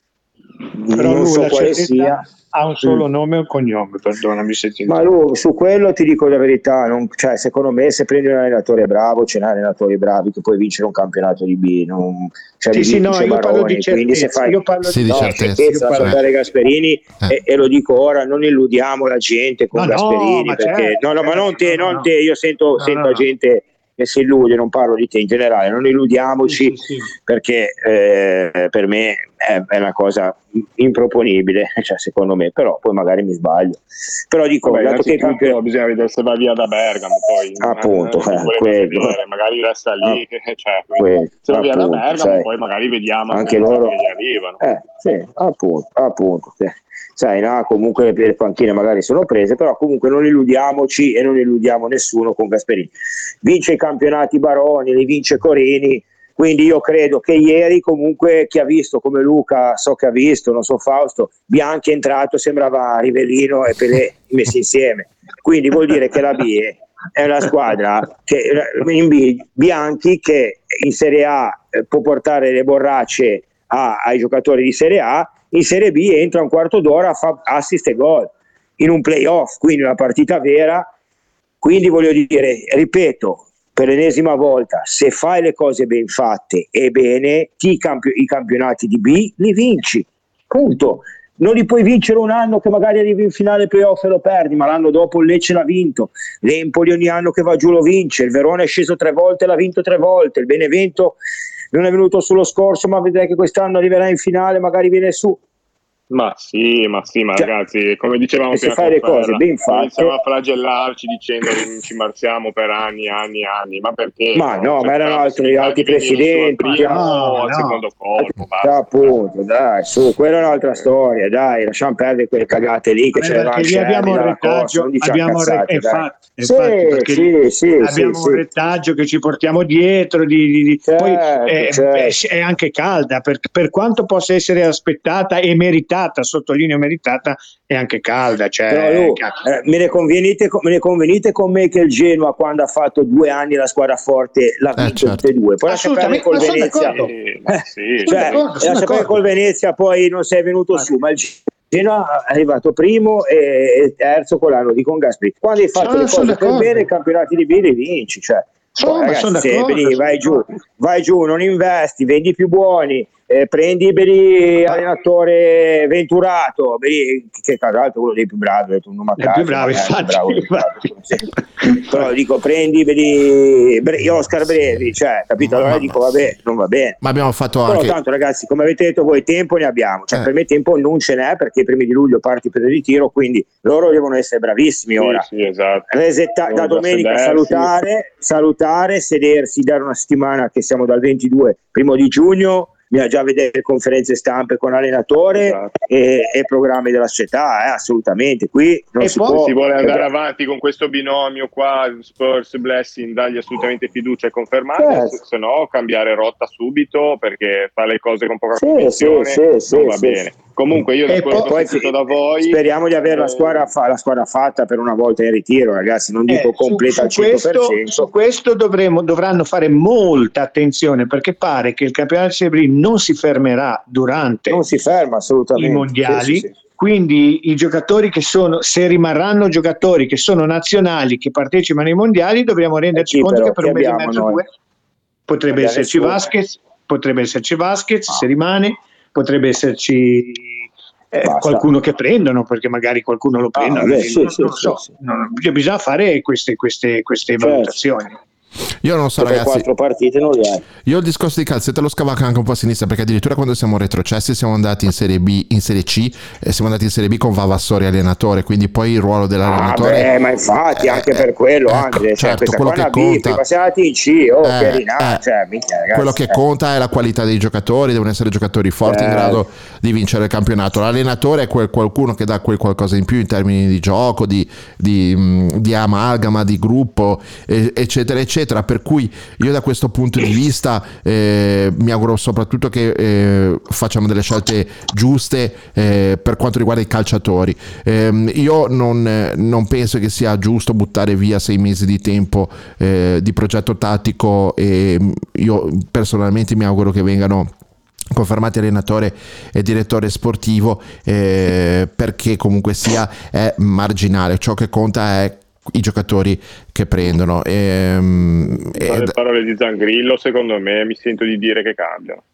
S8: però
S20: non so quale sia.
S8: Ha un solo mm. nome o cognome, perdonami se ti...
S20: Ma lui, su quello ti dico la verità, non, cioè, secondo me se prendi un allenatore bravo, ce n'è allenatori bravi che puoi vincere un campionato di B, non, cioè
S8: sì,
S20: di
S8: sì,
S20: B,
S8: no, io
S20: Baroni,
S8: parlo di certezza,
S20: se fai,
S8: io parlo
S7: sì,
S8: di
S7: no,
S20: certezza,
S7: certezza
S20: lascia
S7: cioè.
S20: fare Gasperini
S7: eh.
S20: e, e lo dico ora, non illudiamo la gente con
S8: no,
S20: Gasperini,
S8: no,
S20: perché
S8: certo,
S20: no, no, ma non te,
S8: no,
S20: non
S8: no.
S20: te, io sento,
S8: no,
S20: sento
S8: no,
S20: a gente che si illude, non parlo di te in generale, non illudiamoci,
S8: sì, sì, sì.
S20: perché eh, per me è, è una cosa improponibile, cioè, secondo me, però poi magari mi sbaglio. Però dico,
S17: Vabbè,
S20: dato che
S17: campione... bisogna vedere se va via da Bergamo, poi
S20: appunto,
S17: eh,
S20: eh, quello,
S17: vedere, magari resta lì,
S20: ah,
S17: cioè,
S20: quello,
S17: se va via da
S20: appunto,
S17: Bergamo,
S20: sai,
S17: poi magari vediamo
S20: anche loro
S17: che gli arrivano.
S20: Eh, sì, appunto, appunto. Sì. Sai, no, comunque le, le panchine magari sono prese, però comunque non illudiamoci e non illudiamo nessuno con Gasperini. Vince i campionati Baroni, li vince Corini, quindi io credo che ieri comunque chi ha visto come Luca, so che ha visto, non so Fausto, Bianchi è entrato, sembrava Rivellino e Pelé messi insieme, quindi vuol dire che la B è una squadra che in B, Bianchi che in Serie A eh, può portare le borracce a, ai giocatori di Serie A, in Serie B entra un quarto d'ora, fa assist e gol in un playoff, quindi una partita vera. Quindi voglio dire, ripeto per l'ennesima volta, se fai le cose ben fatte e bene, ti campi- i campionati di B li vinci, punto. non li puoi vincere un anno che magari arrivi in finale playoff e lo perdi, ma l'anno dopo il Lecce l'ha vinto, l'Empoli ogni anno che va giù lo vince, il Verona è sceso tre volte e l'ha vinto tre volte, il Benevento non è venuto sullo scorso ma vedrai che quest'anno arriverà in finale, magari viene su.
S17: Ma sì, ma sì, ma cioè, ragazzi, come dicevamo
S20: prima, fai le cose ben fatte,
S17: iniziamo a flagellarci dicendo che ci marziamo per anni, anni, anni, ma perché?
S20: Ma no, cioè, ma erano altri, altri presidenti,
S17: primo, no, al no. secondo colpo,
S20: basta. Appunto, dai, su, quella è un'altra storia, dai, lasciamo perdere quelle cagate lì che c'erano anche
S8: abbiamo un retaggio, abbiamo cazzate, infatti, sì, infatti sì, sì, abbiamo sì, un retaggio che ci portiamo dietro, di, di, di. Certo, poi è, certo. è anche calda, per, per quanto possa essere aspettata e meritata, sottolineo meritata, è anche calda, cioè,
S20: però, Lu, eh, me, ne convenite, me ne convenite con me che il Genoa quando ha fatto due anni la squadra forte l'ha vinto eh, certo. tutte e due, poi lascia perdere col Venezia
S17: sì, sì,
S20: cioè, lascia perdere col Venezia, poi non sei venuto su, ma il Genoa è arrivato primo e terzo con l'anno di Congaspri, quando hai fatto no, le cose per bene i campionati di bene vinci, cioè
S8: oh, ragazzi, se
S20: vedi, vai giù vai giù, non investi, vendi più buoni, eh, prendi Beri allenatore Venturato, Beri, che tra l'altro uno dei più bravi, detto, non
S8: è più bravo, infatti, bravo,
S20: infatti. Però dico prendi Beri, Beri Oscar Brevi, cioè capito, allora dico vabbè, non va bene,
S7: ma abbiamo fatto
S20: però
S7: anche
S20: tanto ragazzi, come avete detto voi, tempo ne abbiamo, cioè eh. per me tempo non ce n'è, perché i primi di luglio parti per il ritiro, quindi loro devono essere bravissimi
S17: sì,
S20: ora
S17: sì, esatto.
S20: Resetta, da domenica salutare salutare sedersi, dare una settimana che siamo dal ventidue primo di giugno, bisogna già vedere conferenze stampe con allenatore esatto. e, e programmi della società, eh, assolutamente. Qui non
S17: e
S20: si
S17: poi
S20: può
S17: si vuole andare avanti con questo binomio qua, Spurs Blessing, dargli assolutamente fiducia e confermare, certo. se, se no cambiare rotta subito, perché fa le cose con poca
S20: sì,
S17: convinzione
S20: sì,
S17: non
S20: sì,
S17: va
S20: sì,
S17: bene.
S20: Sì.
S17: Comunque io
S20: e poi, poi
S17: sentito da voi
S20: speriamo di avere eh, la, squadra fa, la squadra fatta per una volta in ritiro, ragazzi, non dico eh, completa
S8: su, su
S20: al cento per cento.
S8: Questo, su questo dovremo, dovranno fare molta attenzione, perché pare che il campionato di Serie B non si fermerà durante
S20: non si ferma assolutamente
S8: i mondiali,
S20: sì, sì, sì.
S8: Quindi i giocatori che sono, se rimarranno giocatori che sono nazionali, che partecipano ai mondiali, dobbiamo renderci conto però, che per un mese e mezzo o due potrebbe esserci Vasquez, potrebbe esserci Vasquez ah. se rimane, potrebbe esserci eh, qualcuno che prendono, perché magari qualcuno lo prendono, ah, beh, sì, non, sì, non lo so, sì, sì. Non, bisogna fare queste, queste, queste certo. valutazioni.
S7: Io non so, ragazzi,
S20: quattro partite non le hai.
S7: Io il discorso di Calzetta lo scavacco anche un po' a sinistra, perché addirittura quando siamo retrocessi siamo andati in Serie B, in Serie C, e siamo andati in Serie B con Vavassori allenatore, quindi poi il ruolo dell'allenatore
S20: ah, beh, ma infatti eh, anche per quello eh, anche, ecco, cioè,
S7: certo, quello che conta
S20: B, siamo andati in C, oh,
S7: eh,
S20: che rinata,
S7: eh,
S20: cioè, minchia, ragazzi,
S7: quello che
S20: eh.
S7: conta è la qualità dei giocatori, devono essere giocatori forti eh. in grado di vincere il campionato. L'allenatore è quel qualcuno che dà quel qualcosa in più in termini di gioco, di, di, di amalgama, di gruppo, eccetera eccetera, per cui io da questo punto di vista eh, mi auguro soprattutto che eh, facciamo delle scelte giuste eh, per quanto riguarda i calciatori. Eh, io non, non penso che sia giusto buttare via sei mesi di tempo eh, di progetto tattico, e io personalmente mi auguro che vengano confermati allenatore e direttore sportivo, eh, perché comunque sia è marginale, ciò che conta è i giocatori che prendono. E,
S17: le parole di Zangrillo secondo me mi sento di dire che cambiano,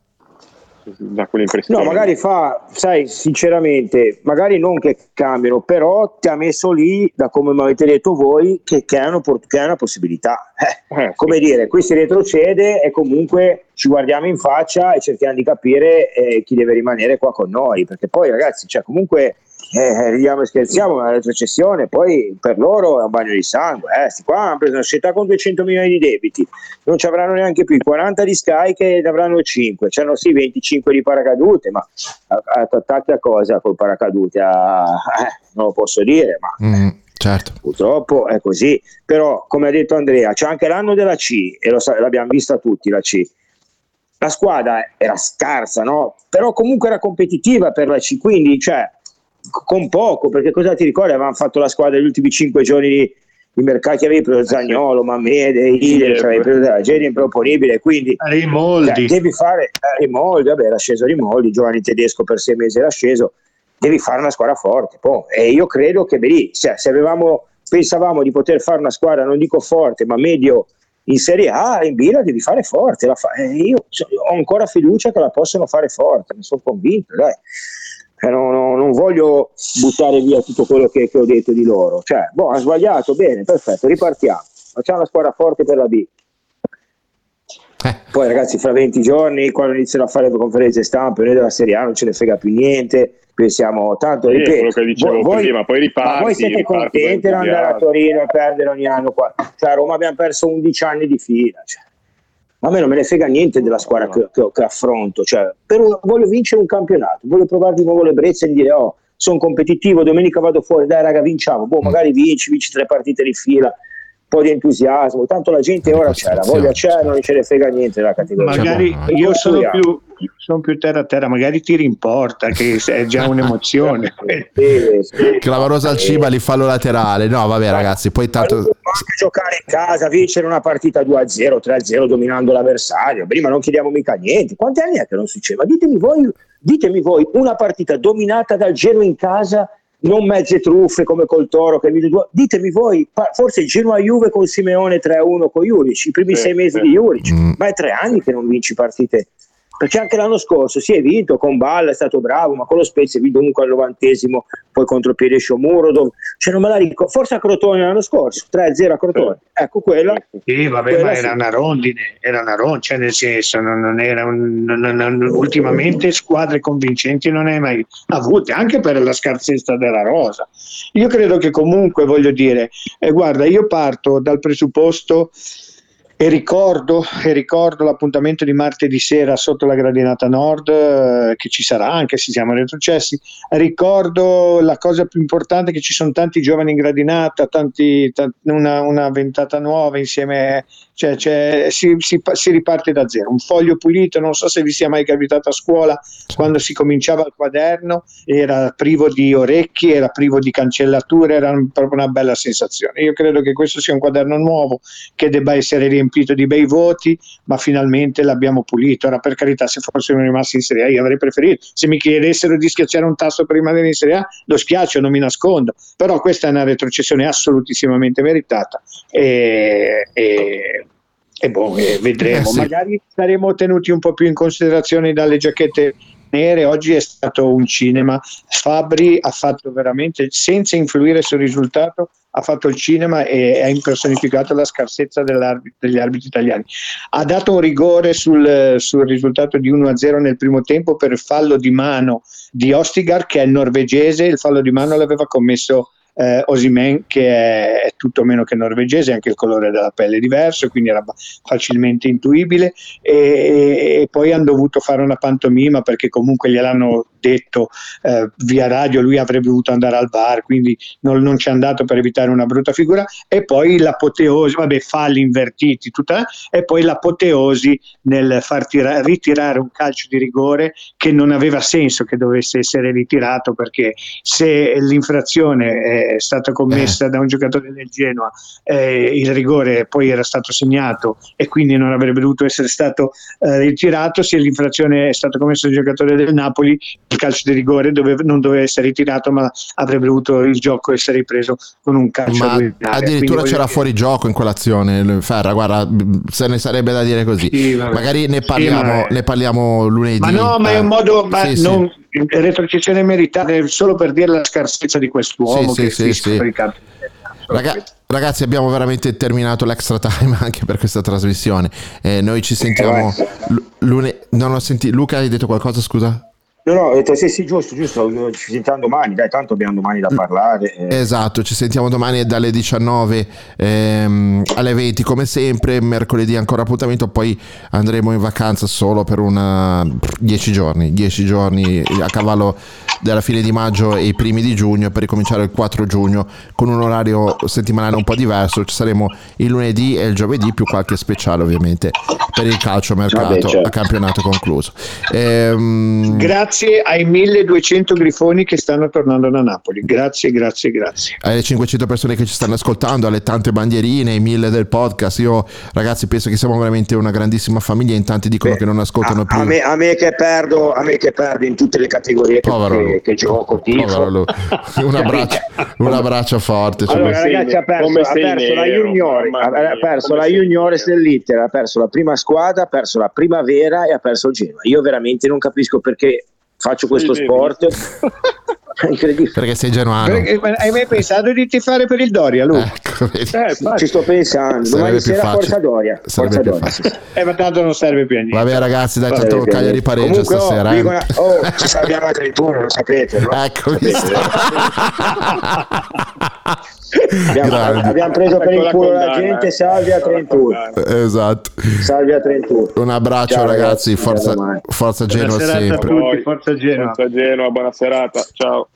S17: da quell'impressione.
S20: No, magari fa, sai, sinceramente, magari non che cambiano, però ti ha messo lì, da come mi avete detto voi, che, che, è, una, che è una possibilità. Eh, eh, come sì. dire, qui si retrocede e comunque ci guardiamo in faccia e cerchiamo di capire eh, chi deve rimanere qua con noi, perché poi ragazzi, cioè comunque eh, ridiamo e scherziamo, una retrocessione poi per loro è un bagno di sangue, eh. Sti qua hanno preso una società con duecento milioni di debiti, non ci avranno neanche più i quaranta di Sky, che ne avranno cinque, c'hanno sì venticinque di paracadute, ma attacchi a cosa col paracadute? A, eh, non lo posso dire, ma
S7: mm, certo.
S20: Purtroppo è così. Però come ha detto Andrea, c'è anche l'anno della C, e lo sa, l'abbiamo vista tutti la C. La squadra era scarsa, no? Però comunque era competitiva per la C, quindi cioè con poco, perché cosa ti ricordi? Avevamo fatto la squadra negli ultimi cinque giorni di, di mercati, avevi preso Zaniolo, Mamede, Ile, cioè, avevi preso della gente improponibile, quindi
S8: Rimoldi.
S20: Cioè, devi fare eh, Rimoldi, vabbè, era sceso Rimoldi, Giovanni Tedesco per sei mesi era sceso, devi fare una squadra forte, poi. E io credo che beh, lì, se, se avevamo pensavamo di poter fare una squadra, non dico forte, ma medio in Serie A, in B la devi fare forte, la fa- eh, io ho ancora fiducia che la possono fare forte, ne sono convinto, dai. Eh, non, non, non voglio buttare via tutto quello che, che ho detto di loro, cioè, boh, ha sbagliato, bene, perfetto, ripartiamo, facciamo la squadra forte per la B. Eh. Poi ragazzi, fra venti giorni, quando iniziano a fare le conferenze stampa, noi della Serie A non ce ne frega più niente, pensiamo tanto,
S17: sì,
S20: ripeto,
S17: quello che dicevo
S20: voi,
S17: prima, poi riparti,
S20: ma voi siete
S17: riparti
S20: contenti di andare a Torino e perdere ogni anno qua? Cioè a Roma abbiamo perso undici anni di fila, cioè. A me non me ne frega niente della squadra che, che, che affronto, cioè, per un, voglio vincere un campionato, voglio provare di nuovo l'ebbrezza e dire oh, sono competitivo, domenica vado fuori, dai raga, vinciamo, boh, magari vinci, vinci tre partite di fila, un po' di entusiasmo, tanto la gente ora c'è, la voglia c'è, non ce ne frega niente della categoria.
S8: Magari io sono più, sono più terra a terra, magari ti rimporta, che è già un'emozione.
S7: Clamorosa al Ciba li fallo laterale, no vabbè ragazzi, poi tanto...
S20: Anche giocare in casa, vincere una partita due a zero, tre a zero dominando l'avversario, prima non chiediamo mica niente, quanti anni è che non succede? Ma ditemi voi, ditemi voi una partita dominata dal Genoa in casa, non mezze truffe come col Toro che ditemi voi, forse il Genoa Juve con Simeone tre a uno con Juric, i primi sì, sei mesi sì. di Juric, mm. ma è tre anni che non vinci partite, perché anche l'anno scorso si è vinto con Balla, è stato bravo, ma con lo Spezia è vinto comunque al novantesimo, poi contro Piedescio Murodov, cioè non me la ricordo, forse a Crotone l'anno scorso tre a zero a Crotone, sì. ecco quella
S8: sì vabbè
S20: quella
S8: ma
S20: sì.
S8: era una rondine, era una rondine, cioè nel senso non, non era un, non, non, ultimamente squadre convincenti non ne hai mai avute, anche per la scarsezza della rosa. Io credo che comunque, voglio dire, eh, guarda, io parto dal presupposto e ricordo, e ricordo l'appuntamento di martedì sera sotto la gradinata nord, eh, che ci sarà anche se siamo retrocessi. Ricordo la cosa più importante, che ci sono tanti giovani in gradinata, tanti, tanti, una, una ventata nuova insieme, cioè, cioè, si, si, si riparte da zero, un foglio pulito. Non so se vi sia mai capitato a scuola quando si cominciava il quaderno, era privo di orecchi, era privo di cancellature, era proprio una bella sensazione. Io credo che questo sia un quaderno nuovo che debba essere riempito di bei voti, ma finalmente l'abbiamo pulito. Ora, per carità, se fossimo rimasti in Serie A io avrei preferito, se mi chiedessero di schiacciare un tasto per rimanere in Serie A lo schiaccio, non mi nascondo, però questa è una retrocessione assolutissimamente meritata e, e, e boh, e vedremo, eh sì. magari saremo tenuti un po' più in considerazione dalle giacchette nere. Oggi è stato un cinema, Fabbri ha fatto veramente, senza influire sul risultato, ha fatto il cinema e ha impersonificato la scarsezza degli arbitri italiani. Ha dato un rigore sul, sul risultato di uno a zero nel primo tempo per il fallo di mano di Ostigar, che è il norvegese. Il fallo di mano l'aveva commesso eh, Osimhen, che è, è tutto meno che norvegese, anche il colore della pelle è diverso, quindi era facilmente intuibile, e, e poi hanno dovuto fare una pantomima perché comunque gliel'hanno detto eh, via radio, lui avrebbe dovuto andare al V A R, quindi non, non ci è andato per evitare una brutta figura. E poi l'apoteosi, vabbè, falli invertiti tutta, e poi l'apoteosi nel far tira, ritirare un calcio di rigore che non aveva senso che dovesse essere ritirato, perché se l'infrazione è stata commessa da un giocatore del Genoa, eh, il rigore poi era stato segnato e quindi non avrebbe dovuto essere stato eh, ritirato. Se l'infrazione è stata commessa da un giocatore del Napoli, il calcio di rigore dove non doveva essere ritirato, ma avrebbe dovuto il gioco essere ripreso con un calcio.
S7: Ma addirittura quindi, c'era fuori gioco in quell'azione, Ferra, guarda, se ne sarebbe da dire così. Sì, magari ne parliamo, sì, ne parliamo lunedì.
S8: Ma no, ma è un modo, ma sì, non, sì. retrocessione meritata, solo per dire la scarsezza di quest'uomo, sì, che sì, sì, sì.
S7: Raga- ragazzi, abbiamo veramente terminato l'extra time anche per questa trasmissione. Eh, noi ci sentiamo l- lunedì. Non ho sentito. Luca, hai detto qualcosa, scusa?
S20: No, no, ho detto sì, sì, giusto, giusto, ci sentiamo domani, dai, tanto abbiamo domani da parlare.
S7: Eh. Esatto, ci sentiamo domani dalle diciannove ehm, alle venti come sempre, mercoledì ancora appuntamento, poi andremo in vacanza solo per una dieci giorni, dieci giorni a cavallo della fine di maggio e i primi di giugno, per ricominciare il quattro giugno con un orario settimanale un po' diverso. Ci saremo il lunedì e il giovedì, più qualche speciale ovviamente per il calcio mercato. Vabbè, certo. A campionato concluso. Ehm...
S8: Grazie ai milleduecento grifoni che stanno tornando da Napoli, grazie, grazie, grazie.
S7: Alle cinquecento persone che ci stanno ascoltando, alle tante bandierine, ai mille del podcast. Io, ragazzi, penso che siamo veramente una grandissima famiglia. In tanti dicono Beh, che non ascoltano
S20: a,
S7: più.
S20: A me, a me che perdo, a me che perdo in tutte le categorie che, che, che gioco, tifo.
S7: Un abbraccio, un abbraccio forte.
S20: Allora, ragazzi, ha perso, ha perso la Junior, ha perso la Juniores dell'Inter, ha perso la prima squadra, ha perso la Primavera e ha perso il Genoa. Io veramente non capisco perché faccio questo sport. Incredibile.
S7: Perché sei genuano.
S8: Perché, hai mai pensato di tifare per il Doria, Lu?
S7: Ecco,
S20: eh, ci sto pensando. Domani sera Forza Doria. Forza Doria. Sì, sì.
S8: Eh, ma tanto non serve più a niente.
S7: Vabbè ragazzi, dai, tanto Cagliari pareggio stasera.
S20: Oh, eh. oh, ci salviamo a trentuno, lo sapete, no?
S7: Ecco,
S20: sapete, abbiamo, abbiamo preso per il culo la gente, salvi a trentuno.
S7: Esatto.
S20: Salvi a trentuno.
S7: Un abbraccio. Ciao, ragazzi, forza, forza Genoa sempre.
S8: Forza Genoa.
S17: Forza Genoa, buona serata. Ciao.